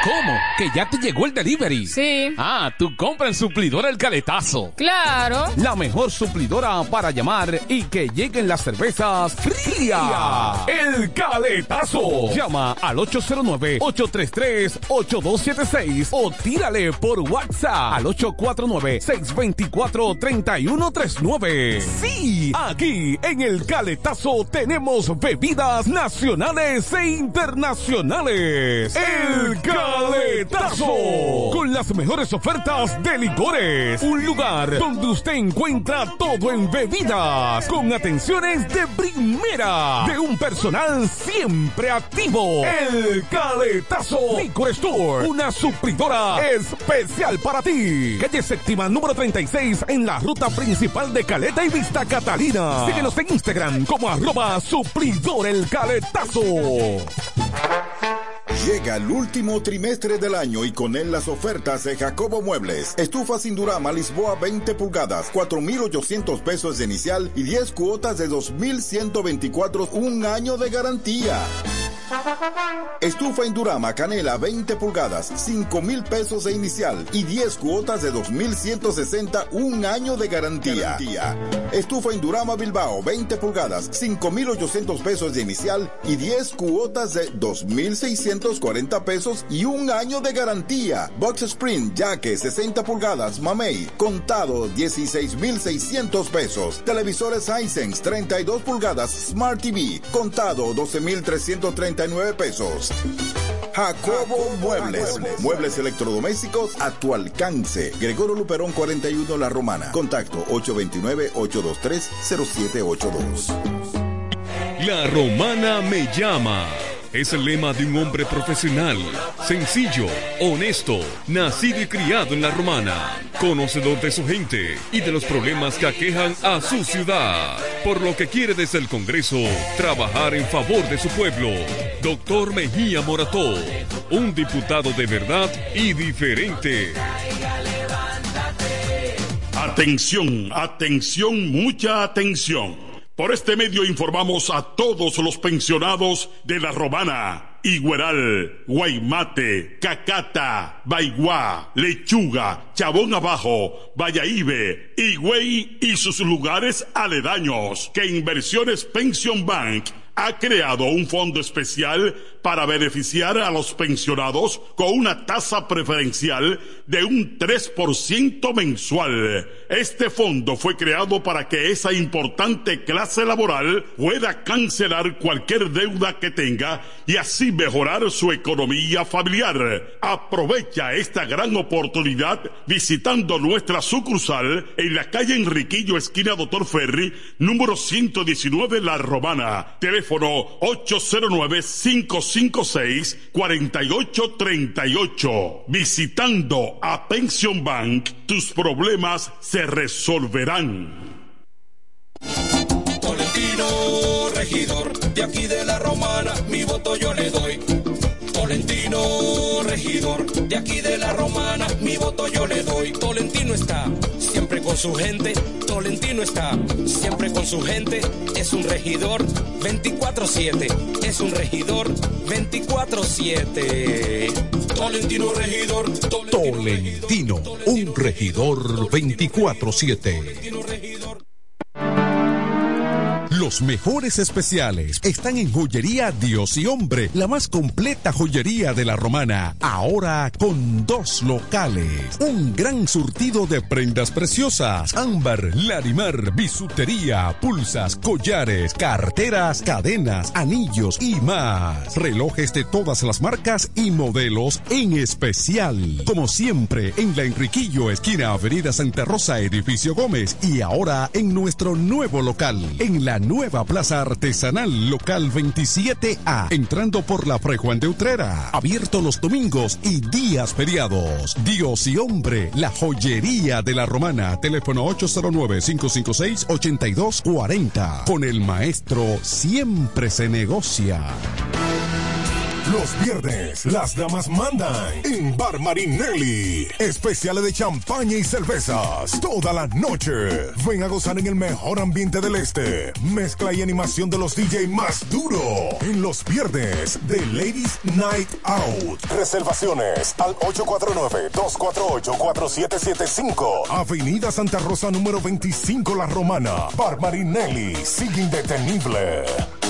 ¿Cómo? ¿Que ya te llegó el delivery? Sí. Ah, tú compras en Suplidora El Caletazo. Claro. La mejor suplidora para llamar y que lleguen las cervezas frías. El Caletazo. Llama al ocho cero nueve, ocho tres tres, ocho dos siete seis o tírale por WhatsApp al ocho cuatro nueve, seis dos cuatro, tres uno tres nueve. Sí, aquí en El Caletazo tenemos bebidas nacionales e internacionales. El Caletazo, con las mejores ofertas de licores. Un lugar donde usted encuentra todo en bebidas, con atenciones de primera, de un personal siempre activo. El Caletazo Liquor Store, una suplidora especial para ti. Calle Séptima, número treinta y seis, en la ruta principal de Caleta y Vista Catalina. Síguenos en Instagram como arroba suplidor El Caletazo. Llega el último trimestre del año y con él las ofertas de Jacobo Muebles. Estufa sin Durama Lisboa veinte pulgadas, cuatro mil ochocientos pesos de inicial y diez cuotas de dos mil ciento veinticuatro, un año de garantía. Estufa Indurama Canela veinte pulgadas, cinco mil pesos de inicial y diez cuotas de dos mil ciento sesenta, un año de garantía. garantía. Estufa Indurama Bilbao veinte pulgadas, cinco mil ochocientos pesos de inicial y diez cuotas de dos mil seiscientos cuarenta pesos y un año de garantía. Box Spring Jaque sesenta pulgadas Mamey, contado dieciséis mil seiscientos pesos. Televisores Hisense treinta y dos pulgadas Smart T V, contado doce mil trescientos treinta y nueve pesos. Jacobo Muebles. Muebles electrodomésticos a tu alcance. Gregorio Luperón cuarenta y uno La Romana. Contacto ocho dos nueve, ocho dos tres, cero siete ocho dos. La Romana me llama. Es el lema de un hombre profesional, sencillo, honesto, nacido y criado en La Romana, conocedor de su gente y de los problemas que aquejan a su ciudad, por lo que quiere desde el Congreso trabajar en favor de su pueblo. Doctor Mejía Morató, un diputado de verdad y diferente. Atención, atención, mucha atención. Por este medio informamos a todos los pensionados de La Romana, Igueral, Guaymate, Cacata, Baigua, Lechuga, Chabón Abajo, Valladolid, Higüey y sus lugares aledaños, que Inversiones Pension Bank ha creado un fondo especial para beneficiar a los pensionados con una tasa preferencial de un tres por ciento mensual. Este fondo fue creado para que esa importante clase laboral pueda cancelar cualquier deuda que tenga y así mejorar su economía familiar. Aprovecha esta gran oportunidad visitando nuestra sucursal en la calle Enriquillo, esquina Doctor Ferry, número ciento diecinueve, La Romana. Teléfono ocho cero nueve, cinco cinco seis, cuatro ocho tres ocho. Visitando a Pension Bank, tus problemas se resolverán. Tolentino, regidor, de aquí de La Romana, mi voto yo le doy. Tolentino, regidor, de aquí de La Romana, mi voto yo le doy. Tolentino está siempre con su gente, Tolentino está siempre con su gente, es un regidor veinticuatro siete, es un regidor veinticuatro siete. Tolentino regidor, Tolentino, un regidor veinticuatro siete. Los mejores especiales están en Joyería Dios y Hombre, la más completa joyería de La Romana, ahora con dos locales. Un gran surtido de prendas preciosas, ámbar, larimar, bisutería, pulsas, collares, carteras, cadenas, anillos y más. Relojes de todas las marcas y modelos en especial. Como siempre, en la Enriquillo, esquina Avenida Santa Rosa, edificio Gómez, y ahora en nuestro nuevo local, en la nueva Plaza Artesanal, local veintisiete A, entrando por la Fray Juan de Utrera. Abierto los domingos y días feriados. Dios y Hombre, la joyería de La Romana. Teléfono ocho cero nueve, cinco cinco seis, ocho dos cuatro cero. Con el maestro siempre se negocia. Los viernes, las damas mandan en Bar Marinelli. Especiales de champaña y cervezas toda la noche. Ven a gozar en el mejor ambiente del este. Mezcla y animación de los D J más duro en los viernes de Ladies Night Out. Reservaciones al ocho cuatro nueve, dos cuatro ocho, cuatro siete siete cinco. Avenida Santa Rosa número veinticinco La Romana. Bar Marinelli sigue indetenible.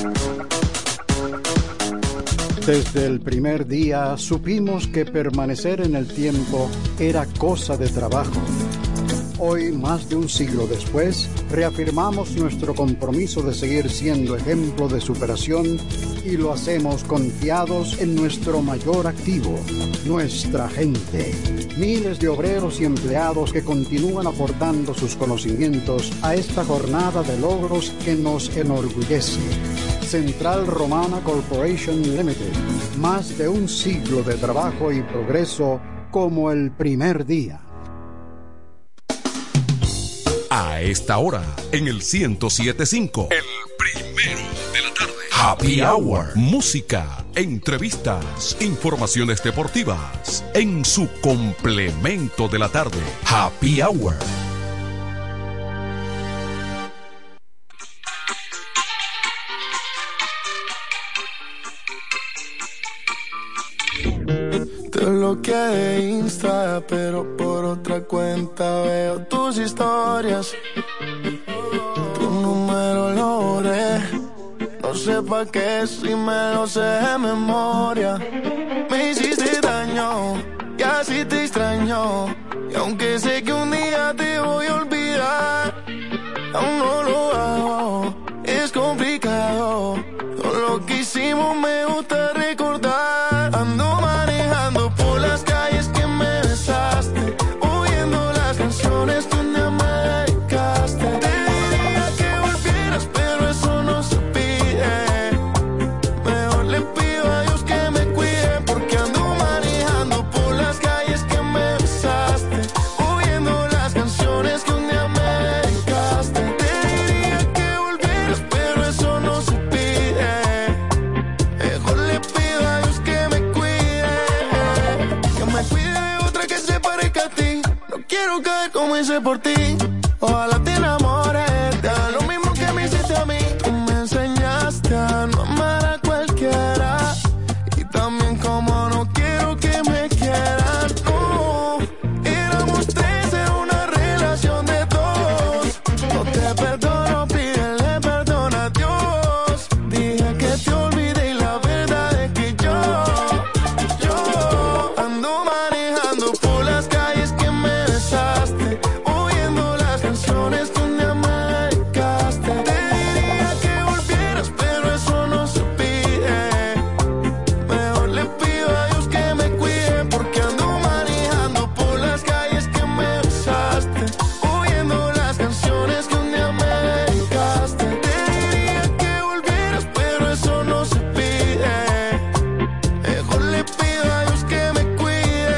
Desde el primer día supimos que permanecer en el tiempo era cosa de trabajo. Hoy, más de un siglo después, reafirmamos nuestro compromiso de seguir siendo ejemplo de superación y lo hacemos confiados en nuestro mayor activo, nuestra gente. Miles de obreros y empleados que continúan aportando sus conocimientos a esta jornada de logros que nos enorgullece. Central Romana Corporation Limited. Más de un siglo de trabajo y progreso como el primer día. A esta hora, en el ciento siete punto cinco, el primero de la tarde. Happy Hour. Música, entrevistas, informaciones deportivas. En su complemento de la tarde. Happy Hour. Te bloqueé de Insta, pero por otra cuenta veo tus historias. Tu número lo borré, no sé pa' qué si me lo sé de memoria. Me hiciste daño y así te extraño, y aunque sé que un día te voy a olvidar, aún no lo hago, es complicado. Todo lo que hicimos me gusta recordar. Ando manejando por las calles que me besaste, oyendo las canciones que un día me dedicaste. Te diría que volvieras, pero eso no se pide. Mejor le pido a Dios que me cuide, porque ando manejando por las calles que me besaste, oyendo las canciones que un día me dedicaste. Te diría que volvieras, pero eso no se pide. Mejor le pido a Dios que me cuide, que me cuide de otra que se parezca a ti. No quiero caer como hice por ti. Ojalá te enamores, te haga lo mismo que me hiciste a mí. Tú me enseñaste a no amar a cualquiera, y también como no quiero que me quieran. No, éramos tres en una relación de dos. No te perdono, pídele perdón a Dios. Dije que te olvidé y la verdad es que yo, yo ando manejando por las calles que me besaste, oyendo las canciones que un día me dedicaste. Te diría que volvieras, pero eso no se pide. Mejor le pido a Dios que me cuide, porque ando manejando por las calles que me besaste, oyendo las canciones que un día me dedicaste. Te diría que volvieras, pero eso no se pide. Mejor le pido a Dios que me cuide.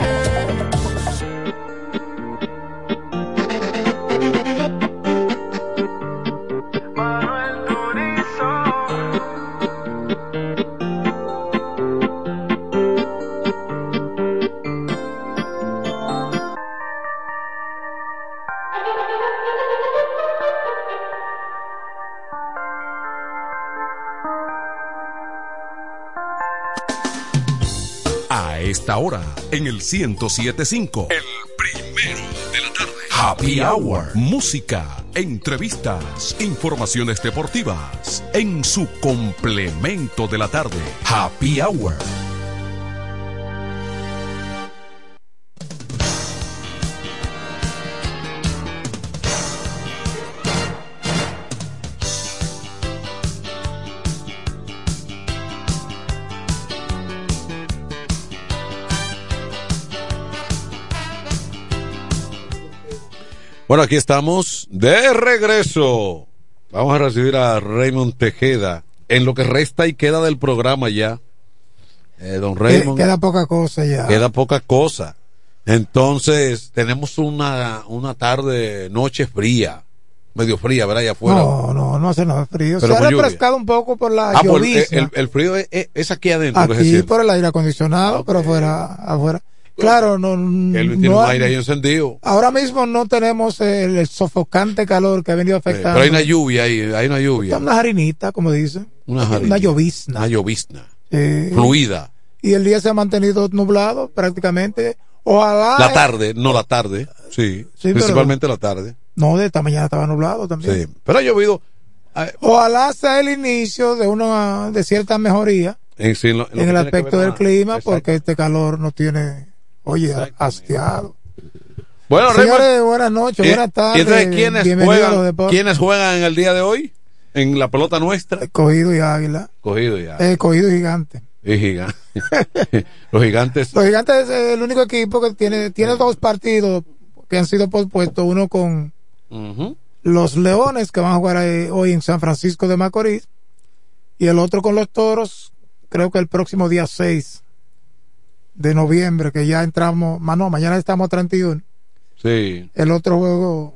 Manuel Turizo. A esta hora, en el ciento siete punto cinco, el primero de la tarde. Happy Hour. Música, entrevistas, informaciones deportivas. En su complemento de la tarde. Happy Hour. Bueno, aquí estamos de regreso. Vamos a recibir a Raymond Tejeda en lo que resta y queda del programa ya. Eh, don Raymond. Queda poca cosa ya. Queda poca cosa. Entonces, tenemos una, una tarde, noche fría, medio fría, ¿verdad? Allá afuera. No, no, No, no hace nada frío. Pero se ha con lluvia. refrescado un poco por la Ah, pues, llovizna. el, el, el frío es, es- es aquí adentro. que se Aquí siente. por el aire acondicionado, pero afuera, afuera. Claro, no, Él tiene no un hay- aire ahí encendido. ahora mismo no tenemos el, el sofocante calor que ha venido Eh, afectando. pero hay una lluvia ahí, hay una lluvia. Una harinita, como dicen. Una, Una jarina. llovizna. Una llovizna. Eh, Fluida. Y el día se ha mantenido nublado prácticamente. Ojalá. La tarde, no la tarde. Sí, Sí, principalmente la tarde. No, de esta mañana estaba nublado también. Sí, pero ha llovido. Ojalá sea el inicio de una de cierta mejoría En, sí, en lo- en lo en que el tiene aspecto que ver del con- clima, Exacto. porque este calor no tiene, oye, hastiado. Bueno, Señores, Raymond, buenas noches, eh, buenas tardes. ¿y entonces quiénes bienvenidos a los juegan, deportes. quiénes juegan en el día de hoy? En la pelota nuestra. Cogido y Águila. Cogido ya. Eh, cogido y Gigante. Y gigante. Los gigantes. Los Gigantes es el único equipo que tiene tiene dos partidos que han sido pospuestos, uno con Ujú. los Leones que van a jugar eh, hoy en San Francisco de Macorís y el otro con los Toros, creo que el próximo día seis de noviembre, que ya entramos, más no, mañana estamos a treinta y uno. Sí. El otro juego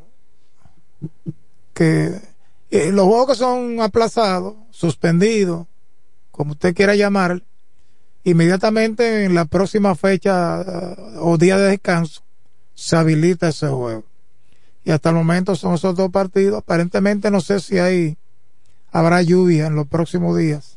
que eh, los juegos que son aplazados, suspendidos, como usted quiera llamar, inmediatamente en la próxima fecha eh, o día de descanso se habilita ese juego. Y hasta el momento son esos dos partidos. Aparentemente no sé si hay habrá lluvia en los próximos días,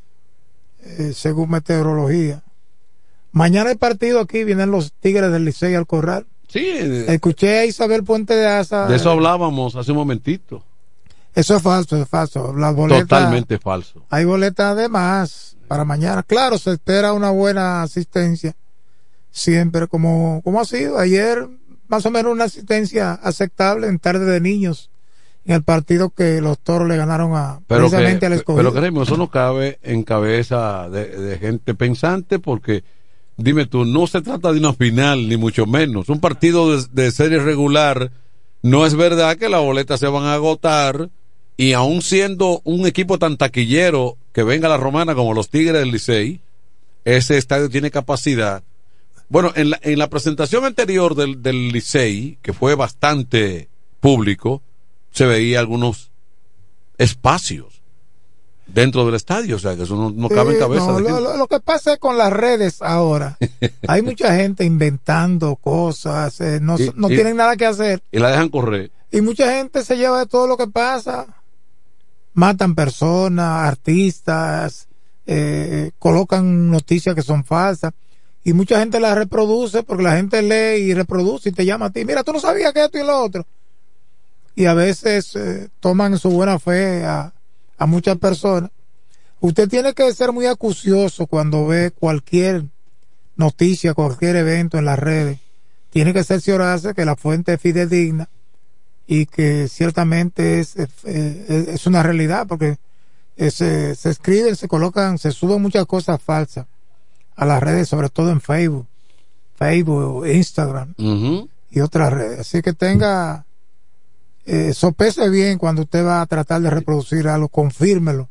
eh, según meteorología. Mañana hay partido aquí, vienen los Tigres del Licey al Corral. Sí. Escuché a Isabel Puente de Asa. De eso hablábamos hace un momentito. Eso es falso, es falso. Las boletas, Totalmente falso. hay boletas de más para mañana. Claro, se espera una buena asistencia. Siempre, como, como ha sido. Ayer, más o menos una asistencia aceptable en tarde de niños. En el partido que los Toros le ganaron a Pero precisamente que, al Escogido. pero creemos, eso no cabe en cabeza de, de gente pensante, porque dime tú, no se trata de una final, ni mucho menos. Un partido de, de serie regular, no es verdad que las boletas se van a agotar, y aún siendo un equipo tan taquillero que venga la Romana como los Tigres del Licey, ese estadio tiene capacidad. Bueno, en la, en la presentación anterior del, del Licey, que fue bastante público, se veía algunos espacios dentro del estadio, o sea que eso no, no cabe en Sí, cabeza. no, de lo, gente. lo- lo que pasa es con las redes ahora. Hay mucha gente inventando cosas, eh, no, Y- no y- tienen nada que hacer. Y la dejan correr. Y mucha gente se lleva de todo lo que pasa. Matan personas, artistas, eh, colocan noticias que son falsas. Y mucha gente las reproduce porque la gente lee y reproduce y te llama a ti. Mira, tú no sabías que esto y lo otro. Y a veces eh, toman su buena fe a, a muchas personas. Usted tiene que ser muy acucioso cuando ve cualquier noticia, cualquier evento en las redes. Tiene que cerciorarse que la fuente es fidedigna y que ciertamente es, es, es una realidad, porque eh, se, se escriben, se colocan, se suben muchas cosas falsas a las redes, sobre todo en Facebook, Facebook, Instagram Ujú. y otras redes. Así que tenga, eh, sopese bien cuando usted va a tratar de reproducir algo, confírmelo.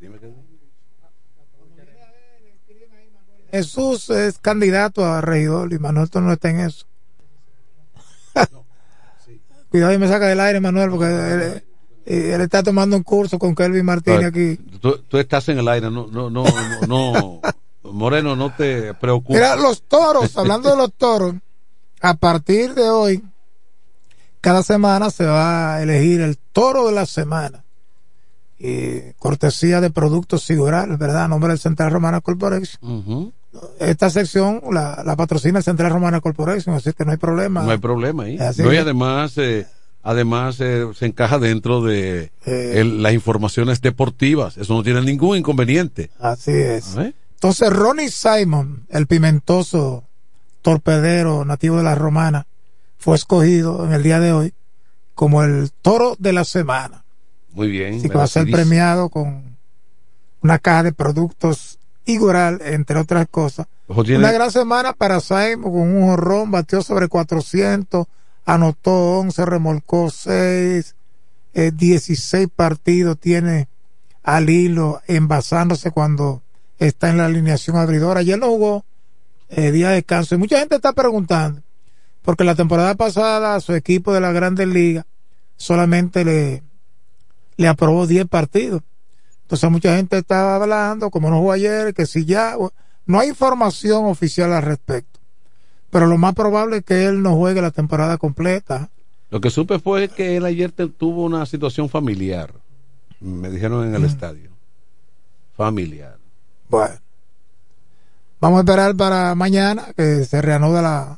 Jesús es candidato a regidor y Manuel no está en eso. Cuidado y me saca del aire, Manuel, porque él, él está tomando un curso con Kelvin Martínez aquí. Tú, tú estás en el aire, no, no, no, no, no. Moreno, no te preocupes. Mira, los toros, hablando de los toros, a partir de hoy, cada semana se va a elegir el toro de la semana. Y cortesía de Productos Sigural, ¿verdad? A nombre del Central Romana Corporation. Ujú. Esta sección la, la patrocina el Central Romana Corporation, así que no hay problema. No hay problema ahí. Así No, y que- además, eh, además eh, se encaja dentro de el- las informaciones deportivas. Eso no tiene ningún inconveniente. Así es. ¿Eh? Entonces, Ronnie Simon, el pimentoso torpedero nativo de la Romana, fue escogido en el día de hoy como el toro de la semana. Muy bien. Así que va a ser merecidísimo. premiado con una caja de productos Igural, entre otras cosas. Ojo, tiene- Una gran semana para Simon, con un jorrón, batió sobre cuatrocientos, anotó once, remolcó seis, eh, dieciséis partidos tiene al hilo, envasándose cuando está en la alineación abridora. Ayer no jugó, eh, día de descanso. Y mucha gente está preguntando, porque la temporada pasada su equipo de la Grandes Ligas solamente le, le aprobó diez partidos. Entonces mucha gente estaba hablando, como no jugó ayer, que si ya, no hay información oficial al respecto, pero lo más probable es que él no juegue la temporada completa. Lo que supe fue que él ayer te, tuvo una situación familiar, me dijeron en el mm. estadio, familiar. Bueno, vamos a esperar para mañana que se reanude la,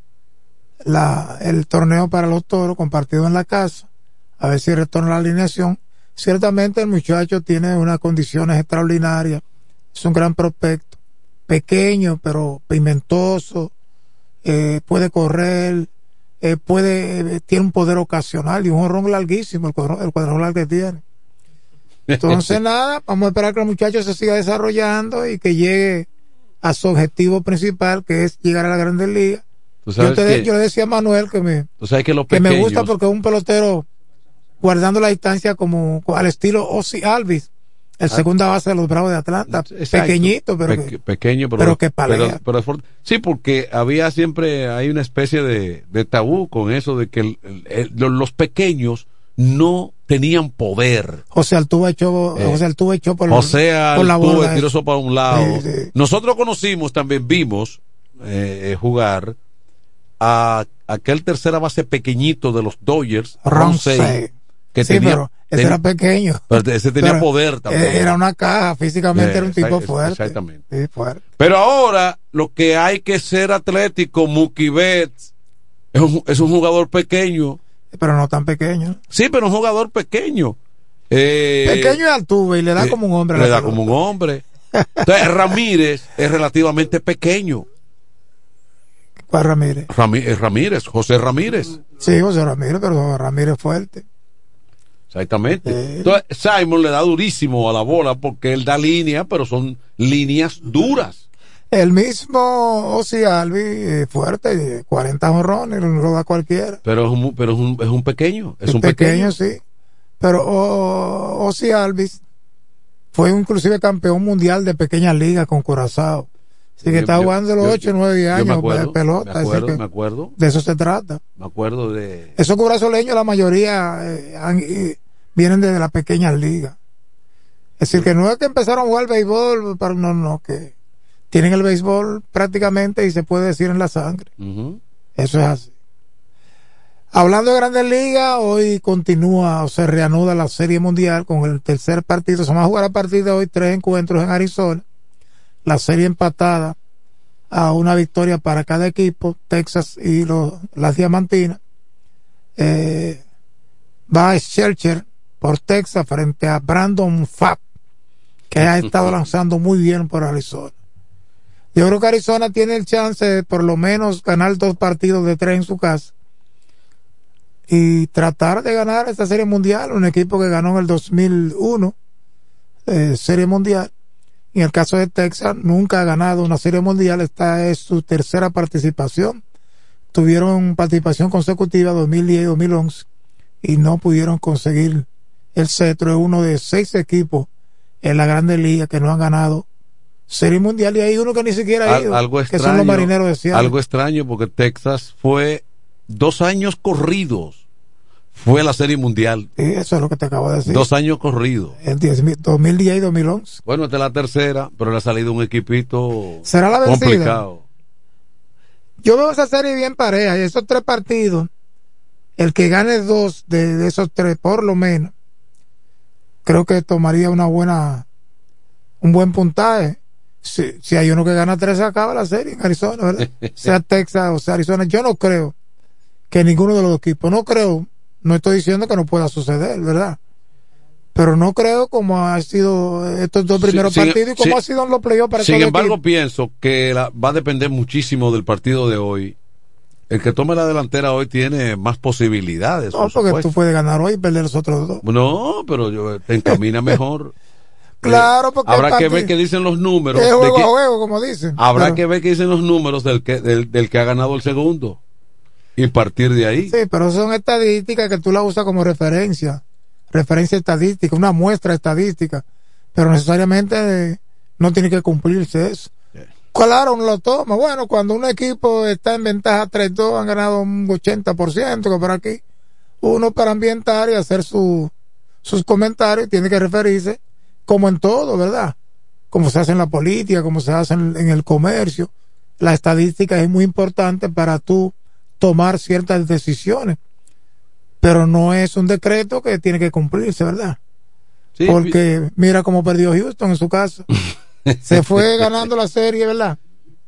la el torneo para los Toros con partido en la casa, a ver si retorna la alineación. Ciertamente el muchacho tiene unas condiciones extraordinarias, es un gran prospecto, pequeño pero pimentoso, eh, puede correr, eh, puede eh, tiene un poder ocasional y un jonrón larguísimo, el, el cuadrangular que tiene. Entonces nada, vamos a esperar que el muchacho se siga desarrollando y que llegue a su objetivo principal, que es llegar a la Grandes Ligas. Yo, te, yo le decía a Manuel que me, que, los que me gusta porque es un pelotero guardando la distancia como al estilo Ozzie Alvis, el ah, segunda base de los Bravos de Atlanta. Exacto. Pequeñito, pero Pe- que, pequeño, pero, pero que palea. Pero, pero, sí, porque había siempre, hay una especie de, de tabú con eso de que el, el, el, los pequeños no tenían poder. José Altuve echó, eh, José Altuve echó por, José por la Altuve borda. tiró eso para un lado. Sí, sí. Nosotros conocimos, también vimos eh, jugar a aquel tercera base pequeñito de los Dodgers, Ron Cey, que sí, tenía, pero ese ten, era pequeño. Pero ese tenía pero poder también. Era una caja, físicamente eh, era un tipo fuerte. Exactamente. Sí, fuerte. Pero ahora lo que hay que ser atlético, Mookie Betts es un, es un jugador pequeño. Pero no tan pequeño. Sí, pero un jugador pequeño. Eh, pequeño y Altuve y le da eh, como un hombre. Le da como un hombre. Entonces Ramírez es relativamente pequeño. ¿Cuál Ramírez? Ramírez, Ramírez, José Ramírez. Sí, José Ramírez, pero Ramírez es fuerte. Exactamente. Sí. Entonces Simon le da durísimo a la bola porque él da línea, pero son líneas duras. El mismo Ozzie Alvis, eh, fuerte, cuarenta jonrones, lo da cualquiera. Pero es un, pero es un, es un pequeño. Es, es un pequeño, pequeño, sí. Pero oh, Ozzie Alvis fue inclusive campeón mundial de pequeñas ligas con Curazao. Así que yo, está jugando los ocho o nueve años acuerdo, de pelota. Me acuerdo, que me acuerdo. De eso se trata. Me acuerdo de... Esos curazoleños, la mayoría eh, han, eh, vienen desde las pequeñas ligas. Es decir, que no es que empezaron a jugar béisbol, pero no, no, que tienen el béisbol prácticamente y se puede decir en la sangre. Uh-huh. Eso es así. Hablando de Grandes Ligas, hoy continúa o se reanuda la Serie Mundial con el tercer partido. Se van a jugar a partir de hoy tres encuentros en Arizona. La serie empatada a una victoria para cada equipo, Texas y los, las Diamantinas. Eh, va Scherzer por Texas frente a Brandon Pfaadt, que ha estado lanzando muy bien por Arizona. Yo creo que Arizona tiene el chance de por lo menos ganar dos partidos de tres en su casa y tratar de ganar esta Serie Mundial, un equipo que ganó en el dos mil uno eh, Serie Mundial. En el caso de Texas, nunca ha ganado una Serie Mundial, esta es su tercera participación. Tuvieron participación consecutiva dos mil diez y dos mil once y no pudieron conseguir el cetro. Es uno de seis equipos en la Grande Liga que no han ganado Serie Mundial, y hay uno que ni siquiera ha ido, Al, algo extraño, que son los Marineros de Seattle. Algo extraño porque Texas fue dos años corridos, fue la Serie Mundial. Sí, eso es lo que te acabo de decir. Dos años corridos. En dos mil diez y dos mil once. Bueno, esta es la tercera, pero le ha salido un equipito ¿será la vencida? Complicado. Yo veo esa serie bien pareja y esos tres partidos, el que gane dos de, de esos tres, por lo menos, creo que tomaría una buena, un buen puntaje. Si, si hay uno que gana tres, se acaba la serie en Arizona, ¿verdad? Sea Texas o sea Arizona. Yo no creo que ninguno de los dos equipos, no creo, no estoy diciendo que no pueda suceder, ¿verdad? Pero no creo como ha sido estos dos primeros sí, partidos sí, y como sí, ha sido en los playoffs para sin todo embargo equipo. Pienso que la, va a depender muchísimo del partido de hoy. El que tome la delantera hoy tiene más posibilidades. No, por porque supuesto. Tú puedes ganar hoy y perder los otros dos. No, pero yo, te encamina mejor. Claro, porque habrá que ver qué dicen los números. Es juego que, a juego, como dicen. Habrá pero, que ver qué dicen los números del que, del, del que ha ganado el segundo. Y partir de ahí. Sí, pero son estadísticas que tú las usas como referencia. Referencia estadística, una muestra estadística. Pero necesariamente eh, no tiene que cumplirse eso. Yeah. Claro, uno lo toma. Bueno, cuando un equipo está en ventaja tres dos, han ganado un ochenta por ciento, que por aquí, uno para ambientar y hacer su sus comentarios, tiene que referirse como en todo, ¿verdad? Como se hace en la política, como se hace en, en el comercio. La estadística es muy importante para tú tomar ciertas decisiones, pero no es un decreto que tiene que cumplirse, ¿verdad? Sí, porque mira cómo perdió Houston en su casa. Se fue ganando la serie, ¿verdad?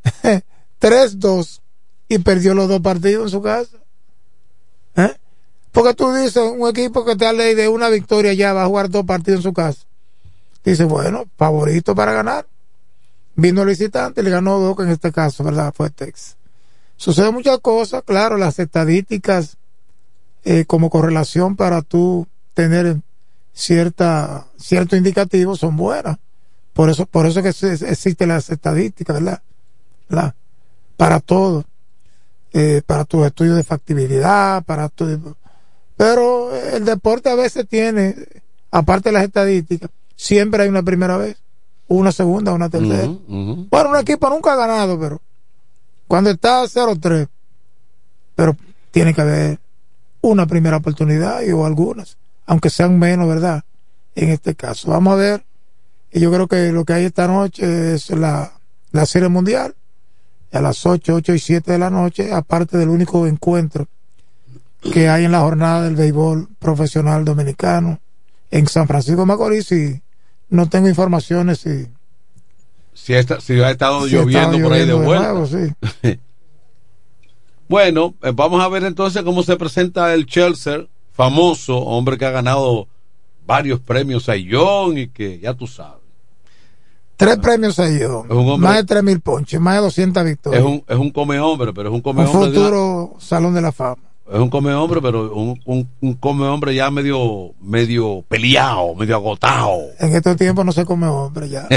tres dos y perdió los dos partidos en su casa. ¿Eh? Porque tú dices, un equipo que te da ley de una victoria ya va a jugar dos partidos en su casa. Dice, bueno, favorito para ganar. Vino el visitante y le ganó dos, que en este caso, ¿verdad? Fue Texas. Suceden muchas cosas, claro, las estadísticas eh, como correlación para tú tener cierta cierto indicativo son buenas. Por eso, por eso que existen las estadísticas, ¿verdad? ¿verdad? Para todo. Eh, para tus estudios de factibilidad, para tu... Pero el deporte a veces tiene, aparte de las estadísticas, siempre hay una primera vez, una segunda, una tercera. Uh-huh, uh-huh. Bueno, un equipo nunca ha ganado, pero cuando está cero tres, pero tiene que haber una primera oportunidad y, o algunas, aunque sean menos, ¿verdad? En este caso. Vamos a ver, y yo creo que lo que hay esta noche es la, la Serie Mundial, a las ocho, ocho y siete de la noche, aparte del único encuentro que hay en la jornada del béisbol profesional dominicano en San Francisco de Macorís, y no tengo informaciones si si, está, si ha estado si lloviendo, estado por ahí de, de vuelta. Nuevo, sí. Bueno, eh, vamos a ver entonces cómo se presenta el Chelsea, famoso hombre que ha ganado varios premios Cy Young y que ya tú sabes. Tres ah, premios Cy Young, más de tres mil ponches, más de doscientas victorias. Es un, es un come hombre, pero es un come un hombre. Un futuro la... Salón de la Fama. Es un come hombre, pero un, un, un come hombre ya medio, medio peleado, medio agotado. En estos tiempos no se come hombre ya.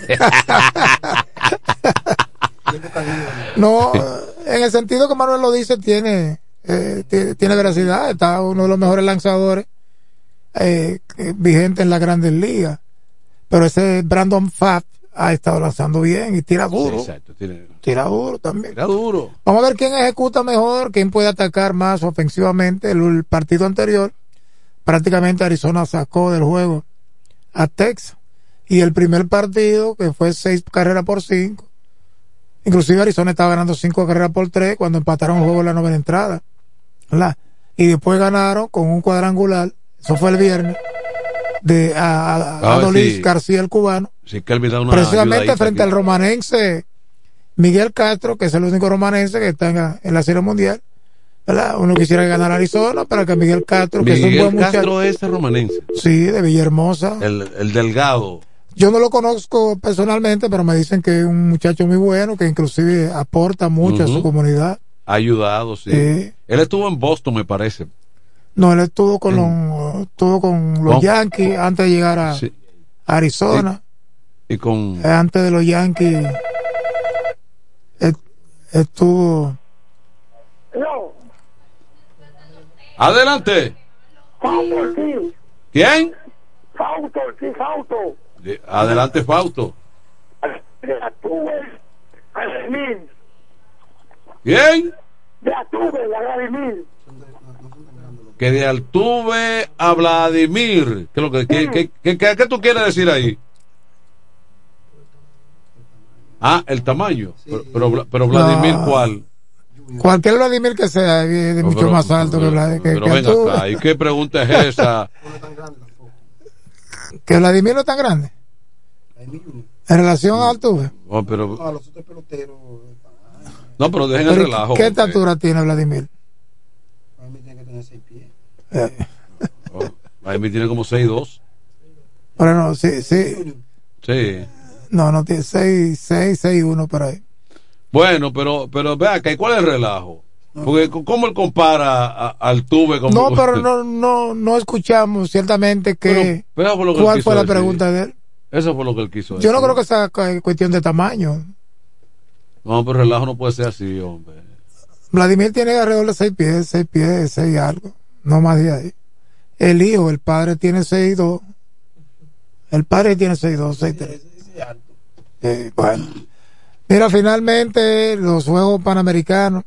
No, en el sentido que Manuel lo dice, tiene, eh, tiene, tiene veracidad. Está uno de los mejores lanzadores eh, vigentes en las Grandes Ligas. Pero ese Brandon Pfaadt ha estado lanzando bien y tira duro. Sí, exacto, tiene... Tira duro también. Tira duro. Vamos a ver quién ejecuta mejor, quién puede atacar más ofensivamente. El, el partido anterior, prácticamente Arizona sacó del juego a Texas. Y el primer partido, que fue seis carreras por cinco, inclusive Arizona estaba ganando cinco carreras por tres cuando empataron el juego en la novena entrada, ¿verdad? Y después ganaron con un cuadrangular, eso fue el viernes, de a, a, a Adolis sí. García, el cubano, sí, que una precisamente frente aquí al romanense Miguel Castro, que es el único romanense que está en la, en la Serie Mundial, ¿verdad? Uno quisiera ganar Arizona para que Miguel Castro, Miguel que es un buen Castro muchacho, es el romanense, sí, de Villahermosa, el, el delgado. Yo no lo conozco personalmente, pero me dicen que es un muchacho muy bueno, que inclusive aporta mucho uh-huh. a su comunidad. Ha ayudado, sí. Eh, él estuvo en Boston, me parece. No, él estuvo con, en... los, estuvo con los oh. Yankees antes de llegar a, sí. a Arizona. Y, y con... Eh, antes de los Yankees estuvo... No. Adelante. Fausto, sí. ¿Quién? Fausto, sí, Fausto. Adelante, Fausto. De Atuve a Vladimir. ¿Quién? De Atuve a Vladimir. Que de Altuve a Vladimir. ¿Qué, es lo que, sí. qué, qué, qué, qué, ¿Qué tú quieres decir ahí? Ah, el tamaño. Sí. Pero, pero, pero Vladimir, no. ¿Cuál? Cualquier Vladimir que sea, es mucho pero, más alto pero, que Vladimir. Pero que venga Altuve. Acá, ¿y qué pregunta es esa? Que Vladimir no es tan grande en relación a Altuve. No, pero... no, pero dejen el relajo. ¿Qué estatura okay. tiene Vladimir? Vladimir tiene que tener seis pies. Eh. Oh, Vladimir tiene como seis dos. Pero no, sí, sí. Sí. No, no tiene seis, seis, seis, uno por ahí. Bueno, pero, pero vea que ¿cuál es el relajo? Porque ¿cómo él compara a, a Altuve con... No, pero no, no, no escuchamos ciertamente que, pero, pero que cuál fue la decir. pregunta de él. Eso fue lo que él quiso Yo decir. no creo que sea cuestión de tamaño. No, pero el relajo no puede ser así, hombre. Vladimir tiene alrededor de seis pies, seis pies, seis algo, no más de ahí. El hijo, el padre tiene seis dos. El padre tiene seis dos, seis tres. Eh, bueno. Mira, finalmente los Juegos Panamericanos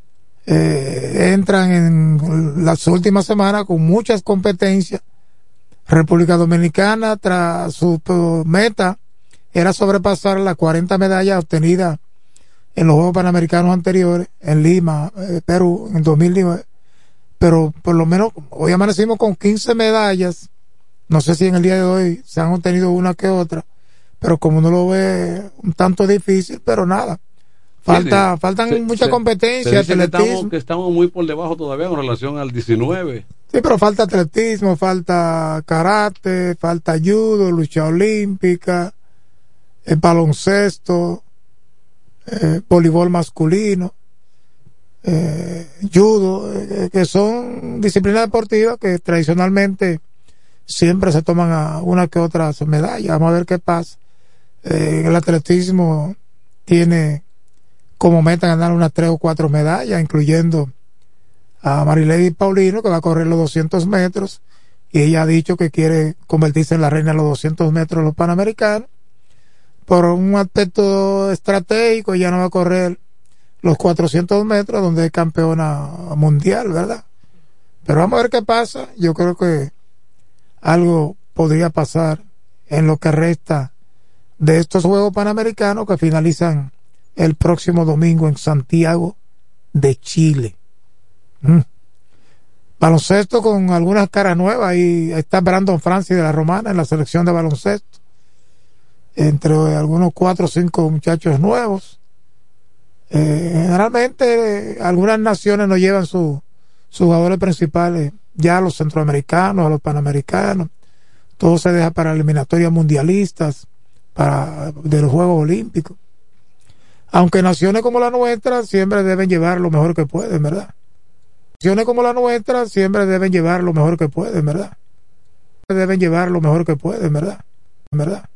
Eh, entran en las últimas semanas con muchas competencias República Dominicana, tras su meta, era sobrepasar las cuarenta medallas obtenidas en los Juegos Panamericanos anteriores, en Lima, eh, Perú, en dos mil nueve. Pero por lo menos hoy amanecimos con quince medallas. No sé si en el día de hoy se han obtenido una que otra, pero como uno lo ve un tanto difícil, pero nada. Falta, sí, sí. faltan se, mucha se, competencia, se atletismo. Que estamos, que estamos muy por debajo todavía en relación al diecinueve. Sí, pero falta atletismo, falta karate, falta judo, lucha olímpica, el baloncesto, eh, voleibol masculino, eh, judo, eh, que son disciplinas deportivas que tradicionalmente siempre se toman a una que otra medalla. Vamos a ver qué pasa. Eh, el atletismo tiene como meta ganar unas tres o cuatro medallas, incluyendo a Marilady Paulino, que va a correr los doscientos metros, y ella ha dicho que quiere convertirse en la reina de los doscientos metros de los Panamericanos. Por un aspecto estratégico, ella no va a correr los cuatrocientos metros, donde es campeona mundial, ¿verdad? Pero vamos a ver qué pasa. Yo creo que algo podría pasar en lo que resta de estos Juegos Panamericanos, que finalizan el próximo domingo en Santiago de Chile. Mm. Baloncesto con algunas caras nuevas. Ahí está Brandon Francis de la Romana en la selección de baloncesto, entre algunos cuatro o cinco muchachos nuevos. Eh, generalmente eh, algunas naciones no llevan sus su jugadores principales ya a los centroamericanos, a los panamericanos. Todo se deja para eliminatorias mundialistas, para de los Juegos Olímpicos. Aunque naciones como la nuestra siempre deben llevar lo mejor que pueden, ¿verdad? Naciones como la nuestra siempre deben llevar lo mejor que pueden, ¿verdad? Deben llevar lo mejor que pueden, ¿verdad? ¿Verdad?